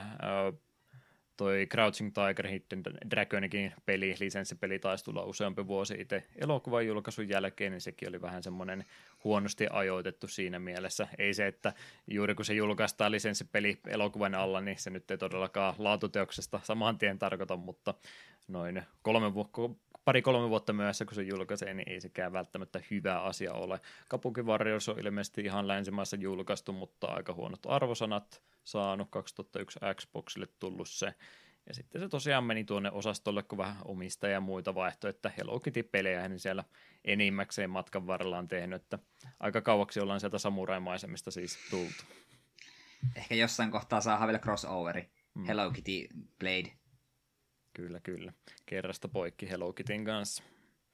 S1: Toi Crouching Tiger, Hidden Dragonikin peli, lisenssipeli taisi tulla useampi vuosi itse elokuvan julkaisun jälkeen, niin sekin oli vähän semmoinen huonosti ajoitettu siinä mielessä. Ei se, että juuri kun se julkaistaan lisenssipeli elokuvan alla, niin se nyt ei todellakaan laatuteoksesta saman tien tarkoita, mutta noin kolme vu- pari-kolme vuotta myöhässä, kun se julkaisee, niin ei sekään välttämättä hyvä asia ole. Kabuki Warriors on ilmeisesti ihan länsimaissa julkaistu, mutta aika huonot arvosanat saanut, kaksituhattayksi Xboxille tullut se. Ja sitten se tosiaan meni tuonne osastolle, kun vähän omista ja muita vaihtoi, että Hello Kitty-pelejä niin siellä enimmäkseen matkan varrella on tehnyt, että aika kauaksi ollaan sieltä samurai-maisemista siis tultu.
S2: Ehkä jossain kohtaa saa vielä crossoveri. Hmm. Hello Kitty Blade.
S1: Kyllä, kyllä. Kerrasta poikki Hello Kityn kanssa.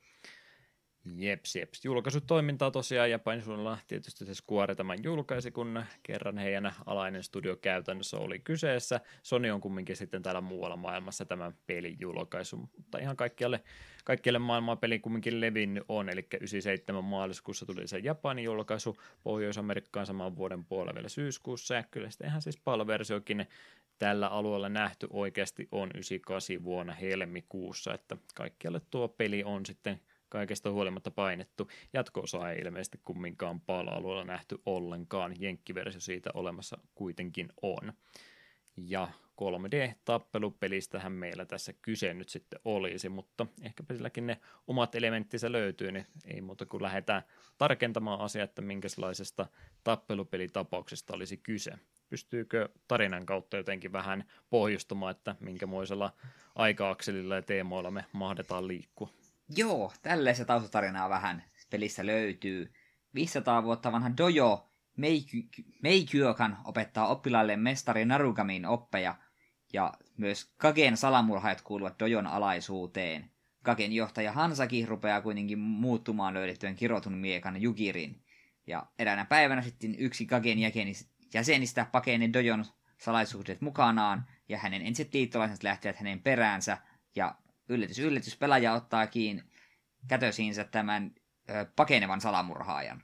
S1: Jeps, jeps. Julkaisutoimintaa tosiaan Japanisuunnalla tietysti se Square tämän julkaisi, kun kerran heidän alainen studio käytännössä oli kyseessä. Sony on kumminkin sitten täällä muualla maailmassa tämän pelin julkaisu, mutta ihan kaikkialle, kaikkialle maailmaa peli kumminkin levinnyt on, eli yhdeksänkymmentäseitsemän maaliskuussa tuli se Japanin julkaisu, Pohjois-Amerikkaan saman vuoden puolella vielä syyskuussa, ja kyllä sitten ihan siis PAL-versiokin tällä alueella nähty oikeasti on yhdeksänkymmentäkahdeksan vuonna helmikuussa, että kaikkialle tuo peli on sitten kaikesta huolimatta painettu. Jatko-osaa ei ilmeisesti kumminkaan PAL-alueella nähty ollenkaan. Jenkkiversio siitä olemassa kuitenkin on. Ja kolme D-tappelupelistähän meillä tässä kyse nyt sitten olisi, mutta ehkäpä silläkin ne omat elementtinsä löytyy, niin ei muuta kuin lähdetään tarkentamaan asiaa, että minkälaisesta tappelupelitapauksesta olisi kyse. Pystyykö tarinan kautta jotenkin vähän pohjustamaan, että minkämoisella aika-akselilla ja teemoilla me mahdetaan liikkua?
S2: Joo, tällaista taustatarinaa vähän pelissä löytyy. viisisataa vuotta vanha Dojo Meikyokan opettaa oppilailleen mestari Narugamin oppeja, ja myös Kagen salamurhaajat kuuluvat Dojon alaisuuteen. Kagen johtaja Hansaki rupeaa kuitenkin muuttumaan löydettyön kirotun miekan Jugirin. Ja eräänä päivänä sitten yksi Kagen jäsenistä pakenee Dojon salaisuudet mukanaan, ja hänen entiset liittolaisensa lähtevät hänen peräänsä, ja yllätys, yllätys, pelaaja ottaakin kätösiinsä tämän ö, pakenevan salamurhaajan.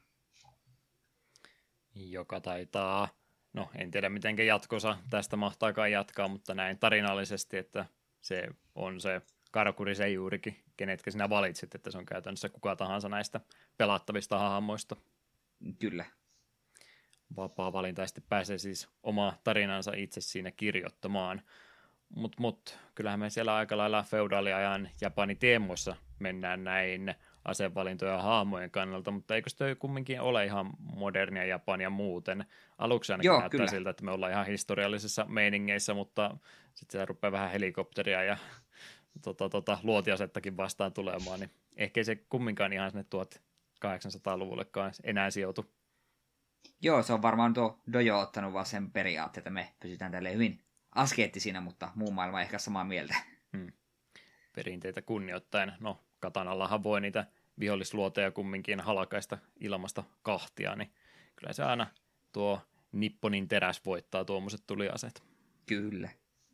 S1: Joka taitaa, no en tiedä miten jatkossa tästä mahtaakaan jatkaa, mutta näin tarinallisesti, että se on se karkuri se juurikin, kenetkä sinä valitset, että se on käytännössä kuka tahansa näistä pelattavista hahmoista.
S2: Kyllä.
S1: Vapaa valinta ja sitten pääsee siis oma tarinansa itse siinä kirjoittamaan. Mutta mut, kyllähän me siellä aika lailla feudaaliajan Japani teemoissa mennään näin asevalintoja hahmojen kannalta, mutta eikö se kumminkin ole ihan modernia Japania muuten? Aluksi ainakin
S2: Joo,
S1: näyttää
S2: kyllä.
S1: siltä, että me ollaan ihan historiallisissa meiningeissä, mutta sitten se rupeaa vähän helikopteria ja tota, tota, luotiasettakin vastaan tulemaan, niin ehkä se kumminkaan ihan sinne tuhatkahdeksansataaluvullekaan enää sijoitu.
S2: Joo, se on varmaan tuo Dojo ottanut vaan sen periaatteen, että me pysytään tälleen hyvin askeettisina, mutta muu maailma ehkä samaa mieltä.
S1: Hmm. Perinteitä kunnioittaen. No, katanallahan voi niitä vihollisluoteja kumminkin halkaista ilmasta kahtia, niin kyllä se aina tuo Nipponin teräs voittaa tuommoiset tuliaseet.
S2: Kyllä.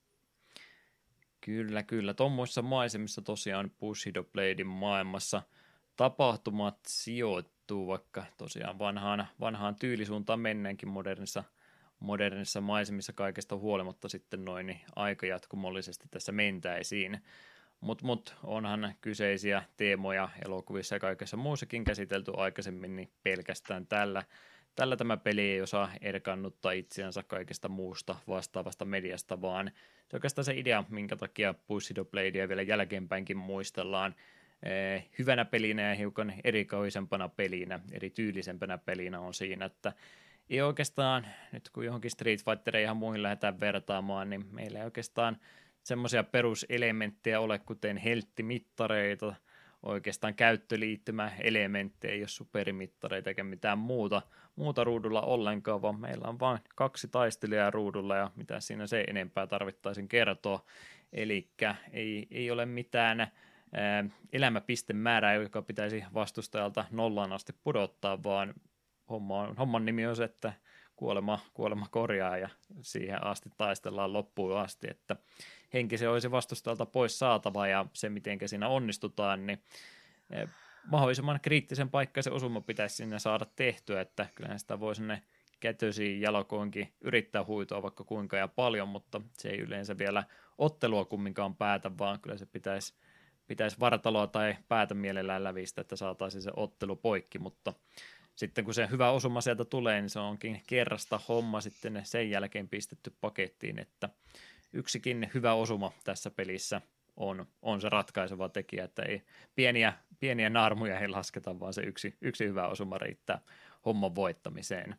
S1: Kyllä, kyllä. Tuommoissa maisemissa tosiaan Bushido Bladein maailmassa tapahtumat sijoittuu, vaikka tosiaan vanhaan, vanhaan tyylisuuntaan mennäänkin modernissa, modernissa maisemissa kaikesta huolimatta sitten noin niin aikajatkumollisesti tässä mentäisiin. Mutta mut, onhan kyseisiä teemoja elokuvissa ja kaikessa muussakin käsitelty aikaisemmin, niin pelkästään tällä, tällä tämä peli ei osaa erkannuttaa itseänsä kaikesta muusta vastaavasta mediasta, vaan se oikeastaan se idea, minkä takia Bushido Bladea vielä jälkeenpäinkin muistellaan eh, hyvänä pelinä ja hiukan erikoisempana pelinä, erityylisempänä pelinä on siinä, että ei oikeastaan, nyt kun johonkin Street Fightereihin ja muihin lähdetään vertaamaan, niin meillä ei oikeastaan semmoisia peruselementtejä ole, kuten helttimittareita, oikeastaan käyttöliittymäelementtejä, ei ole superimittareita eikä mitään muuta, muuta ruudulla ollenkaan, vaan meillä on vain kaksi taistelijaa ruudulla ja mitä siinä se enempää tarvittaisiin kertoa. Eli ei, ei ole mitään ää, elämäpistemäärää, joka pitäisi vastustajalta nollaan asti pudottaa, vaan homma on, homman nimi on se, että kuolema, kuolema korjaa ja siihen asti taistellaan loppuun asti, että henki se olisi vastustajalta pois saatava ja se, miten siinä onnistutaan, niin mahdollisimman kriittisen paikkaisen osuma pitäisi sinne saada tehtyä, että kyllähän sitä voi sinne kätösiin jalkoonkin yrittää huitoa vaikka kuinka ja paljon, mutta se ei yleensä vielä ottelua kumminkaan päätä, vaan kyllä se pitäisi, pitäisi vartaloa tai päätä mielellään lävistä, että saataisiin se ottelu poikki, mutta sitten kun se hyvä osuma sieltä tulee, niin se onkin kerrasta homma sitten sen jälkeen pistetty pakettiin, että yksikin hyvä osuma tässä pelissä on, on se ratkaiseva tekijä, että ei pieniä, pieniä naarmuja ei lasketa, vaan se yksi, yksi hyvä osuma riittää homman voittamiseen.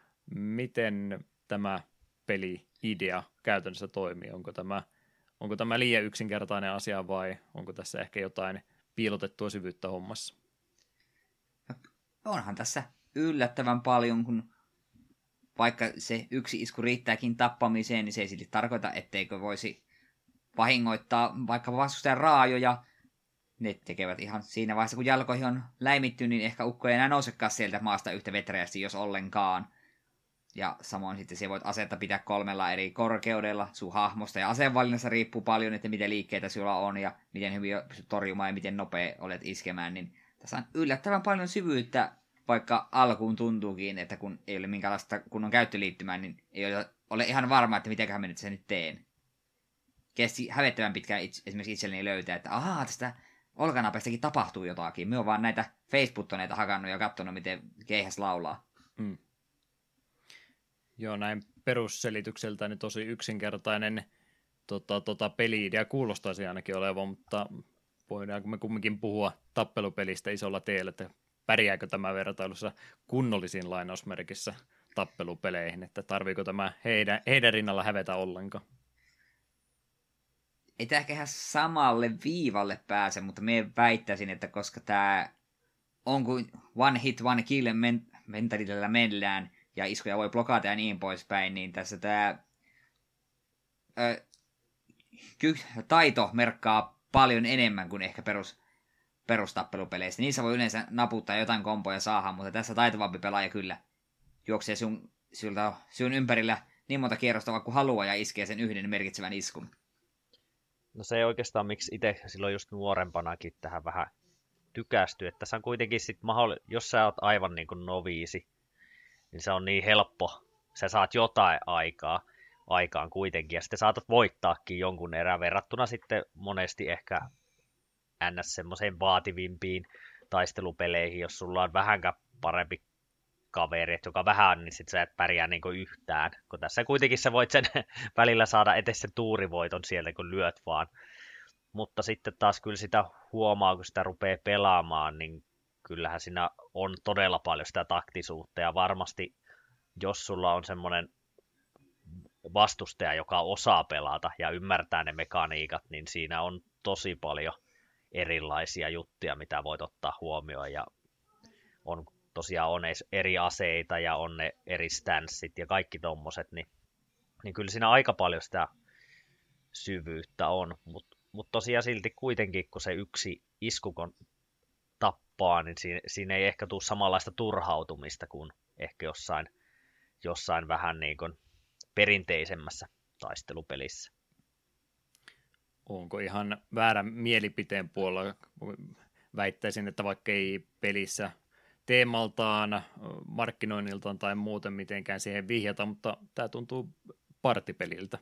S1: Miten tämä peli-idea käytännössä toimii? Onko tämä, onko tämä liian yksinkertainen asia vai onko tässä ehkä jotain piilotettua syvyyttä hommassa?
S2: Onhan tässä yllättävän paljon, kun vaikka se yksi isku riittääkin tappamiseen, niin se ei silti tarkoita, etteikö voisi vahingoittaa vaikka vastustajan raajoja. Ne tekevät ihan siinä vaiheessa, kun jalkoihin on läimitty, niin ehkä ukko ei enää nousekaan sieltä maasta yhtä vetreästi, jos ollenkaan. Ja samoin sitten se voit asetta pitää kolmella eri korkeudella sun hahmosta, ja aseenvalinnassa riippuu paljon, että miten liikkeitä sulla on, ja miten hyvin pystyt torjumaan, ja miten nopea olet iskemään, niin tässä on yllättävän paljon syvyyttä, vaikka alkuun tuntuukin, että kun ei ole minkäänlaista kunnon käyttöliittymää, niin ei ole, ole ihan varma, että mitenköhän minä sen nyt teen. Kesti hävettävän pitkään itse, esimerkiksi itselleni löytää, että ahaa, tästä olkanapeistakin tapahtuu jotakin. Minä olen vaan näitä Facebook-toneita hakannut ja katsonut, miten keihäs laulaa. Mm.
S1: Joo, näin perusselitykseltä niin tosi yksinkertainen tota, tota, peli-idea kuulostaisi ainakin olevan, mutta voidaanko me kumminkin puhua tappelupelistä isolla teellä, että pärjääkö tämä vertailussa kunnollisiin lainausmerkissä tappelupeleihin, että tarviiko tämä heidän, heidän rinnalla hävetä ollenkaan?
S2: Ei tämä ehkä ihan samalle viivalle pääse, mutta me väittäisin, että koska tämä on kuin one hit, one kill men- mentaliteetillä mennään, ja iskuja voi blokata ja niin poispäin, niin tässä tämä ö, ky- taito merkkaa paljon enemmän kuin ehkä perus, perustappelupeleissä. Niissä voi yleensä naputtaa jotain kompoja saada, mutta tässä taitovampi pelaaja kyllä juoksee sun, sulta, sun ympärillä niin monta kierrosta vaan kuin haluaa ja iskee sen yhden merkitsevän iskun.
S3: No se ei oikeastaan miksi itse silloin just nuorempanakin tähän vähän tykästy, että se on kuitenkin sit mahdoll... jos sä oot aivan niin kuin noviisi, niin se on niin helppo, sä saat jotain aikaa, aikaan kuitenkin, ja sitten saatat voittaakin jonkun erän verrattuna sitten monesti ehkä ns. Semmoiseen vaativimpiin taistelupeleihin, jos sulla on vähänkään parempi kaveri, että joka vähän, niin sit sä et pärjää niin kuin yhtään, kun tässä kuitenkin sä voit sen välillä saada etes sen tuurivoiton sieltä, kun lyöt vaan. Mutta sitten taas kyllä sitä huomaa, kun sitä rupeaa pelaamaan, niin kyllähän siinä on todella paljon sitä taktisuutta, ja varmasti jos sulla on semmoinen vastustaja, joka osaa pelata ja ymmärtää ne mekaniikat, niin siinä on tosi paljon erilaisia juttuja, mitä voit ottaa huomioon, ja on tosiaan on eri aseita ja on ne eri stanssit ja kaikki tommoset, niin, niin kyllä siinä aika paljon sitä syvyyttä on, mutta mut tosiaan silti kuitenkin, kun se yksi iskukon tappaa, niin siinä, siinä ei ehkä tule samanlaista turhautumista kuin ehkä jossain, jossain vähän niin kuin perinteisemmässä taistelupelissä.
S1: Onko ihan väärän mielipiteen puolella? Väittäisin, että vaikka ei pelissä teemaltaan, markkinoinniltaan tai muuten mitenkään siihen vihjata, mutta tämä tuntuu partipeliltä.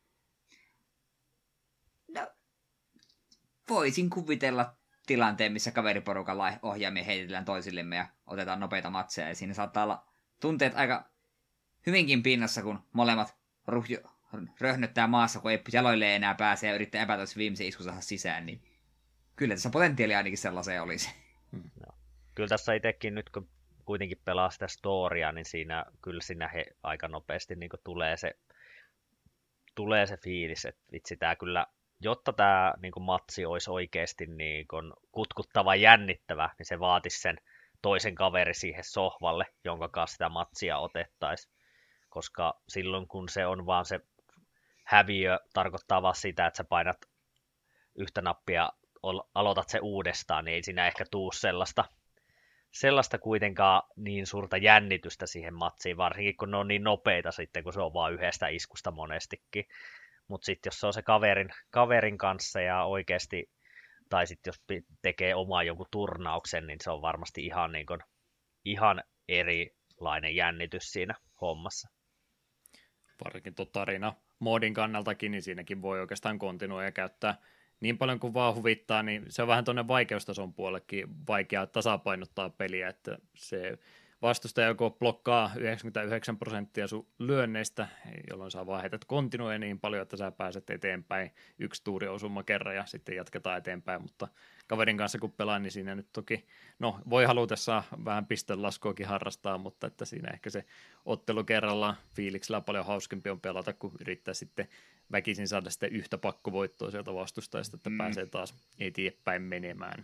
S2: No, voisin kuvitella tilanteen, missä kaveriporukalla ohjaamia heitetään toisillemme ja otetaan nopeita matseja. Ja siinä saattaa olla tunteet aika hyvinkin pinnassa, kun molemmat ruhjo, röhnöttää maassa, kun ei jaloille enää pääse ja yrittää epätoisi viimeisen iskun saada sisään. Niin kyllä tässä potentiaalia ainakin sellaiseen olisi.
S3: Hmm. No. Kyllä tässä itsekin nyt, kun kuitenkin pelaa sitä storya, niin siinä kyllä siinä he aika nopeasti niin tulee se tulee se fiilis, että vitsi tää kyllä, jotta tämä niin matsi olisi oikeasti niin kutkuttava ja jännittävä, niin se vaatisi sen toisen kaveri siihen sohvalle, jonka kanssa sitä matsia otettaisiin. Koska silloin kun se on vaan se häviö, tarkoittaa vaan sitä, että sä painat yhtä nappia, aloitat se uudestaan, niin ei siinä ehkä tuu sellaista, sellaista kuitenkaan niin suurta jännitystä siihen matsiin, varsinkin kun ne on niin nopeita sitten, kun se on vaan yhdestä iskusta monestikin. Mutta sitten jos se on se kaverin, kaverin kanssa ja oikeasti, tai sitten jos tekee omaa jonkun turnauksen, niin se on varmasti ihan, niin kun, ihan erilainen jännitys siinä hommassa.
S1: Varsinkin tuo tarina moodin kannaltakin, niin siinäkin voi oikeastaan kontinuoida ja käyttää niin paljon kuin vaan huvittaa, niin se on vähän tuonne vaikeustason puolellekin vaikea tasapainottaa peliä, että se vastustaja joko blokkaa yhdeksänkymmentäyhdeksän prosenttia sun lyönneistä, jolloin sä vaan heität kontinuoja niin paljon, että sä pääset eteenpäin yksi tuuriosuma kerran ja sitten jatketaan eteenpäin, mutta kaverin kanssa kun pelaa, niin siinä nyt toki, no voi halutessaan vähän pistelaskuakin harrastaa, mutta että siinä ehkä se ottelu kerrallaan fiiliksellä paljon hauskempi on pelata, kun yrittää sitten väkisin saada sitten yhtä pakkovoittoa sieltä vastustajasta, että mm. pääsee taas eteenpäin menemään.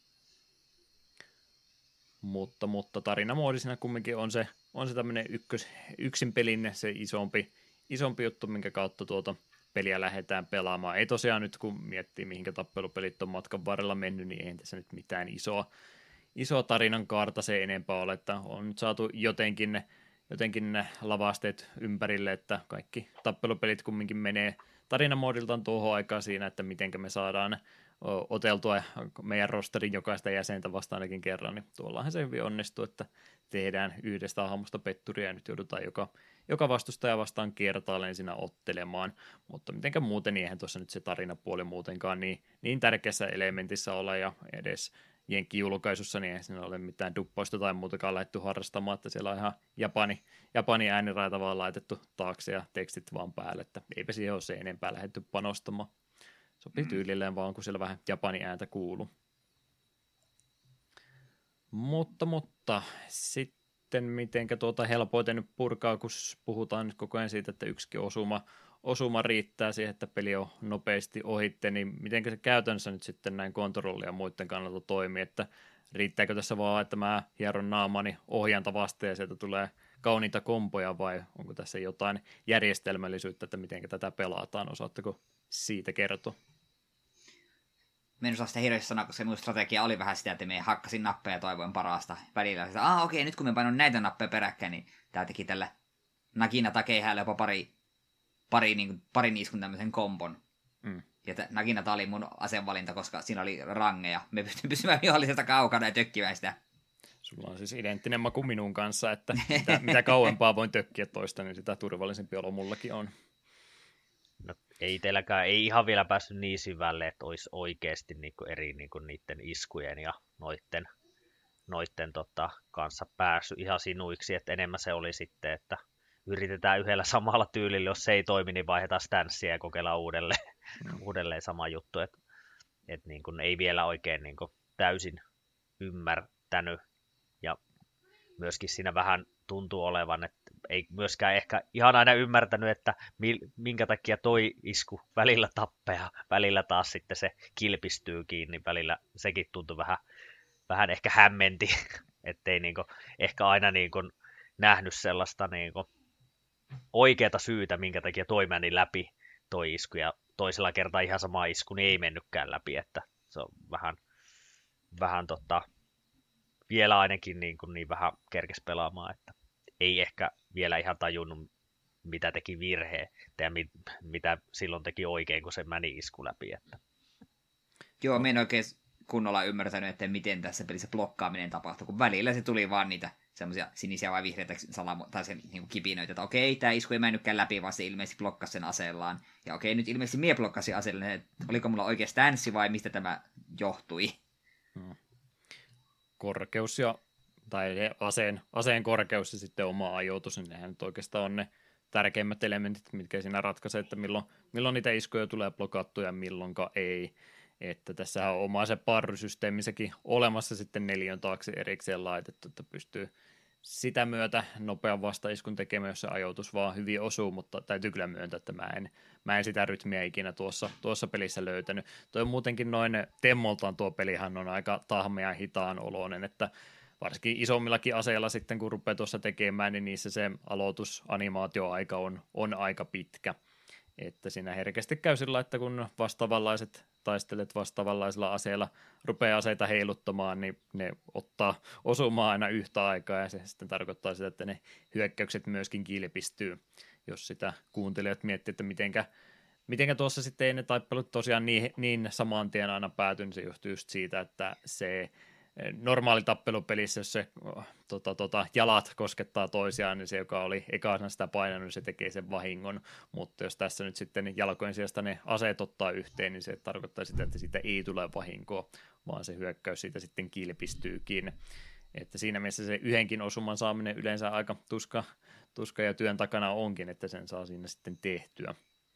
S1: Mutta, mutta tarinamoodi siinä kumminkin on se, on se tämmöinen ykkös, yksin pelinne, se isompi, isompi juttu, minkä kautta tuota peliä lähdetään pelaamaan. Ei tosiaan nyt, kun miettii, mihinkä tappelupelit on matkan varrella mennyt, niin ei tässä nyt mitään isoa, isoa tarinan kaarta se enempää ole, että on nyt saatu jotenkin ne, jotenkin ne lavasteet ympärille, että kaikki tappelupelit kumminkin menee tarinamoodiltaan tuohon aikaan siinä, että miten me saadaan oteltua meidän rosterin jokaista jäsentä vasta ainakin kerran, niin tuollahan se hyvin onnistuu, että tehdään yhdestä hahmosta petturia ja nyt joudutaan joka, joka vastustaja vastaan kiertaalleen siinä ottelemaan, mutta mitenkä muuten, niin eihän tuossa nyt se tarinapuoli muutenkaan niin, niin tärkeässä elementissä ole ja edes Jenkki-julkaisussa, niin ei siinä ole mitään duppausta tai muutakaan lähdetty harrastamaan, että siellä on ihan Japani, Japani ääniraita vaan laitettu taakse ja tekstit vaan päälle, että eipä siihen ole se enempää lähdetty panostamaan. Sopii tyylilleen vaan, kun siellä vähän Japani ääntä kuuluu. Mutta, mutta sitten mitenkä tuota helpoiten nyt purkaa, kun puhutaan nyt koko ajan siitä, että yksikin osuma, osuma riittää siihen, että peli on nopeasti ohitte, niin mitenkä se käytännössä nyt sitten näin kontrolli ja muiden kannalta toimii, että riittääkö tässä vaan, että mä hieron naamani ohjanta vasta ja sieltä tulee kauniita kompoja vai onko tässä jotain järjestelmällisyyttä, että miten tätä pelataan, osaatteko siitä kertoa?
S2: Mä en osaa sitä hirveästi sanoa, koska minun strategia oli vähän sitä, että me hakkasin nappeja ja toivoin parasta välillä. Ah okei, nyt kun me painoin näitä nappeja peräkkäin, niin tää teki tällä Nagina takeihäällä jopa pari, pari, niin kuin, parin iskun tämmöisen kombon.
S1: Mm.
S2: Ja t- Nagina oli mun asevalinta, koska siinä oli rangeja. Me pystyn pysymään viholliselta kaukana ja tökkimään sitä.
S1: Sulla on siis identtinen maku minun kanssa, että mitä, mitä kauempaa voin tökkiä toista, niin sitä turvallisempi olo mullakin on.
S3: No, ei teilläkään, ei ihan vielä päässyt niin syvälle, että olisi oikeasti niinku eri niinku niiden iskujen ja noitten, noitten tota, kanssa päässyt ihan sinuiksi, että enemmän se oli sitten, että yritetään yhdellä samalla tyylillä, jos se ei toimi, niin vaihdetaan stanssiä ja kokeillaan uudelleen, mm. uudelleen sama juttu, että et niinku ei vielä oikein niinku täysin ymmärtänyt, ja myöskin siinä vähän tuntuu olevan, että ei myöskään ehkä ihan aina ymmärtänyt, että minkä takia toi isku välillä tappaa, välillä taas sitten se kilpistyy kiinni, välillä sekin tuntui vähän, vähän ehkä hämmenti, ettei niinku, ehkä aina niinku nähnyt sellaista niinku oikeata syytä, minkä takia toi meni läpi toi isku, ja toisella kertaa ihan sama isku, niin ei mennytkään läpi, että se on vähän, vähän tota, vielä ainakin niin, kuin niin vähän kerkes pelaamaan, että ei ehkä vielä ihan tajunnut, mitä teki virheen, ja mit, mitä silloin teki oikein, kun se meni isku läpi. Että.
S2: Joo, me en oikein kunnolla ymmärtänyt, että miten tässä pelissä blokkaaminen tapahtui, kun välillä se tuli vaan niitä semmoisia sinisiä vai vihreitä salamo- tai sen niin kipinöitä, että okei, tämä isku ei mennytkään läpi, vaan se ilmeisesti blokkasi sen aseellaan. Ja okei, nyt ilmeisesti mie blokkasin aseellaan, että oliko mulla oikea stanssi vai mistä tämä johtui. Hmm.
S1: Korkeus ja, tai aseen, aseen korkeus ja sitten oma ajoitus, niin nehän nyt oikeastaan on ne tärkeimmät elementit, mitkä siinä ratkaisee, että milloin, milloin niitä iskuja tulee blokattua ja milloinka ei. Että tässä on oma se parrysysteemi sekin olemassa sitten neljön taakse erikseen laitettu, että pystyy sitä myötä nopean vastaiskun tekemään, jos se ajoitus vaan hyvin osuu, mutta täytyy kyllä myöntää, että mä en, mä en sitä rytmiä ikinä tuossa, tuossa pelissä löytänyt. Toi muutenkin noin temmoltaan tuo pelihän on aika tahmea hitaan oloinen, että varsinkin isommillakin aseilla sitten, kun rupeaa tuossa tekemään, niin niissä se aloitusanimaatioaika on, on aika pitkä. Että siinä herkästi käy sillä, että kun vastaavanlaiset taistelet vastaavanlaisilla aseilla, rupeaa aseita heiluttamaan, niin ne ottaa osumaan aina yhtä aikaa, ja se sitten tarkoittaa sitä, että ne hyökkäykset myöskin kilpistyy, jos sitä kuuntelijat miettii, että mitenkä, mitenkä tuossa sitten ei ne taipelut tosiaan niin, niin saman tien aina pääty, niin se johtuu just siitä, että se normaali tappelupelissä, jos se tota, tota, jalat koskettaa toisiaan, niin se, joka oli ekana sitä painanut, niin se tekee sen vahingon, mutta jos tässä nyt sitten jalkojen sijasta ne aseet ottaa yhteen, niin se tarkoittaa sitä, että siitä ei tule vahinkoa, vaan se hyökkäys siitä sitten kilpistyykin. Että siinä mielessä se yhdenkin osuman saaminen yleensä aika tuska, tuska ja työn takana onkin, että sen saa siinä sitten tehtyä.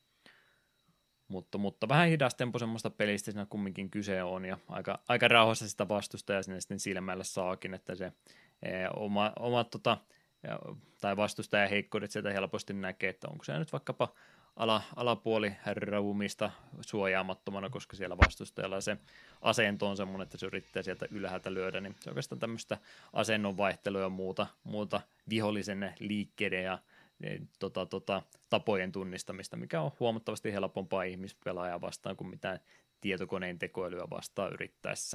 S1: Mutta, mutta vähän hidastempoisemmasta pelistä siinä kumminkin kyse on, ja aika, aika rauhassa sitä vastustajaa sinne sitten silmällä saakin, että se ee, oma, oma tota, ja, tai vastustajan heikkoudet sieltä helposti näkee, että onko se nyt vaikkapa ala, alapuoli ruumista suojaamattomana, koska siellä vastustajalla se asento on semmoinen, että se yrittää sieltä ylhäältä lyödä, niin se on oikeastaan tämmöistä asennonvaihtelua ja muuta, muuta vihollisen liikkeiden ja Tota, tota, tapojen tunnistamista, mikä on huomattavasti helpompaa ihmispelaajaa vastaan kuin mitään tietokoneen tekoälyä vastaan yrittäessä.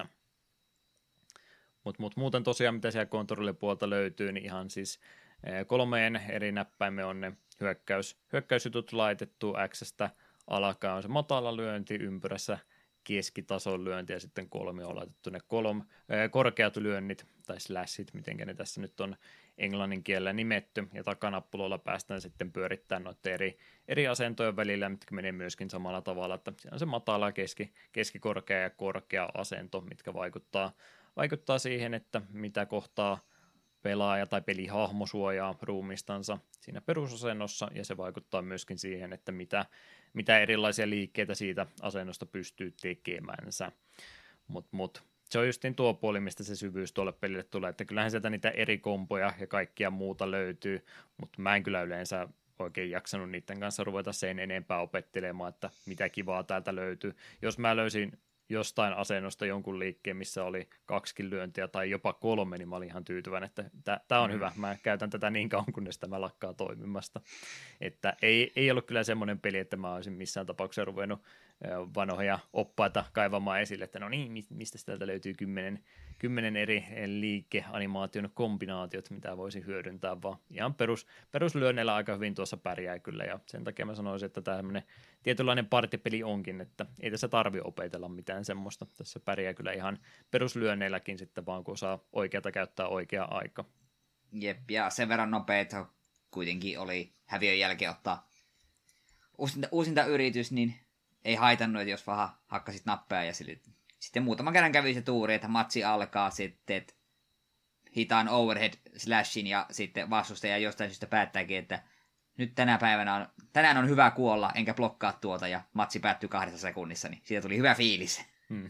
S1: Mutta mut muuten tosiaan, mitä siellä kontrollipuolta löytyy, niin ihan siis kolmeen eri näppäimme on ne hyökkäys, hyökkäysjutut laitettu X:stä alkaa on se matala lyönti, ympyrässä keskitason lyönti ja sitten kolme on laitettu ne kolme, äh, korkeat lyönnit tai slashit, miten ne tässä nyt on englannin kielellä nimetty, ja takanappulolla päästään sitten pyörittämään noiden eri, eri asentojen välillä, mitkä menee myöskin samalla tavalla, että siinä on se matala, keski, keskikorkea ja korkea asento, mitkä vaikuttaa, vaikuttaa siihen, että mitä kohtaa pelaaja tai pelihahmo suojaa ruumistansa siinä perusasennossa, ja se vaikuttaa myöskin siihen, että mitä, mitä erilaisia liikkeitä siitä asennosta pystyy tekemänsä. Mut, mut. Se on justiin tuo puoli, mistä se syvyys tuolle pelille tulee, että kyllähän sieltä niitä eri kompoja ja kaikkia muuta löytyy, mutta mä en kyllä yleensä oikein jaksanut niiden kanssa ruveta sen enempää opettelemaan, että mitä kivaa täältä löytyy. Jos mä löysin jostain asennosta jonkun liikkeen, missä oli kaksikin lyöntiä tai jopa kolme, niin mä olin ihan tyytyväinen, että tämä on mm. hyvä, mä käytän tätä niin kauan, kunnes tämä lakkaa toimimasta. Että ei, ei ollut kyllä semmoinen peli, että mä olisin missään tapauksessa ruvennut vanhoja oppaita kaivamaan esille, että no niin, mistä täältä löytyy kymmenen, kymmenen eri liikeanimaation kombinaatiot, mitä voisi hyödyntää, vaan ihan perus, peruslyönneillä aika hyvin tuossa pärjää kyllä, ja sen takia mä sanoisin, että tämmöinen tietynlainen partipeli onkin, että ei tässä tarvi opetella mitään semmoista, tässä pärjää kyllä ihan peruslyönneilläkin sitten vaan, kun saa oikeata käyttää oikea aika.
S2: Jep, ja sen verran nopeita kuitenkin oli häviön jälkeen ottaa uusinta, uusinta yritys, niin ei haitannut, että jos vähän hakkasit nappeja ja sille, sitten muutaman kerran kävi se tuuri, että matsi alkaa sitten hitaan overhead slashin ja sitten vastustaja jostain syystä päättääkin, että nyt tänä päivänä on, tänään on hyvä kuolla, enkä blokkaa tuota ja matsi päättyy kahdessa sekunnissa, niin siitä tuli hyvä fiilis. Hmm.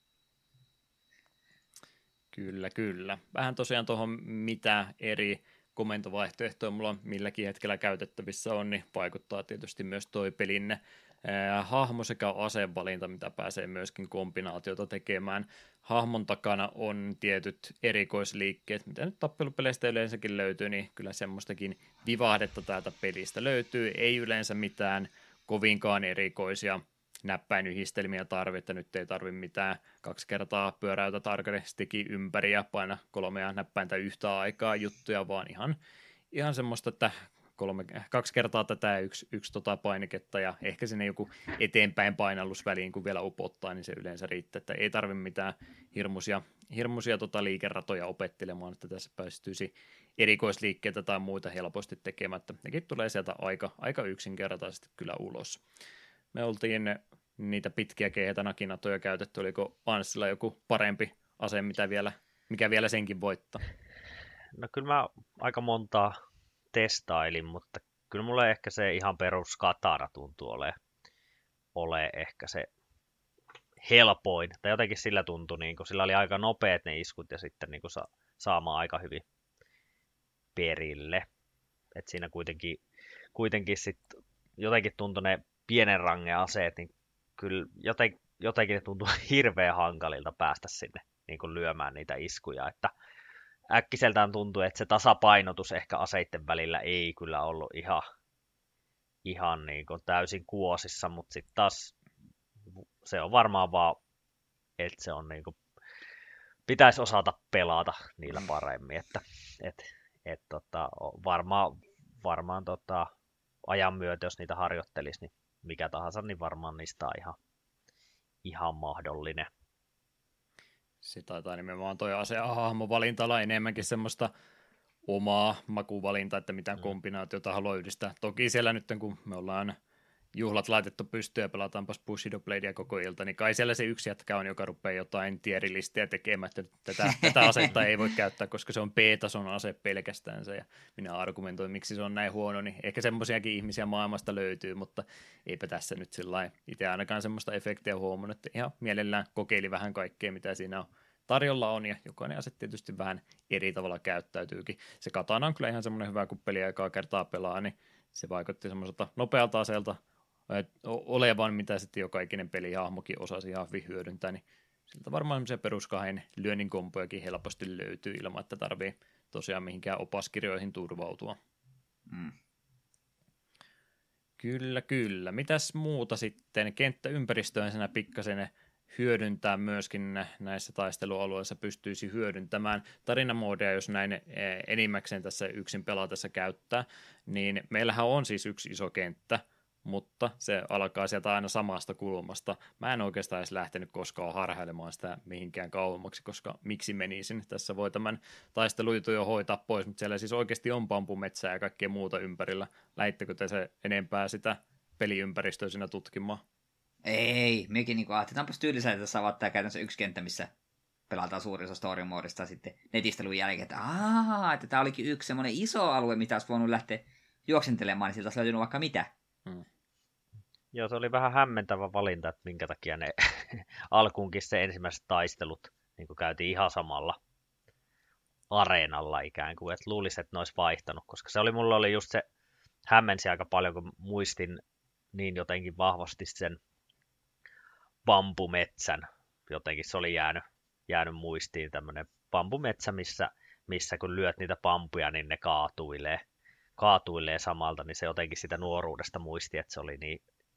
S1: Kyllä, kyllä. Vähän tosiaan tuohon, mitä eri komentovaihtoehtoja mulla milläkin hetkellä käytettävissä on, niin vaikuttaa tietysti myös toi pelin äh, hahmo sekä asevalinta, mitä pääsee myöskin kombinaatiota tekemään. Hahmon takana on tietyt erikoisliikkeet, mitä nyt tappelupeleistä yleensäkin löytyy, niin kyllä semmoistakin vivahdetta täältä pelistä löytyy. Ei yleensä mitään kovinkaan erikoisia näppäinyhdistelmiä tarvitse, nyt ei tarvi mitään kaksi kertaa pyöräytä tarkasti ympäri ja paina kolmea näppäintä yhtä aikaa juttuja, vaan ihan, ihan semmoista, että kolme, kaksi kertaa tätä ja yksi, yksi tota painiketta ja ehkä sinne joku eteenpäin painallusväliin, kun vielä upottaa, niin se yleensä riittää, että ei tarvi mitään hirmuisia, hirmuisia tota liikeratoja opettelemaan, että tässä päästyisi erikoisliikkeitä tai muita helposti tekemättä. Nekin tulee sieltä aika, aika yksinkertaisesti kyllä ulos. Me oltiin niitä pitkiä keihäitä nakinatoja käytetty. Oliko Anssilla joku parempi ase, mitä vielä, mikä vielä senkin voittaa?
S3: No kyllä mä aika montaa testailin, mutta kyllä mulle ehkä se ihan perus katana tuntuu ole, ole ehkä se helpoin. Tai jotenkin sillä tuntui, niin kuin, sillä oli aika nopeat ne iskut ja sitten niin kuin sa, saamaan aika hyvin perille. Et siinä kuitenkin, kuitenkin sit jotenkin tuntui ne pienen rangen aseet, niin kyllä joten, jotenkin ne tuntuu hirveän hankalilta päästä sinne niin kuin lyömään niitä iskuja, että äkkiseltään tuntuu, että se tasapainotus ehkä aseitten välillä ei kyllä ollut ihan, ihan niin kuin täysin kuosissa, mutta sitten taas se on varmaan vaan, että se on niin kuin, pitäisi osata pelata niillä paremmin, että et, et, tota, varmaan, varmaan tota, ajan myötä, jos niitä harjoittelisi, niin mikä tahansa, niin varmaan niistä on ihan, ihan mahdollinen.
S1: Se taitaa nimenomaan toi ase-hahmovalinta olla enemmänkin semmoista omaa makuvalintaa, että mitään mm. kombinaatiota haluaa yhdistää. Toki siellä nyt, kun me ollaan juhlat laitettu pystyyn ja pelataanpas Bushido Bladea koko ilta, niin kai siellä se yksi jätkä on, joka rupeaa jotain tierilistiä tekemään, että tätä, tätä asetta ei voi käyttää, koska se on B-tason ase pelkästään se, ja minä argumentoin, miksi se on näin huono, niin ehkä semmoisiakin ihmisiä maailmasta löytyy, mutta eipä tässä nyt sillä itse ainakaan semmoista efektiä huomannut, että ihan mielellään kokeili vähän kaikkea, mitä siinä on tarjolla on, ja jokainen ase tietysti vähän eri tavalla käyttäytyykin. Se katana on kyllä ihan semmoinen hyvä, kun peliä aikaa kertaa pelaa, niin se vaikutti semmoiselta nopealta aseelta olevan, mitä sitten joka ikinen pelihahmokin osasi ihan hyvin hyödyntää, niin siltä varmaan semmoisia peruskahden lyönnin kompojakin helposti löytyy ilman, että tarvii tosiaan mihinkään opaskirjoihin turvautua. Mm. Kyllä, kyllä. Mitäs muuta sitten? Kenttäympäristöönsenä pikkasen hyödyntää myöskin näissä taistelualueissa pystyisi hyödyntämään tarinamoodia, jos näin enimmäkseen tässä yksin pelatessa käyttää, niin meillähän on siis yksi iso kenttä, mutta se alkaa sieltä aina samasta kulmasta. Mä en oikeastaan edes lähtenyt koskaan harhailemaan sitä mihinkään kauemmaksi, koska miksi menisin. Tässä voi tämän taistelujutun jo hoitaa pois, mutta siellä siis oikeasti on pampumetsää ja kaikkea muuta ympärillä. Lähittekö te se enempää sitä peliympäristöä siinä tutkimaan?
S2: Ei, mekin niin ajattelin, onpas tyylisää, että tässä avattaa käytännössä yksi kenttä, missä pelataan suurin osa story modista sitten netistelun jälkeen, että aah, että tämä olikin yksi semmoinen iso alue, mitä olisi voinut lähteä juoksentelemaan, niin siltä olisi löytynyt vaikka mitä. Hmm.
S3: Joo, se oli vähän hämmentävä valinta, että minkä takia ne alkuunkin se ensimmäiset taistelut niin kuin käytiin ihan samalla areenalla ikään kuin, että luulisi, että ne olisi vaihtanut, koska se oli, mulla oli just se, hämmensi aika paljon, kun muistin niin jotenkin vahvasti sen bambumetsän, jotenkin se oli jäänyt, jäänyt muistiin tämmöinen bambumetsä, missä, missä kun lyöt niitä bambuja, niin ne kaatuilee, kaatuilee samalta, niin se jotenkin sitä nuoruudesta muisti, että se oli niin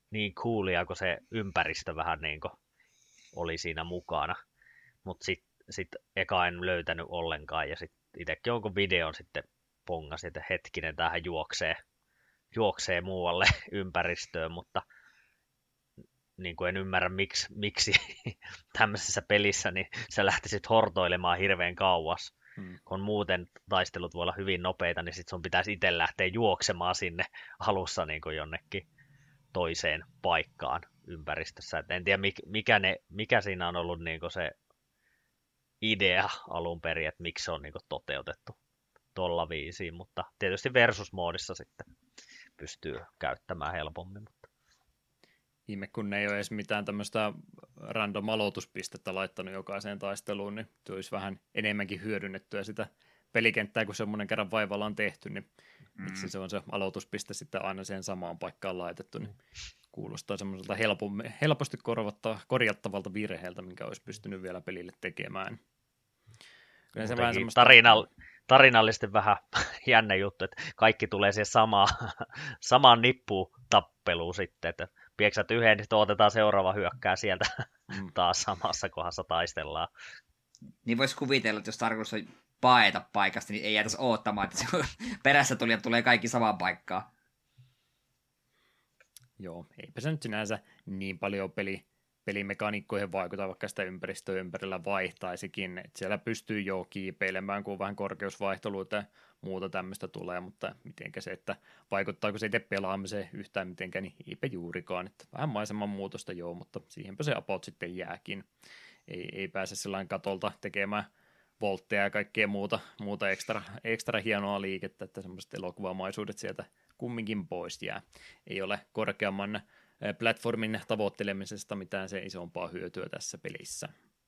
S3: niin coolia, kun se ympäristö vähän niin kuin oli siinä mukana. Mutta sitten sit eka en löytänyt ollenkaan, ja sitten itsekin jonkun videon sitten pongasin, että hetkinen, tämähän juoksee, juoksee muualle ympäristöön, mutta niin kuin en ymmärrä, miksi, miksi tämmöisessä pelissä niin sä lähtisit hortoilemaan hirveän kauas. Hmm. Kun muuten taistelut voi olla hyvin nopeita, niin sit sun pitäisi itse lähteä juoksemaan sinne alussa niin kuin jonnekin toiseen paikkaan ympäristössä. Et en tiedä, mikä, ne, mikä siinä on ollut niin kuin se idea alun perin, että miksi se on niin kuin toteutettu tolla viisiin, mutta tietysti versus-moodissa sitten pystyy käyttämään helpommin. Mutta
S1: ihme, kun ne ei ole edes mitään tämmöistä random aloituspistettä laittanut jokaiseen taisteluun, niin tulisi vähän enemmänkin hyödynnettyä sitä pelikenttää, kun semmoinen kerran vaivalla on tehty, niin mm. miksi se on se aloituspiste sitten aina siihen samaan paikkaan laitettu, niin kuulostaa semmoiselta helposti korjattavalta virheeltä, minkä olisi pystynyt vielä pelille tekemään.
S3: Kyllä se vähän semmoista tarinal, tarinallisesti vähän jännä juttu, että kaikki tulee siihen samaan, samaan nippuun tappeluun sitten, että pieksät yhden, niin otetaan seuraava hyökkää sieltä mm. taas samassa kohdassa taistellaan.
S2: Niin voisi kuvitella, että jos tarkoitus on paeta paikasta, niin ei jäätäisi oottamaan, että perässä tulijat tulee kaikki samaan paikkaan.
S1: Joo, eipä se nyt sinänsä niin paljon peli, pelimekaniikkoihin vaikuta, vaikka sitä ympäristöä ympärillä vaihtaisikin. Et siellä pystyy jo kiipeilemään, kun vähän korkeusvaihteluita ja muuta tämmöistä tulee, mutta mitenkä se, että vaikuttaako se itse pelaamiseen yhtään mitenkään, niin eipä juurikaan. Että vähän maiseman muutosta joo, mutta siihenpä se about sitten jääkin. Ei, ei pääse sellainen katolta tekemään voltteja ja kaikkea muuta, muuta ekstra, ekstra hienoa liikettä, että semmoiset elokuvamaisuudet sieltä kumminkin pois jää. Ei ole korkeamman platformin tavoittelemisesta mitään se isompaa hyötyä tässä pelissä.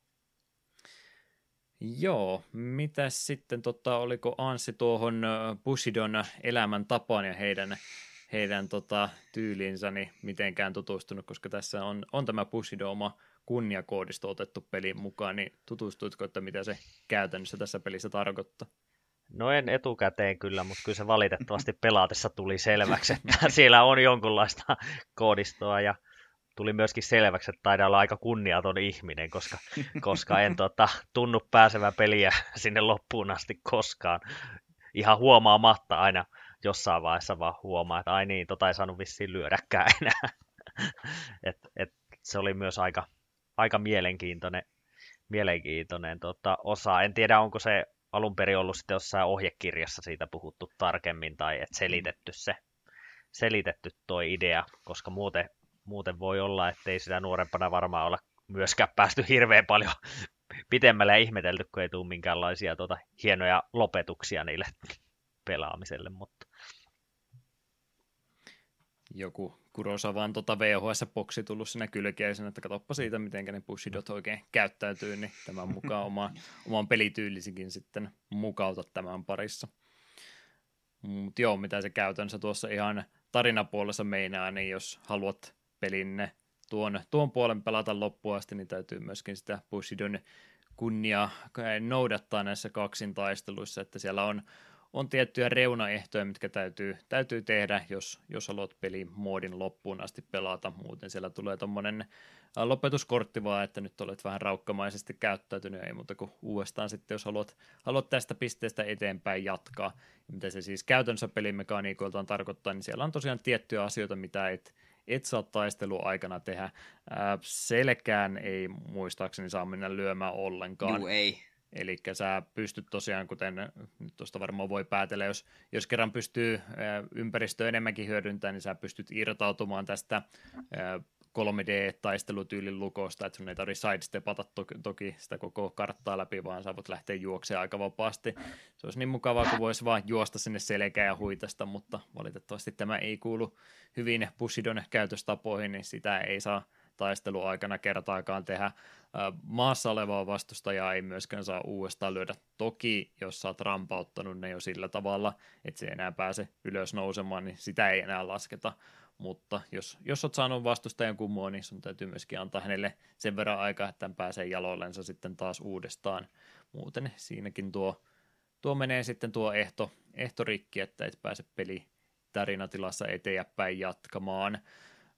S1: Joo, mitäs sitten, tota, oliko Anssi tuohon Bushidon elämäntapaan ja heidän, heidän tota, tyyliinsä niin mitenkään tutustunut, koska tässä on, on tämä Bushido oma kunniakoodisto otettu pelin mukaan, niin tutustuitko, että mitä se käytännössä tässä pelissä tarkoittaa?
S3: No en etukäteen kyllä, mutta kyllä se valitettavasti pelaatessa tuli selväksi, että siellä on jonkunlaista koodistoa ja tuli myöskin selväksi, että taidaa olla aika kunniaton ihminen, koska, koska en tota, tunnu pääsevän peliä sinne loppuun asti koskaan. Ihan huomaamatta aina jossain vaiheessa vaan huomaa, että ai niin, tota ei saanut vissiin lyödäkään enää. et, et, se oli myös aika, aika mielenkiintoinen, mielenkiintoinen tota, osa. En tiedä, onko se alun perin ollut sitten jossain ohjekirjassa siitä puhuttu tarkemmin tai et selitetty se, selitetty toi idea, koska muuten, muuten voi olla, ettei sitä nuorempana varmaan olla myöskään päästy hirveän paljon pitemmälle ja ihmetelty, kun ei tule minkäänlaisia tuota, hienoja lopetuksia niille pelaamiselle. Mutta
S1: joku Kurosavan tota V H S-boksi tullut sinne kylkeisen, että katsoppa siitä, miten ne Bushidot oikein käyttäytyy, niin tämän mukaan oma, oman pelityylisikin sitten mukauta tämän parissa. Mutta joo, mitä se käytännössä tuossa ihan tarinapuolessa meinaa, niin jos haluat pelinne tuon, tuon puolen pelata loppuun asti, niin täytyy myöskin sitä Bushidon kunnia noudattaa näissä kaksintaisteluissa, että siellä on On tiettyjä reunaehtoja, mitkä täytyy, täytyy tehdä, jos, jos haluat pelimoodin loppuun asti pelata. Muuten siellä tulee tommonen lopetuskortti vaan, että nyt olet vähän raukkamaisesti käyttäytynyt, ei muuta kuin uudestaan sitten, jos haluat, haluat tästä pisteestä eteenpäin jatkaa. Ja mitä se siis käytännössä pelimekaniikoiltaan tarkoittaa, niin siellä on tosiaan tiettyjä asioita, mitä et, et saa taistelun aikana tehdä. Ää, selkään ei muistaakseni saa mennä lyömään ollenkaan.
S2: Juu, ei.
S1: Eli sä pystyt tosiaan, kuten nyt tuosta varmaan voi päätellä, jos, jos kerran pystyy ympäristöä enemmänkin hyödyntämään, niin sä pystyt irtautumaan tästä kolme D-taistelutyylin lukosta, että sun ei tarvitse sidestepata toki, toki sitä koko karttaa läpi, vaan sä voit lähteä juoksemaan aika vapaasti. Se olisi niin mukavaa, kun voisi vaan juosta sinne selkään ja huitasta, mutta valitettavasti tämä ei kuulu hyvin Bushidon käytöstapoihin, niin sitä ei saa taisteluaikana kertaakaan tehdä. Maassa olevaa vastustajaa ei myöskään saa uudestaan lyödä. Toki, jos sä oot rampauttanut ne jo sillä tavalla, että se ei enää pääse ylös nousemaan, niin sitä ei enää lasketa. Mutta jos, jos oot saanut vastustajan kumoon, niin sun täytyy myöskin antaa hänelle sen verran aikaa, että hän pääsee jaloillensa sitten taas uudestaan. Muuten siinäkin tuo, tuo menee sitten tuo ehto, ehto rikki, että et pääse peli tarinatilassa eteenpäin jatkamaan.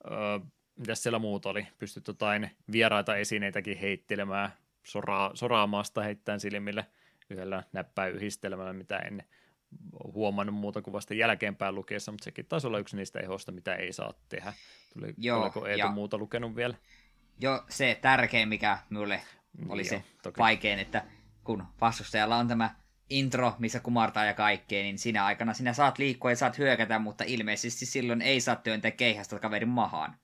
S1: Öö, mitäs siellä muuta oli? Pystyt jotain vieraita esineitäkin heittelemään, soraa, soraamaasta heittäen silmille yhdellä näppäyhdistelmällä, mitä en huomannut muuta kuin vasta jälkeenpäin lukeessa, mutta sekin taisi olla yksi niistä ehoista, mitä ei saa tehdä. Tuli,
S2: Joo,
S1: oliko Eetu
S2: ja...
S1: muuta lukenut vielä?
S2: Jo se tärkein, mikä minulle oli Joo, se toki. vaikein, että kun vastustajalla on tämä intro, missä kumartaa ja kaikkea, niin siinä aikana sinä saat liikkua ja saat hyökätä, mutta ilmeisesti silloin ei saa työntää keihästä kaverin mahaan.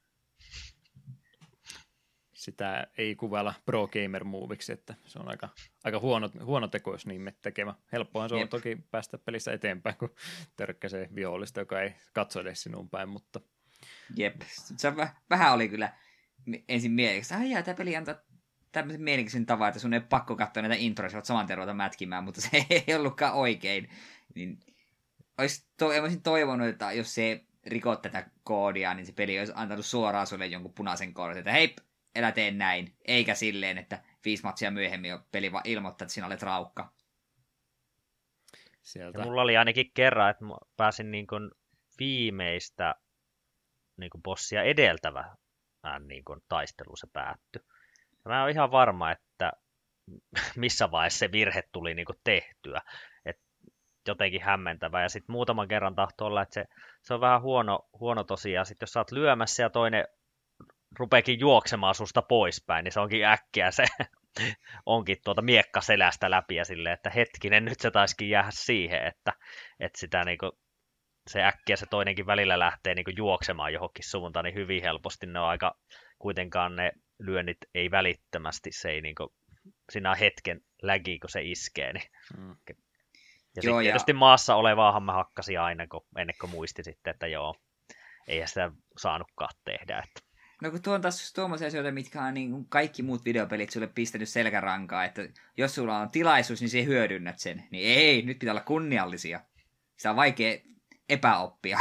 S1: Sitä ei kuvailla pro gamer moviksi, että se on aika, aika huono, huono teko, jos niin tekevä. Helppohan se on Jep. toki päästä pelissä eteenpäin, kun törkkäsee vihollista, joka ei katso edes sinun päin, mutta...
S2: Jep, se on väh- vähän oli kyllä ensin mieleksi, että jää, tämä peli antaa tämmöisen mielenkiintoisen tavan, että sun ei pakko katsoa näitä introja, sä voit saman terveitä mätkimään, mutta se ei ollutkaan oikein. Niin, olisi to- olisin toivonut, että jos se rikot tätä koodia, niin se peli olisi antanut suoraan sulle jonkun punaisen koodin, että hei, elä tee näin, eikä silleen, että viisi matsia myöhemmin peli vaan ilmoittaa, että sinä olet raukka.
S3: Sieltä. Ja mulla oli ainakin kerran, että pääsin niin kuin viimeistä niin kuin bossia edeltävä niin kuin taistelu se päättyi. Ja mä oon ihan varma, että missä vaiheessa se virhe tuli niin kuin tehtyä. Et jotenkin hämmentävä. Ja sitten muutaman kerran tahtoo olla, että se, se on vähän huono, huono tosiaan. Sitten jos sä oot lyömässä ja toinen rupeekin juoksemaan susta poispäin, niin se onkin äkkiä se onkin tuota miekka selästä läpi ja silleen, että hetkinen, nyt se taisikin jäädä siihen, että, että sitä niinku, se äkkiä se toinenkin välillä lähtee niinku juoksemaan johonkin suuntaan, niin hyvin helposti ne on aika, kuitenkaan ne lyönnit ei välittömästi, se ei niinku, siinä on hetken lägi, kun se iskee. Niin. Mm. Ja joo, sitten tietysti ja... maassa olevaahan mä hakkasin aina, kun, ennen kuin muisti sitten, että joo, eihän sitä saanutkaan tehdä, että
S2: no kun tuo on taas tuommoisia asioita, mitkä on niin kaikki muut videopelit sulle pistänyt selkärankaa, että jos sulla on tilaisuus, niin se hyödynnät sen. Niin ei, nyt pitää olla kunniallisia. Sitä on vaikea epäoppia.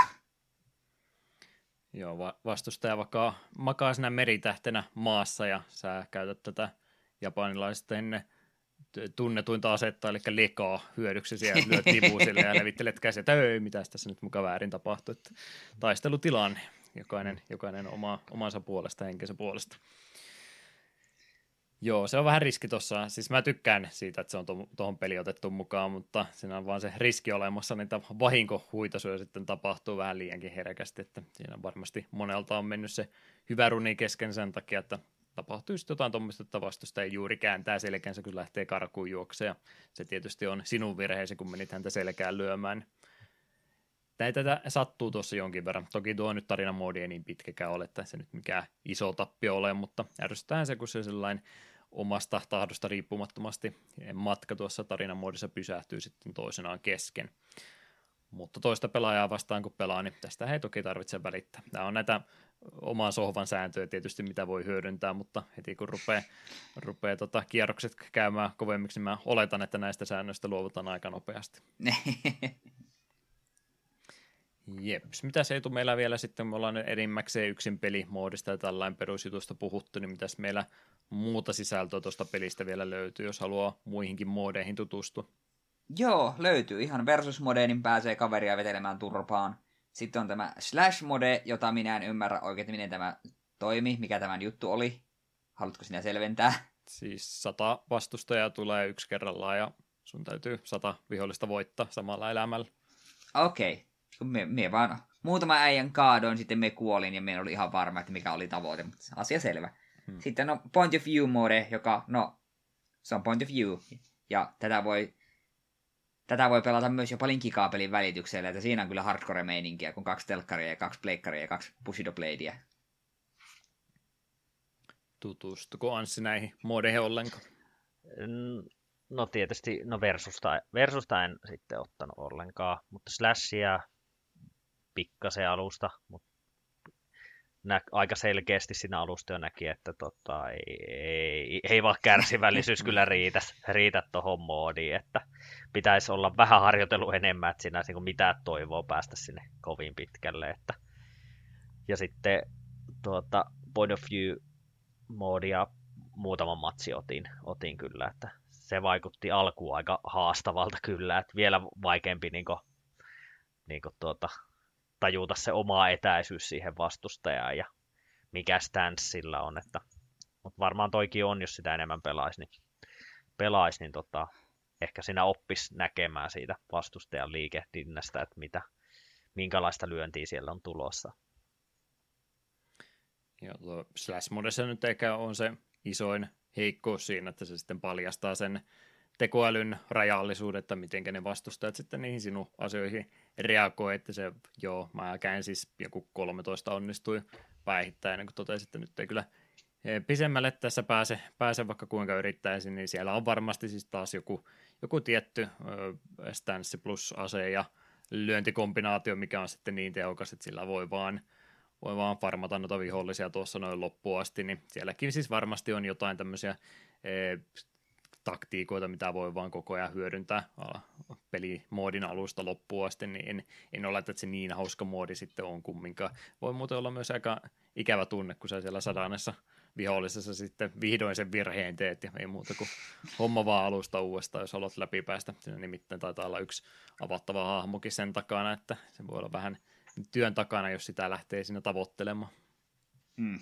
S1: Joo, va- vastustaja vaikka makaa sinä meritähtenä maassa ja sä käytät tätä japanilaisten tunnetuinta asetta, eli lekaa hyödyksi siellä, lyöt vivuusille ja levittelet käsiä, että ei, mitäs tässä nyt muka väärin tapahtuu. Että taistelutilanne. Jokainen, jokainen oma, omansa puolesta, henkensä puolesta. Joo, se on vähän riski tuossa. Siis mä tykkään siitä, että se on tuohon peliin otettu mukaan, mutta siinä on vaan se riski olemassa, niitä vahinkohuitaisuja sitten tapahtuu vähän liiankin herkästi, että siinä varmasti monelta on mennyt se hyvä runi kesken sen takia, että tapahtuu just jotain tuommoista, että vastusta ei juuri kääntää selkänsä, kun lähtee karkuun juoksemaan. Se tietysti on sinun virheesi, kun menit häntä selkään lyömään. Näitä sattuu tuossa jonkin verran. Toki tuo nyt tarinamoodi ei niin pitkäkään ole, että se nyt mikään iso tappio ole, mutta ärsyttää se, kun se sellainen omasta tahdosta riippumattomasti matka tuossa tarinamoodissa pysähtyy sitten toisenaan kesken. Mutta toista pelaajaa vastaan kun pelaa, niin tästä ei toki tarvitse välittää. Nämä on näitä oman sohvan sääntöjä tietysti, mitä voi hyödyntää, mutta heti kun rupeaa, rupeaa tota kierrokset käymään kovemmiksi, niin mä oletan, että näistä säännöistä luovutaan aika nopeasti. Jeps. Mitäs Eetu meillä vielä sitten, me ollaan enimmäkseen yksin pelimoodista ja tällainen perusjutusta puhuttu, niin mitäs meillä muuta sisältöä tuosta pelistä vielä löytyy, jos haluaa muihinkin moodeihin tutustua?
S2: Joo, löytyy. Ihan versus-mode, niin pääsee kaveria vetelemään turpaan. Sitten on tämä slash-mode, jota minä en ymmärrä oikein, miten tämä toimi, mikä tämän juttu oli. Haluatko sinä selventää?
S1: Siis sata vastustajaa tulee yksi kerrallaan ja sun täytyy sata vihollista voittaa samalla elämällä.
S2: Okei. Okay. Me, me vaan muutama äijän kaadoin, sitten me kuolin ja me oli ihan varma, että mikä oli tavoite, mutta asia selvä. Hmm. Sitten on point of view mode, joka, no, se on point of view. Ja tätä voi, tätä voi pelata myös jopa linkkikaapelin välityksellä, että siinä on kyllä hardcore-meininkiä, kun kaksi telkkaria ja kaksi pleikkaria ja kaksi Bushido Bladea.
S1: Tutustuko Anssi näihin modeihin ollenkaan?
S3: No tietysti, no versusta, versusta en sitten ottanut ollenkaan, mutta slashia pikkasen alusta, mutta nä- aika selkeästi siinä alusta jo näki, että tota, ei, ei, ei vaan kärsivällisyys kyllä riitä, riitä tuohon moodiin, että pitäisi olla vähän harjoitellut enemmän, että siinä olisi mitään toivoa päästä sinne kovin pitkälle. Että. Ja sitten tuota, point of view moodia muutaman matsi otin, otin kyllä, että se vaikutti alkuun aika haastavalta kyllä, että vielä vaikeampi niin kuin, niin kuin tuota, tajuta se oma etäisyys siihen vastustajaan ja mikä stanssilla on, että mutta varmaan toikin on, jos sitä enemmän pelaisi, niin, pelaisi, niin tota, ehkä siinä oppisi näkemään siitä vastustajan liikehdinnästä, että mitä, minkälaista lyöntiä siellä on tulossa.
S1: Joo, tuo Slash-modessa nyt ehkä on se isoin heikkous siinä, että se sitten paljastaa sen tekoälyn rajallisuuden, että miten ne vastustajat sitten niihin sinun asioihin reagoi, että se, joo, mä käyn siis joku kolmetoista onnistui päihittäin, ennen kuin totesin, että nyt ei kyllä pisemmälle tässä pääse, pääse vaikka kuinka yrittäisin, niin siellä on varmasti siis taas joku, joku tietty ö, stanssi plus ase ja lyöntikombinaatio, mikä on sitten niin tehokas, että sillä voi vaan, voi vaan farmata noita vihollisia tuossa noin loppuun asti, niin sielläkin siis varmasti on jotain tämmöisiä e, taktiikoita, mitä voi vaan koko ajan hyödyntää pelimoodin alusta loppuun asti, niin en, en ole, että se niin hauska moodi sitten on kumminkaan. Voi muuten olla myös aika ikävä tunne, kun sä siellä sadannessa vihollisessa sitten vihdoin sen virheen teet, ja ei muuta kuin homma vaan alusta uudestaan, jos haluat läpipäästä. Siinä nimittäin taitaa olla yksi avattava hahmokin sen takana, että se voi olla vähän työn takana, jos sitä lähtee siinä tavoittelemaan.
S2: Mm.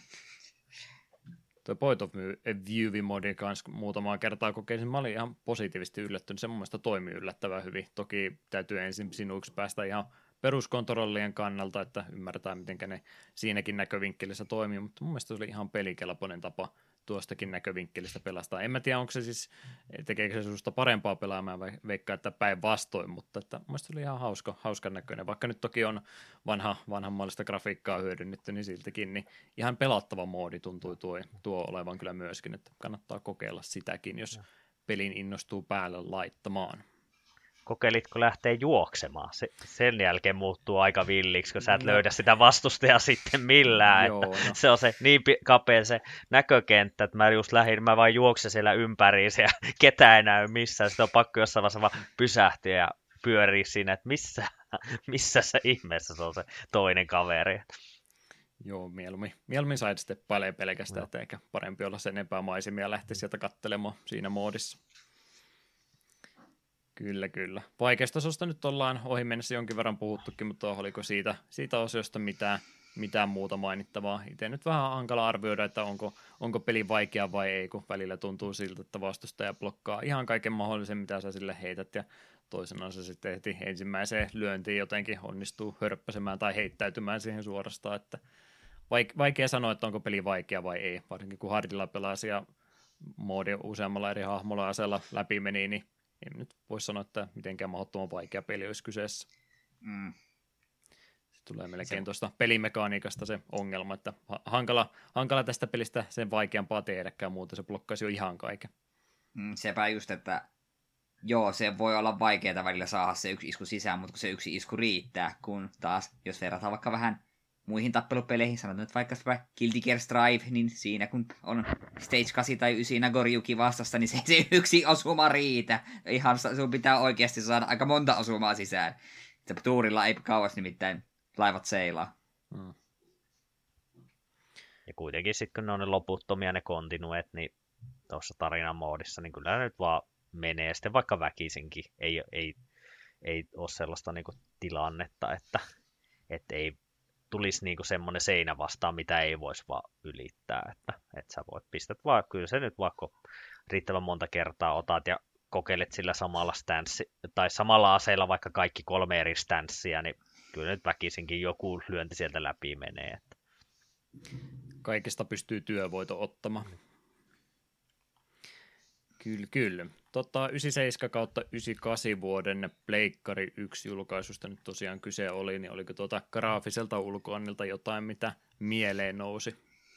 S1: Tuo Point of View-modin kanssa muutamaa kertaa kokeisin. Mä olin ihan positiivisesti yllättynyt. Se mun mielestä toimii yllättävän hyvin. Toki täytyy ensin sinuiksi päästä ihan peruskontrollien kannalta, että ymmärtää, miten ne siinäkin näkövinkkelissä toimii, mutta mun mielestä se oli ihan pelikelpoinen tapa tuostakin näkövinkkelistä pelastaa. En mä tiedä, onko se siis, tekeekö se susta parempaa pelaamaan vai veikkaa, että päinvastoin, mutta että mun mielestä se oli ihan hauska, hauskan näköinen. Vaikka nyt toki on vanha, vanhanmallista grafiikkaa hyödynnetty, niin siltikin niin ihan pelattava moodi tuntui tuo, tuo olevan kyllä myöskin, että kannattaa kokeilla sitäkin, jos pelin innostuu päälle laittamaan.
S3: Kokeilitko lähteä juoksemaan? Se, sen jälkeen muuttuu aika villiksi, kun sä et no. löydä sitä vastustajaa sitten millään. Joo, että no. Se on se niin kapea se näkökenttä, että mä just lähdin, mä vaan juoksen siellä ympäriinsä ja ketään ei näy missään. Sitten on pakko jossain vaiheessa vaan pysähtyä ja pyöriä siinä, että missä, missä se ihmeessä se on se toinen kaveri.
S1: Joo, mieluummin, mieluummin sidesteppailee pelkästään, no. Että ehkä parempi olla sen epämaisemia ja lähteä sieltä katselemaan siinä moodissa. Kyllä, kyllä. Vaikeustasosta nyt ollaan ohi mennessä jonkin verran puhuttukin, mutta oliko siitä, siitä osiosta mitään, mitään muuta mainittavaa? Itse nyt vähän hankala arvioida, että onko, onko peli vaikea vai ei, kun välillä tuntuu siltä, että vastustaja blokkaa ihan kaiken mahdollisen, mitä sä sille heität, ja toisenaan se sitten heti ensimmäiseen lyöntiin jotenkin onnistuu hörppäsemään tai heittäytymään siihen suorastaan, että vaikea sanoa, että onko peli vaikea vai ei, varsinkin kun hardilla pelasi ja moodi useammalla eri hahmolla aseella läpi meni, niin en nyt voi sanoa, että mitenkään mahdottoman vaikea peli olisi kyseessä.
S2: Mm.
S1: Se tulee melkein se... tuosta pelimekaniikasta se ongelma, että hankala, hankala tästä pelistä sen vaikeampaa tehdäkään, muuta se blokkaisi jo ihan kaiken.
S2: Mm, sepä just, että joo, se voi olla vaikeaa välillä saada se yksi isku sisään, mutta kun se yksi isku riittää, kun taas, jos verrataan vaikka vähän muihin tappelupeleihin, sanotaan nyt vaikka Guilty Gear Strive, niin siinä kun on Stage kahdeksan tai yhdeksän Nagoriyuki vastassa, niin se, se yksi osuma riitä. Ihan sun pitää oikeasti saada aika monta osumaa sisään. Se tuurilla ei kauas nimittäin laivat seilaa. Hmm.
S3: Ja kuitenkin sitten kun ne on ne loputtomia ne kontinuet, niin tuossa tarinan moodissa, niin kyllä ne nyt vaan menee sitten vaikka väkisinkin. Ei, ei, ei ole sellaista niinku tilannetta, että, että ei tulisi niinku semmoinen seinä vastaan, mitä ei voisi vaan ylittää, että, että sä voit pistät vaan, kyllä se nyt vaikka riittävän monta kertaa otat ja kokeilet sillä samalla stanssi, tai samalla aseella vaikka kaikki kolme eri stanssia, niin kyllä nyt väkisinkin joku lyönti sieltä läpi menee. Että.
S1: Kaikista pystyy työvoito ottamaan. Kyllä, kyllä. Tota, yhdeksänkymmentäseitsemän kautta yhdeksänkymmentäkahdeksan vuoden Pleikkari yksi julkaisusta nyt tosiaan kyse oli, niin oliko tuota graafiselta ulkoannilta jotain, mitä mieleen nousi?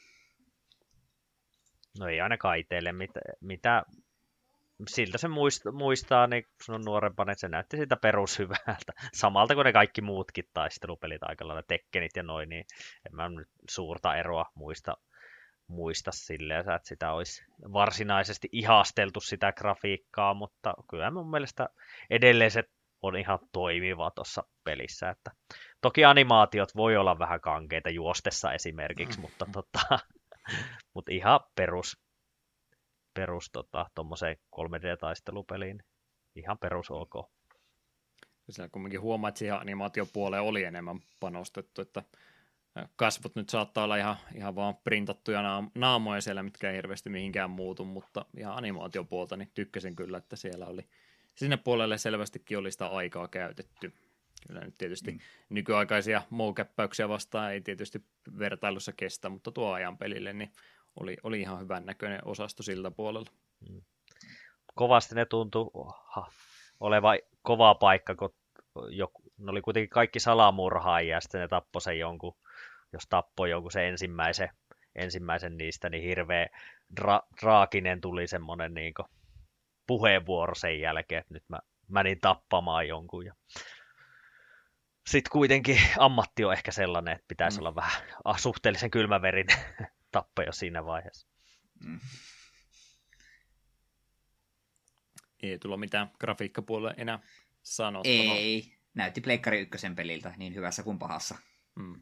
S3: No ei ainakaan itselle, mitä, mitä siltä se muistaa, muistaa niin kun on nuorempana, että se näytti sitä perushyvältä. Samalta kuin ne kaikki muutkin taistelupelit aika lailla, Tekkenit ja noin, niin en mä nyt suurta eroa muista. muista silleen, että sitä olisi varsinaisesti ihasteltu sitä grafiikkaa, mutta kyllä mun mielestä edelleen se on ihan toimiva tuossa pelissä. Että toki animaatiot voi olla vähän kankeita juostessa esimerkiksi, mutta, tota, mutta ihan perus, perus tota, tuommoiseen kolme D-taistelupeliin ihan perus ok.
S1: Siellä kumminkin huomaa, että siihen animaatiopuoleen oli enemmän panostettu, että kasvot nyt saattaa olla ihan, ihan vaan printattuja naam- naamoja siellä, mitkä ei hirveästi mihinkään muutu, mutta ihan animaatiopuolta niin tykkäsin kyllä, että siellä oli sinne puolelle selvästikin oli sitä aikaa käytetty. Kyllä nyt tietysti mm. nykyaikaisia moukäppäyksiä vastaan ei tietysti vertailussa kestä, mutta tuo ajan pelille niin oli, oli ihan hyvän näköinen osasto siltä puolella.
S3: Mm. Kovasti ne tuntui ha, oleva kova paikka, kun joku, ne oli kuitenkin kaikki salamurhaajia, ja sitten ne tappoi sen jonkun, jos tappoi jonkun sen ensimmäisen, ensimmäisen niistä, niin hirveä dra, draakinen tuli semmoinen niin kuin puheenvuoro sen jälkeen, että nyt mä menin tappamaan jonkun. Ja sitten kuitenkin ammatti on ehkä sellainen, että pitäisi mm. olla vähän suhteellisen kylmäverinen tappa jo siinä vaiheessa. Mm.
S1: Ei tulla mitään grafiikkapuolella enää sanottavaa.
S2: Ei, näytti Pleikkari ykkösen peliltä niin hyvässä kuin pahassa. Mm.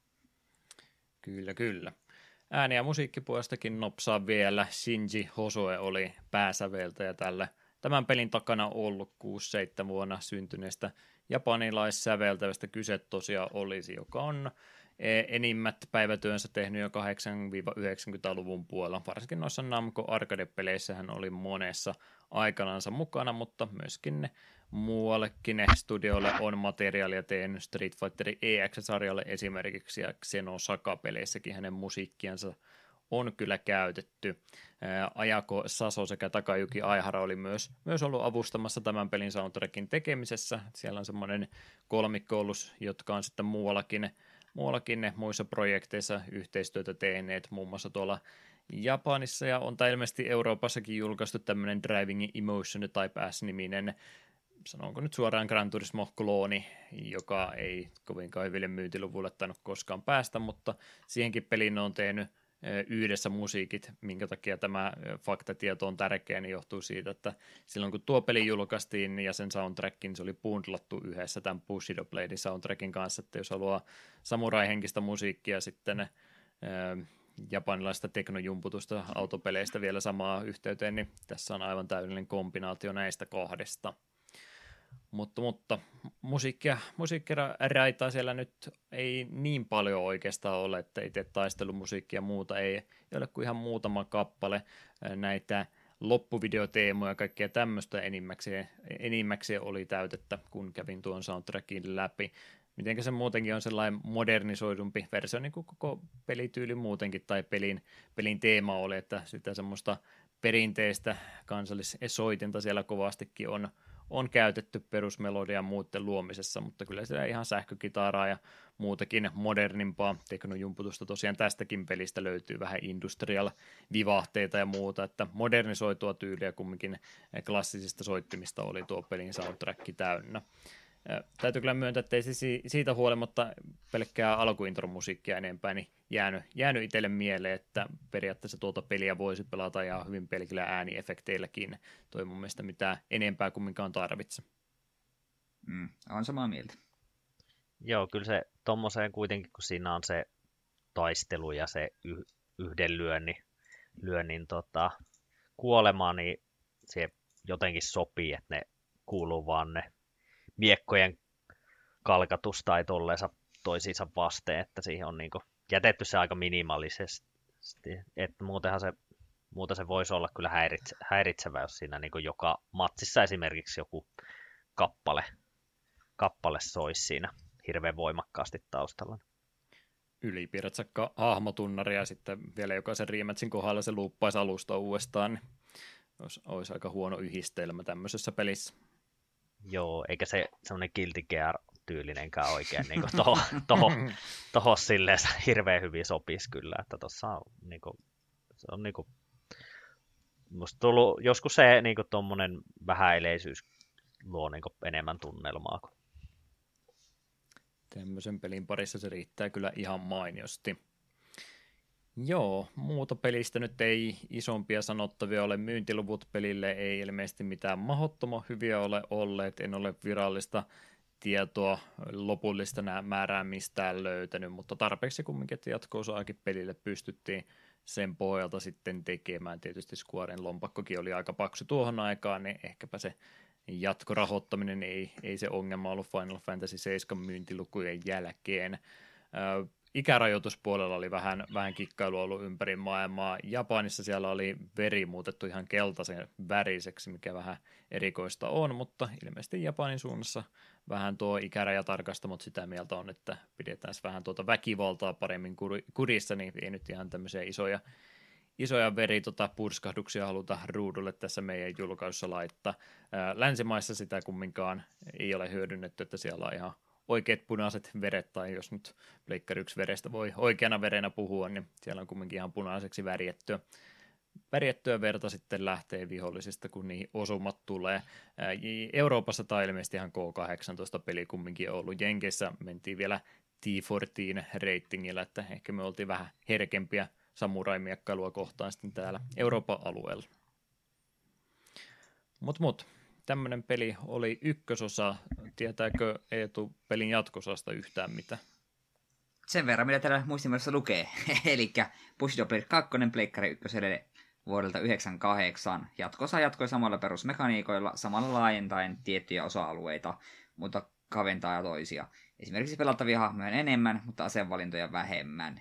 S1: Kyllä, kyllä. Ääni- ja musiikkipuolestakin nopsaa vielä. Shinji Hosoe oli pääsäveltäjä tälle. Tämän pelin takana ollut kuusi seitsemän vuonna syntyneestä japanilaissäveltävästä kyse tosiaan olisi, joka on enimmät päivätyönsä tehnyt jo kahdeksankymmentä-yhdeksänkymmentäluvun puolella. Varsinkin noissa Namco Arcade-peleissä hän oli monessa aikanansa mukana, mutta myöskin ne muuallekin studioille on materiaalia tehnyt Street Fighter E X-sarjalle esimerkiksi, ja Xenosaga-peleissäkin hänen musiikkiansa on kyllä käytetty. Ajako Saso sekä Takayuki Aihara oli myös, myös ollut avustamassa tämän pelin soundtrackin tekemisessä. Siellä on semmoinen kolmikko ollut, jotka on sitten muuallakin, muuallakin ne muissa projekteissa yhteistyötä tehneet, muun muassa tuolla Japanissa, ja on ilmeisesti Euroopassakin julkaistu tämmöinen Driving Emotion Type S-niminen, sanonko nyt suoraan Gran Turismo-klooni, joka ei kovinkaan hyville myyntiluvuille tainnut koskaan päästä, mutta siihenkin peliin on tehnyt yhdessä musiikit, minkä takia tämä faktatieto on tärkeä, niin johtuu siitä, että silloin kun tuo peli julkaistiin ja sen soundtrackin, niin se oli bundlattu yhdessä tämän Bushido Bladein soundtrackin kanssa, että jos haluaa samurai-henkistä musiikkia sitten ää, japanilaista teknojumputusta autopeleistä vielä samaa yhteyteen, niin tässä on aivan täydellinen kombinaatio näistä kahdesta. Mutta, mutta musiikkia, musiikkia raitaa siellä nyt ei niin paljon oikeastaan ole, että itse taistelumusiikkia ja muuta ei, ei ole kuin ihan muutama kappale näitä loppuvideoteemoja ja kaikkea tämmöistä enimmäkseen, enimmäkseen oli täytettä, kun kävin tuon soundtrackin läpi. Mitenkä se muutenkin on sellainen modernisoidumpi versio, niin kuin koko pelityyli muutenkin, tai pelin, pelin teema oli, että sitä semmoista perinteistä kansallissoitinta siellä kovastikin on, on käytetty perusmelodian muuten luomisessa, mutta kyllä siellä ihan sähkökitaraa ja muutakin modernimpaa teknojumputusta tosiaan tästäkin pelistä löytyy vähän industrial-vivahteita ja muuta, että modernisoitua tyyliä kumminkin klassisista soittimista oli tuo pelin soundtrack täynnä. Täytyy kyllä myöntää, että ei se siitä huolimatta pelkkää alkuintromusiikkia enempää niin jäänyt, jäänyt itselle mieleen, että periaatteessa tuota peliä voisi pelata ihan hyvin pelkillä ääniefekteilläkin. Toi mun mielestä mitään enempää kumminkaan tarvitse.
S2: Mm, on samaa mieltä.
S3: Joo, kyllä se tommoseen kuitenkin, kun siinä on se taistelu ja se yh, yhden lyönnin, lyönnin tota, kuolema, niin se jotenkin sopii, että ne kuuluu vaan ne miekkojen kalkatus tai tolleensa toisiinsa vasteen, että siihen on niinku jätetty se aika minimaalisesti, että muutenhan se, muuten se voisi olla kyllä häiritse, häiritsevä, jos siinä niinku joka matsissa esimerkiksi joku kappale, kappale soisi siinä hirveän voimakkaasti taustalla.
S1: Ylipiratsakka hahmotunnari ja sitten vielä jokaisen rematchin kohdalla se luuppaisi alusta uudestaan, niin olisi, olisi aika huono yhdistelmä tämmöisessä pelissä.
S3: Joo, eikä se semmoinen Guilty Gear-tyylinenkään oikein niin toho, toho, toho silleen hirveän hyvin sopisi kyllä, että tuossa on niin kuin, se on niin kuin, musta tullut joskus se niin kuin tommonen vähäileisyys luo niin kuin enemmän tunnelmaa.
S1: Tämmöisen pelin parissa se riittää kyllä ihan mainiosti. Joo, muuta pelistä nyt ei isompia sanottavia ole. Myyntiluvut pelille ei ilmeisesti mitään mahdottoman hyviä ole olleet. En ole virallista tietoa lopullista määrää mistään löytänyt, mutta tarpeeksi kumminkin, että jatko-osaakin pelille pystyttiin sen pohjalta sitten tekemään. Tietysti Squaren lompakkokin oli aika paksu tuohon aikaan, niin ehkäpä se jatkorahoittaminen ei, ei se ongelma ollut Final Fantasy seitsemän myyntilukujen jälkeen. ikärajoituspuolella oli vähän, vähän kikkailua ollut ympäri maailmaa. Japanissa siellä oli veri muutettu ihan keltaisen väriseksi, mikä vähän erikoista on, mutta ilmeisesti Japanin suunnassa vähän tuo ikäraja tarkastamot sitä mieltä on, että pidetään vähän tuota väkivaltaa paremmin kurissa, niin ei nyt ihan tämmöisiä isoja, isoja veri tota, purskahduksia haluta ruudulle tässä meidän julkaisussa laittaa. Ää, länsimaissa sitä kumminkaan ei ole hyödynnetty, että siellä on ihan oikeat punaiset veret, tai jos nyt Pleikkari yksi verestä voi oikeana verenä puhua, niin siellä on kumminkin ihan punaiseksi värjettyä. Värjettyä verta sitten lähtee vihollisista, kun niihin osumat tulee. Ää, Euroopassa tämä ilmeisesti ihan K kahdeksantoista peli kumminkin ollut. Jenkeissä mentiin vielä T neljätoista-reitingillä, että ehkä me oltiin vähän herkempiä samurai-miekkailua kohtaan sitten täällä Euroopan alueella. Mut mut. Tämmöinen peli oli ykkösosa. Tietääkö Eetu pelin jatkosasta yhtään mitä?
S2: Sen verran, mitä täällä muistimuodossa lukee. Eli Bushido Blade kaksi Pleikkari ykköselle vuodelta yhdeksänkymmentäkahdeksan. Jatkosa jatkoi samalla perusmekaniikoilla, samalla laajentaen tiettyjä osa-alueita, mutta kaventaa toisia. Esimerkiksi pelattavia hahmoja enemmän, mutta asevalintoja vähemmän.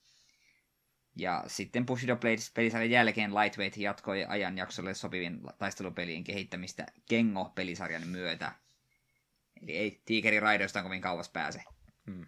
S2: Ja sitten Bushido Blades-pelisarjan jälkeen Lightweight jatkoi ajanjaksolle sopivien taistelupelien kehittämistä Kengo-pelisarjan myötä. Eli ei Tigerin raidoista kovin kauas pääse.
S1: Hmm.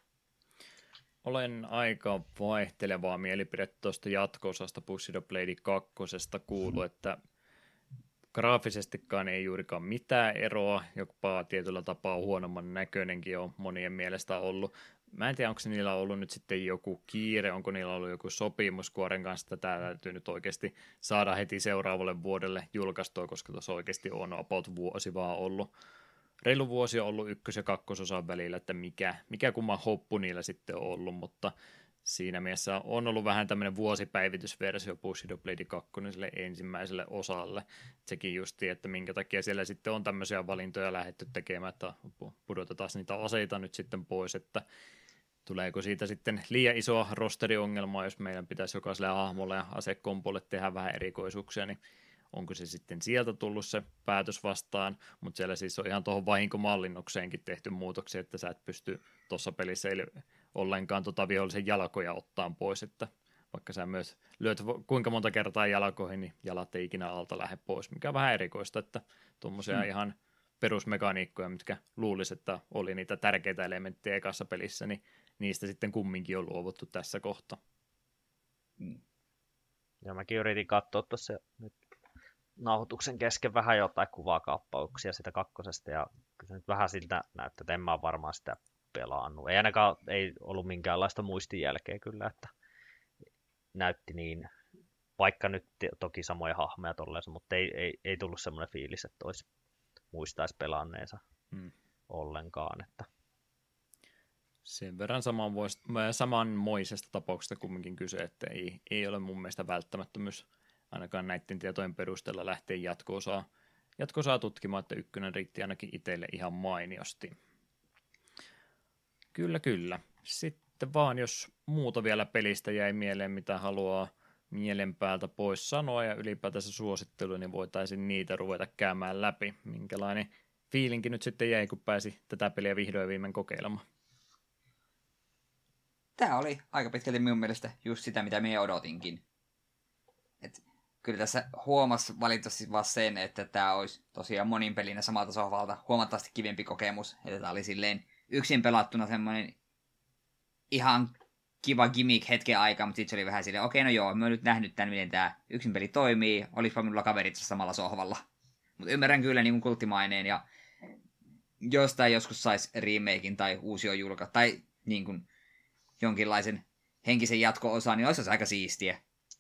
S1: Olen aika vaihtelevaa mielipidettä tuosta jatko-osasta Bushido Blade kakkosesta kuulu, että graafisestikaan ei juurikaan mitään eroa, jopa tietyllä tapaa huonomman näköinenkin on monien mielestä ollut. Mä en tiedä, onko niillä ollut nyt sitten joku kiire, onko niillä ollut joku sopimus Kuoren kanssa, että tämä täytyy nyt oikeasti saada heti seuraavalle vuodelle julkaistua, koska tuossa oikeasti on about vuosi vaan ollut. Reilu vuosi on ollut ykkös- ja kakkososan välillä, että mikä, mikä kumman hoppu niillä sitten on ollut, mutta siinä mielessä on ollut vähän tämmöinen vuosipäivitysversio Bushido Blade kaksi ensimmäiselle osalle. Sekin justi, että minkä takia siellä sitten on tämmöisiä valintoja lähdetty tekemään, että pudotetaan niitä aseita nyt sitten pois, että tuleeko siitä sitten liian isoa rosteriongelmaa, jos meidän pitäisi jokaiselle hahmolle ja asekompolle tehdä vähän erikoisuuksia, niin onko se sitten sieltä tullut se päätös vastaan, mutta siellä siis on ihan tuohon vahinkomallinnokseenkin tehty muutoksia, että sä et pysty tuossa pelissä ollenkaan tota vihollisen jalkoja ottaa pois, että vaikka sä myös lyöt kuinka monta kertaa jalkoihin, niin jalat ei ikinä alta lähde pois, mikä on vähän erikoista, että tuommoisia hmm. ihan perusmekaniikkoja, mitkä luulisi, että oli niitä tärkeitä elementtejä ekassa pelissä, niin niistä sitten kumminkin on luovuttu tässä kohtaa.
S3: Hmm. Ja mäkin yritin katsoa tuossa nyt nauhoituksen kesken vähän jotain kuvakaappauksia sitä kakkosesta, ja kyllä se nyt vähän siltä näyttää, että en mä varmaan sitä pelannut. Ei ainakaan ei ollut minkäänlaista muistinjälkeä kyllä, että näytti niin, vaikka nyt toki samoja hahmoja tolleen, mutta ei, ei, ei tullut semmoinen fiilis, että olisi muistaisi pelanneensa hmm. ollenkaan. Että.
S1: Sen verran samanmoisesta tapauksesta kumminkin kyse, että ei, ei ole mun mielestä välttämättömyys ainakaan näiden tietojen perusteella lähtee jatko-osaa, jatko-osaa tutkimaan, että ykkönen riitti ainakin itselle ihan mainiosti. Kyllä, kyllä. Sitten vaan, jos muuta vielä pelistä jäi mieleen, mitä haluaa mielen päältä pois sanoa ja ylipäätänsä suosittelu, niin voitaisiin niitä ruveta käymään läpi. Minkälainen fiilinki nyt sitten jäi, kun pääsi tätä peliä vihdoin viimein kokeilemaan?
S2: Tämä oli aika pitkälti minun mielestä just sitä, mitä minä odotinkin. Et kyllä tässä huomasi valitettavasti vaan sen, että tämä olisi tosiaan monin pelinä samalta sohvalta huomattavasti kivempi kokemus. Että tämä oli silleen yksin pelattuna semmoinen ihan kiva gimmick hetken aikaa, mutta sitten se oli vähän silleen, okei, no joo, mä oon nyt nähnyt tämän, miten tämä yksin peli toimii, olispa minulla kaverit samalla sohvalla. Mutta ymmärrän kyllä niin kuin kulttimaineen, ja jos tämä joskus saisi remakein tai uusio julka, tai niin kuin jonkinlaisen henkisen jatko-osan, niin olisi se aika siistiä.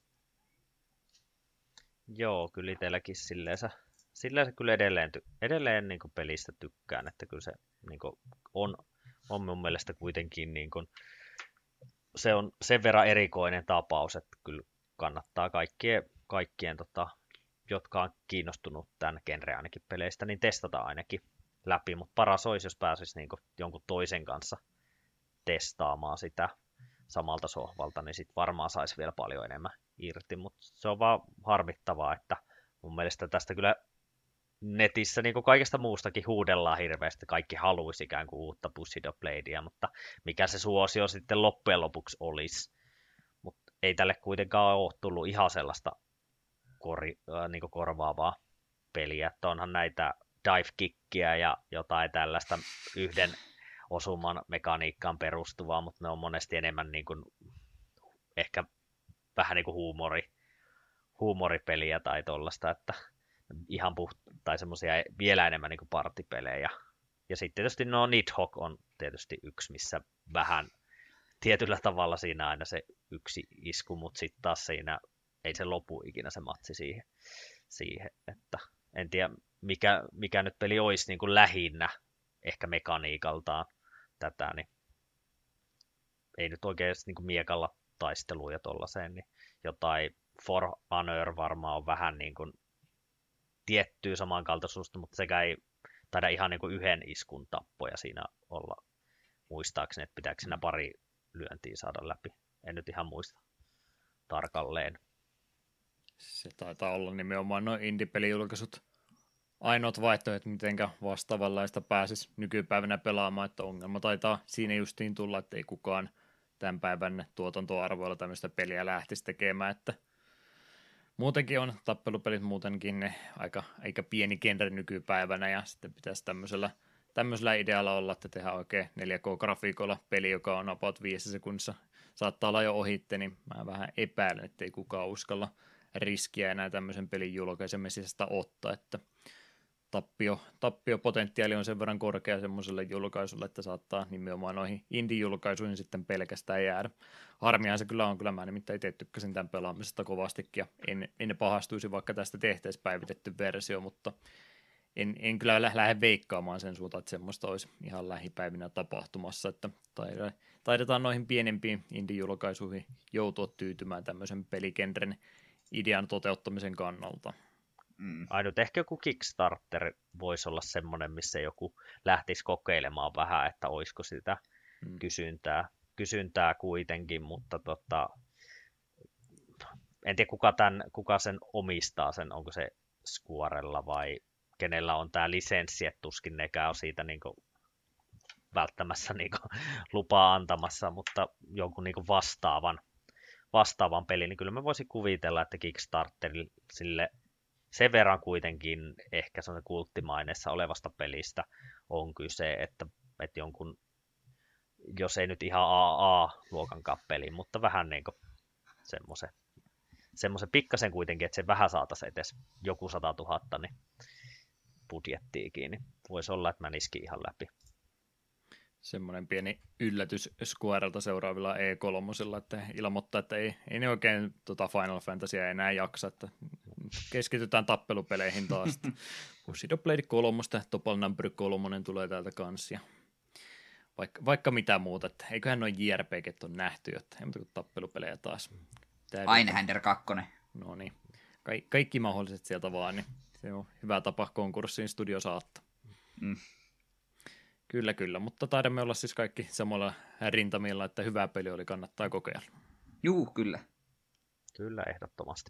S3: Joo, kyllä itselläkin silleensä, silleensä kyllä edelleen, edelleen niin kuin pelistä tykkään, että kyllä se niin kuin on, on mun mielestä kuitenkin niin kuin, se on sen verran erikoinen tapaus, että kyllä kannattaa kaikkien, kaikkien tota, jotka on kiinnostunut tämän genren ainakin peleistä, niin testata ainakin läpi, mutta paras olisi, jos pääsisi niin kuin jonkun toisen kanssa testaamaan sitä samalta sohvalta, niin sitten varmaan saisi vielä paljon enemmän irti, mutta se on vaan harmittavaa, että mun mielestä tästä kyllä netissä niin kuin kaikesta muustakin huudellaan hirveästi, kaikki haluaisi ikään kuin uutta Bushido Bladea, mutta mikä se suosio sitten loppujen lopuksi olisi. Mutta ei tälle kuitenkaan ole tullut ihan sellaista kori, äh, niin kuin korvaavaa peliä, että onhan näitä dive kickiä ja jotain tällaista yhden osuman mekaniikkaan perustuvaa, mutta ne on monesti enemmän niin kuin, ehkä vähän niin kuin huumori, huumoripeliä tai tollaista, että ihan puht- tai semmoisia vielä enemmän niin kuin partipelejä. Ja sitten tietysti no Nidhogg on tietysti yksi, missä vähän tietyllä tavalla siinä aina se yksi isku, mutta sitten taas siinä ei se lopu ikinä se matsi siihen, siihen että en tiedä mikä, mikä nyt peli olisi niin kuin lähinnä ehkä mekaniikaltaan tätä, niin ei nyt oikein niin kuin miekalla taisteluja tollaiseen, niin jotain For Honor varmaan on vähän niin kuin tiettyä samankaltaisuutta, mutta sekä ei taida ihan niin kuin yhden iskun tappoja siinä olla muistaakseni, että pitääkö siinä pari lyöntiä saada läpi. En nyt ihan muista tarkalleen.
S1: Se taitaa olla nimenomaan noin indie-pelijulkaisut ainoat vaihtoehdot, mitenkä vastaavanlaista pääsisi nykypäivänä pelaamaan, että ongelma taitaa siinä justiin tulla, että ei kukaan tämän päivän tuotantoarvoilla tämmöistä peliä lähtisi tekemään, että muutenkin on tappelupelit muutenkin ne aika, aika pieni genre nykypäivänä, ja sitten pitäisi tämmöisellä, tämmöisellä idealla olla, että tehdään oikein neljä K-grafiikolla peli, joka on about viisi sekunnissa, saattaa olla jo ohitte, niin mä vähän epäilen, että ei kukaan uskalla riskiä enää tämmöisen pelin julkaisemisesta ottaa, että tappio, tappiopotentiaali on sen verran korkea semmoiselle julkaisulle, että saattaa nimenomaan noihin indie-julkaisuihin sitten pelkästään jäädä. Harmihan se kyllä on, kyllä mä nimittäin itse tykkäsin tämän pelaamisesta kovastikin, ja en, en pahastuisi, vaikka tästä tehtäisiin päivitetty versio, mutta en, en kyllä lähde veikkaamaan sen suuntaan, että semmoista olisi ihan lähipäivinä tapahtumassa, että taidetaan noihin pienempiin indie-julkaisuihin joutua tyytymään tämmöisen pelikenren idean toteuttamisen kannalta.
S3: Mm. Ainut ehkä joku Kickstarter voisi olla semmoinen, missä joku lähtisi kokeilemaan vähän, että olisiko sitä mm. kysyntää, kysyntää kuitenkin, mutta tota, en tiedä kuka, tämän, kuka sen omistaa sen, onko se Squarella vai kenellä on tämä lisenssi, että tuskin nekään on siitä niinku välttämässä niinku lupaa antamassa, mutta jonkun niinku vastaavan, vastaavan pelin, niin kyllä mä voisin kuvitella, että Kickstarterille sille sen verran kuitenkin ehkä sellainen kulttimaineessa olevasta pelistä on kyse, että, että jonkun, jos ei nyt ihan A A-luokan peli, mutta vähän niin kuin semmoisen, semmoisen pikkasen kuitenkin, että se vähän saataisiin edes joku sata tuhatta niin budjettiikin, niin voisi olla, että mä niskin ihan läpi.
S1: Semmoinen pieni yllätys Squarelta seuraavilla E kolme, että ilmoittaa, että ei, ei ne oikein tota Final Fantasyä enää jaksa, että keskitytään tappelupeleihin taas. Bushido Blade kolme, Topal Number kolme tulee täältä kanssa, ja vaikka, vaikka mitä muuta, että eiköhän noin J R P G:t on nähty, että ei muuta kuin tappelupelejä taas.
S2: Einhander kaksi.
S1: No niin, Ka- kaikki mahdolliset sieltä vaan, niin se on hyvä tapa konkurssiin studio saattaa. Mm. Kyllä, kyllä, mutta taidamme olla siis kaikki samalla rintamilla, että hyvä peli oli, kannattaa kokeilla.
S2: Juu, kyllä.
S3: Kyllä, ehdottomasti.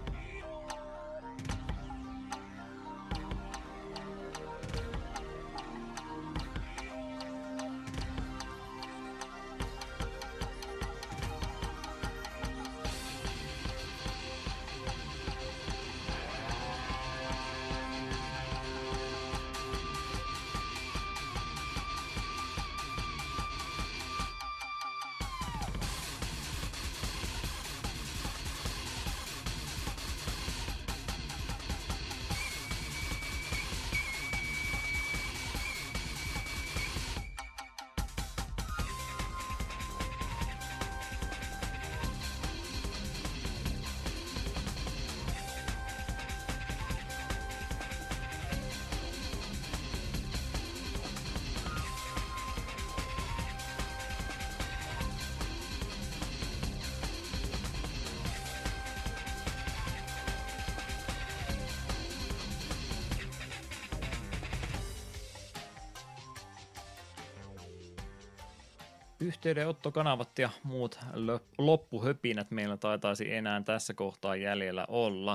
S1: Yhteydenottokanavat ja muut loppuhöpinät meillä taitaisi enää tässä kohtaa jäljellä olla.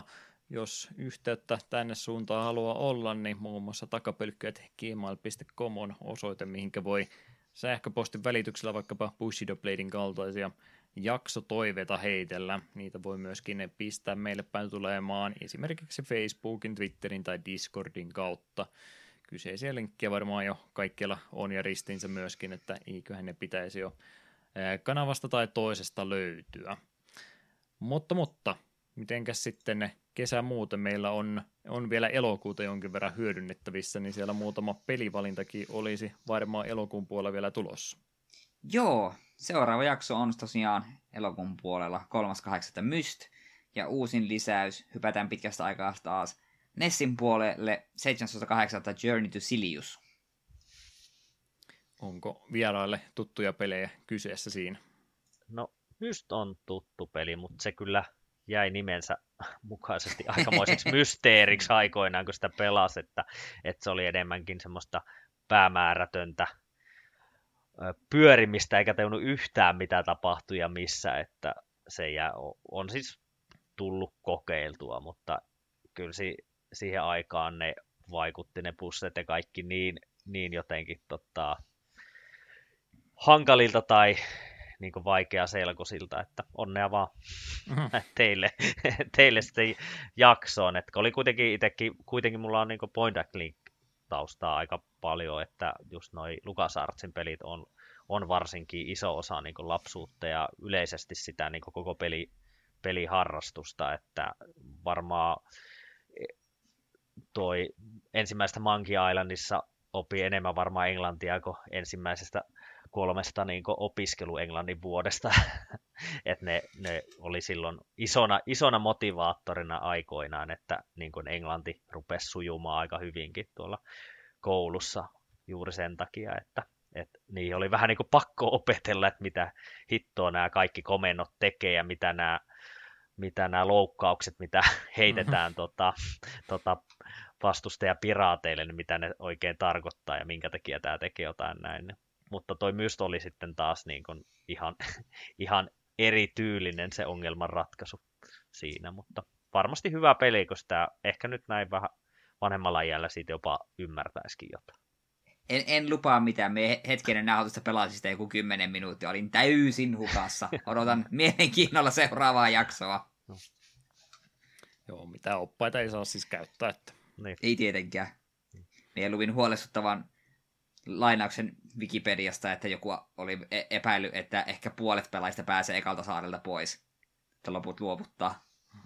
S1: jos yhteyttä tänne suuntaan haluaa olla, niin muun muassa takapölkkyät piste gmail piste com on osoite, mihinkä voi sähköpostin välityksellä vaikkapa Bushido Bladen kaltaisia jaksotoiveita heitellä. Niitä voi myöskin pistää meille päin tulemaan esimerkiksi Facebookin, Twitterin tai Discordin kautta. Kyseisiä linkkejä varmaan jo kaikkialla on ja ristiinsä myöskin, että eiköhän ne pitäisi jo kanavasta tai toisesta löytyä. Mutta, mutta mitenkäs sitten ne kesä muuten meillä on, on vielä elokuuta jonkin verran hyödynnettävissä, niin siellä muutama pelivalintakin olisi varmaan elokuun puolella vielä tulossa.
S2: Joo, seuraava jakso on tosiaan elokuun puolella kolmas kahdeksatta Myst, ja uusin lisäys, hypätään pitkästä aikaa taas Nessin puolelle seitsemästoista kahdeksatta Journey to Silius.
S1: Onko vieraille tuttuja pelejä kyseessä siinä?
S3: No, Myst on tuttu peli, mutta se kyllä jäi nimensä mukaisesti aikamoiseksi mysteeriksi aikoinaan, kun sitä pelasi, että, että se oli enemmänkin semmoista päämäärätöntä pyörimistä, eikä tajunnut yhtään mitä tapahtui ja missä, että se jää, on siis tullut kokeiltua, mutta kyllä si, siihen aikaan ne vaikutti ne pusset ja kaikki niin, niin jotenkin tota, hankalilta tai niin kuin vaikeaselkoisilta, että onnea vaan mm-hmm. teille, teille sitten jaksoon, että oli kuitenkin itsekin, kuitenkin mulla on niin kuin point and click taustaa aika paljon, että just noi LucasArtsin pelit on, on varsinkin iso osa niin kuin lapsuutta ja yleisesti sitä niin kuin koko peli, peliharrastusta, että varmaan toi ensimmäistä Monkey Islandissa opi enemmän varmaan englantia kuin ensimmäisestä kolmesta niin kuin opiskelu englannin vuodesta, että ne, ne oli silloin isona, isona motivaattorina aikoinaan, että niin kuin englanti rupesi sujumaan aika hyvinkin tuolla koulussa juuri sen takia, että, että niin oli vähän niin kuin pakko opetella, että mitä hittoa nämä kaikki komennot tekee ja mitä nämä, mitä nämä loukkaukset, mitä heitetään tota, tota vastustajapiraateille, niin mitä ne oikein tarkoittaa ja minkä takia tämä tekee jotain näin. Mutta toi Myst oli sitten taas niin kuin ihan, ihan erityylinen se ongelmanratkaisu siinä, mutta varmasti hyvä peli, koska sitä ehkä nyt näin vähän vanhemmalla iällä siitä jopa ymmärtäisikin jotain.
S2: En, en lupaa mitään. Me hetken nauhoitusta pelasin sitä joku kymmenen minuuttia. Olin täysin hukassa. Odotan mielenkiinnolla seuraavaa jaksoa.
S1: No. Joo, mitä oppaita ei saa siis käyttää. Että...
S2: Niin. Ei tietenkään. Minä luvin huolestuttavan lainauksen Wikipediasta, että joku oli epäily, että ehkä puolet pelaajista pääsee ekalta saarelta pois, että loput luovuttaa.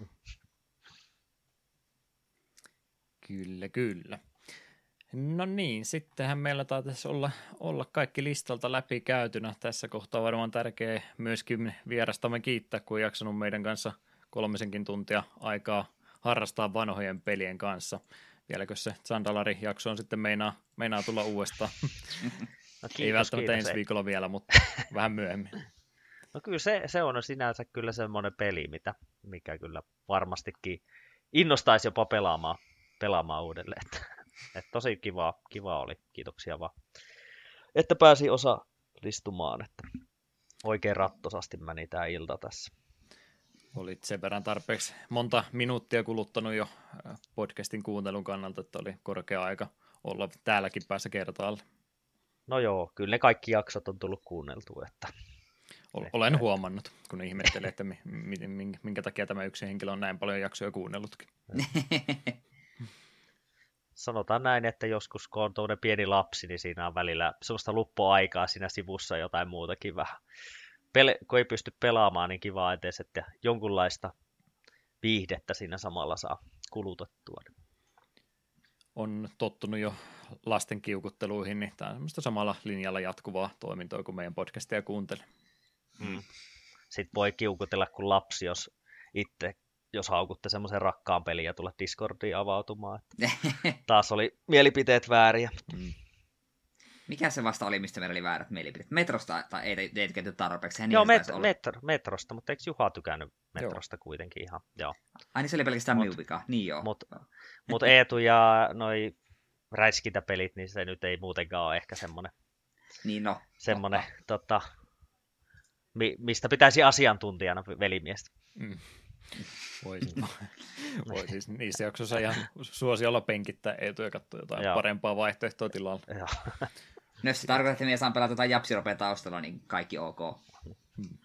S1: Kyllä, kyllä. No niin, sittenhän meillä taitaisi olla, olla kaikki listalta läpi käytynä. Tässä kohtaa varmaan tärkeää myöskin vierastamme kiittää, kun on jaksanut meidän kanssa kolmisenkin tuntia aikaa harrastaa vanhojen pelien kanssa. Vieläkö se Zandalari-jakso on sitten meinaa, meinaa tulla uudestaan? No kiitos, ei välttämättä kiitos, ensi ei. viikolla vielä, mutta vähän myöhemmin.
S3: No kyllä se, se on sinänsä kyllä semmoinen peli, mitä, mikä kyllä varmastikin innostaisi jopa pelaamaan, pelaamaan uudelleen. Että, että tosi kiva, kiva oli, kiitoksia vaan, että pääsi osallistumaan. Että oikein rattosasti meni tämä ilta tässä.
S1: Olit sen verran tarpeeksi monta minuuttia kuluttanut jo podcastin kuuntelun kannalta, että oli korkea aika olla täälläkin päässä kertaalla.
S3: No joo, kyllä ne kaikki jaksot on tullut kuunneltua. Että...
S1: Olen huomannut, kun ihmettelee, että minkä takia tämä yksi henkilö on näin paljon jaksoja kuunnellutkin.
S3: Sanotaan näin, että joskus kun on tuollainen pieni lapsi, niin siinä on välillä sellaista luppoaikaa siinä sivussa jotain muutakin vähän. Pele- kun ei pysty pelaamaan, niin kiva edes, että jonkunlaista viihdettä siinä samalla saa kulutettua.
S1: On tottunut jo lasten kiukutteluihin, niin tämä on semmoista samalla linjalla jatkuvaa toimintoa, kun meidän podcastia kuuntelee.
S3: Mm. Sitten voi kiukutella kuin lapsi, jos itse, jos haukutte semmoisen rakkaan pelin ja tulla Discordiin avautumaan. Taas oli mielipiteet vääriä. Mm.
S2: Mikä se vasta oli, mistä meillä oli väärät mielipiteet? Metrosta tai ei teitä tarpeeksi?
S3: Joo, met- metro, metrosta, mutta eikö Juha tykännyt metrosta joo. kuitenkin ihan? Joo.
S2: Ai niin se oli pelkästään Miuvika, niin joo.
S3: Mutta mut Eetu ja noi räiskintäpelit, niin se nyt ei muutenkaan ole ehkä semmoinen,
S2: niin no,
S3: semmoinen tota, mi- mistä pitäisi asiantuntijana velimiestä. Mm.
S1: Voisin, voi siis niissä jaksoissa ihan suosiolla penkittää Eetu ja katsoa jotain Joo. parempaa vaihtoehtoa tilalla.
S2: No jos se tarkoittaa, että minä saan pelata jotain japsiropea taustalla, niin kaikki ok.
S1: Hmm.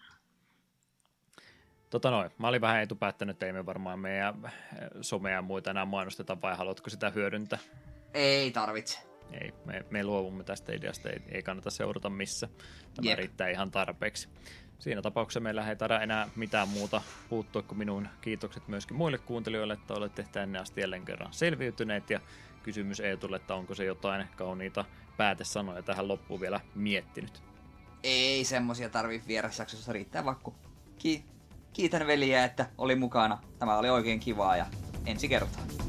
S1: Tota noin, mä olin vähän Eetu päättänyt, että ei me varmaan meidän somea ja muita enää mainosteta, vai haluatko sitä hyödyntää?
S2: Ei tarvitse.
S1: Ei, me, me luovumme tästä ideasta, ei, ei kannata seurata missä. Tämä
S2: Jep.
S1: riittää ihan tarpeeksi. Siinä tapauksessa meillä ei taida enää mitään muuta puuttua kuin minun kiitokset myöskin muille kuuntelijoille, että olette tänne asti jälleen kerran selviytyneet. Ja kysymys Eetulle, että onko se jotain kauniita päätesanoja tähän loppuun vielä miettinyt?
S2: Ei semmosia tarvii vierasjaksossa, riittää vaikka. Ki- kiitän veliä, että oli mukana. Tämä oli oikein kivaa ja ensi kertaan.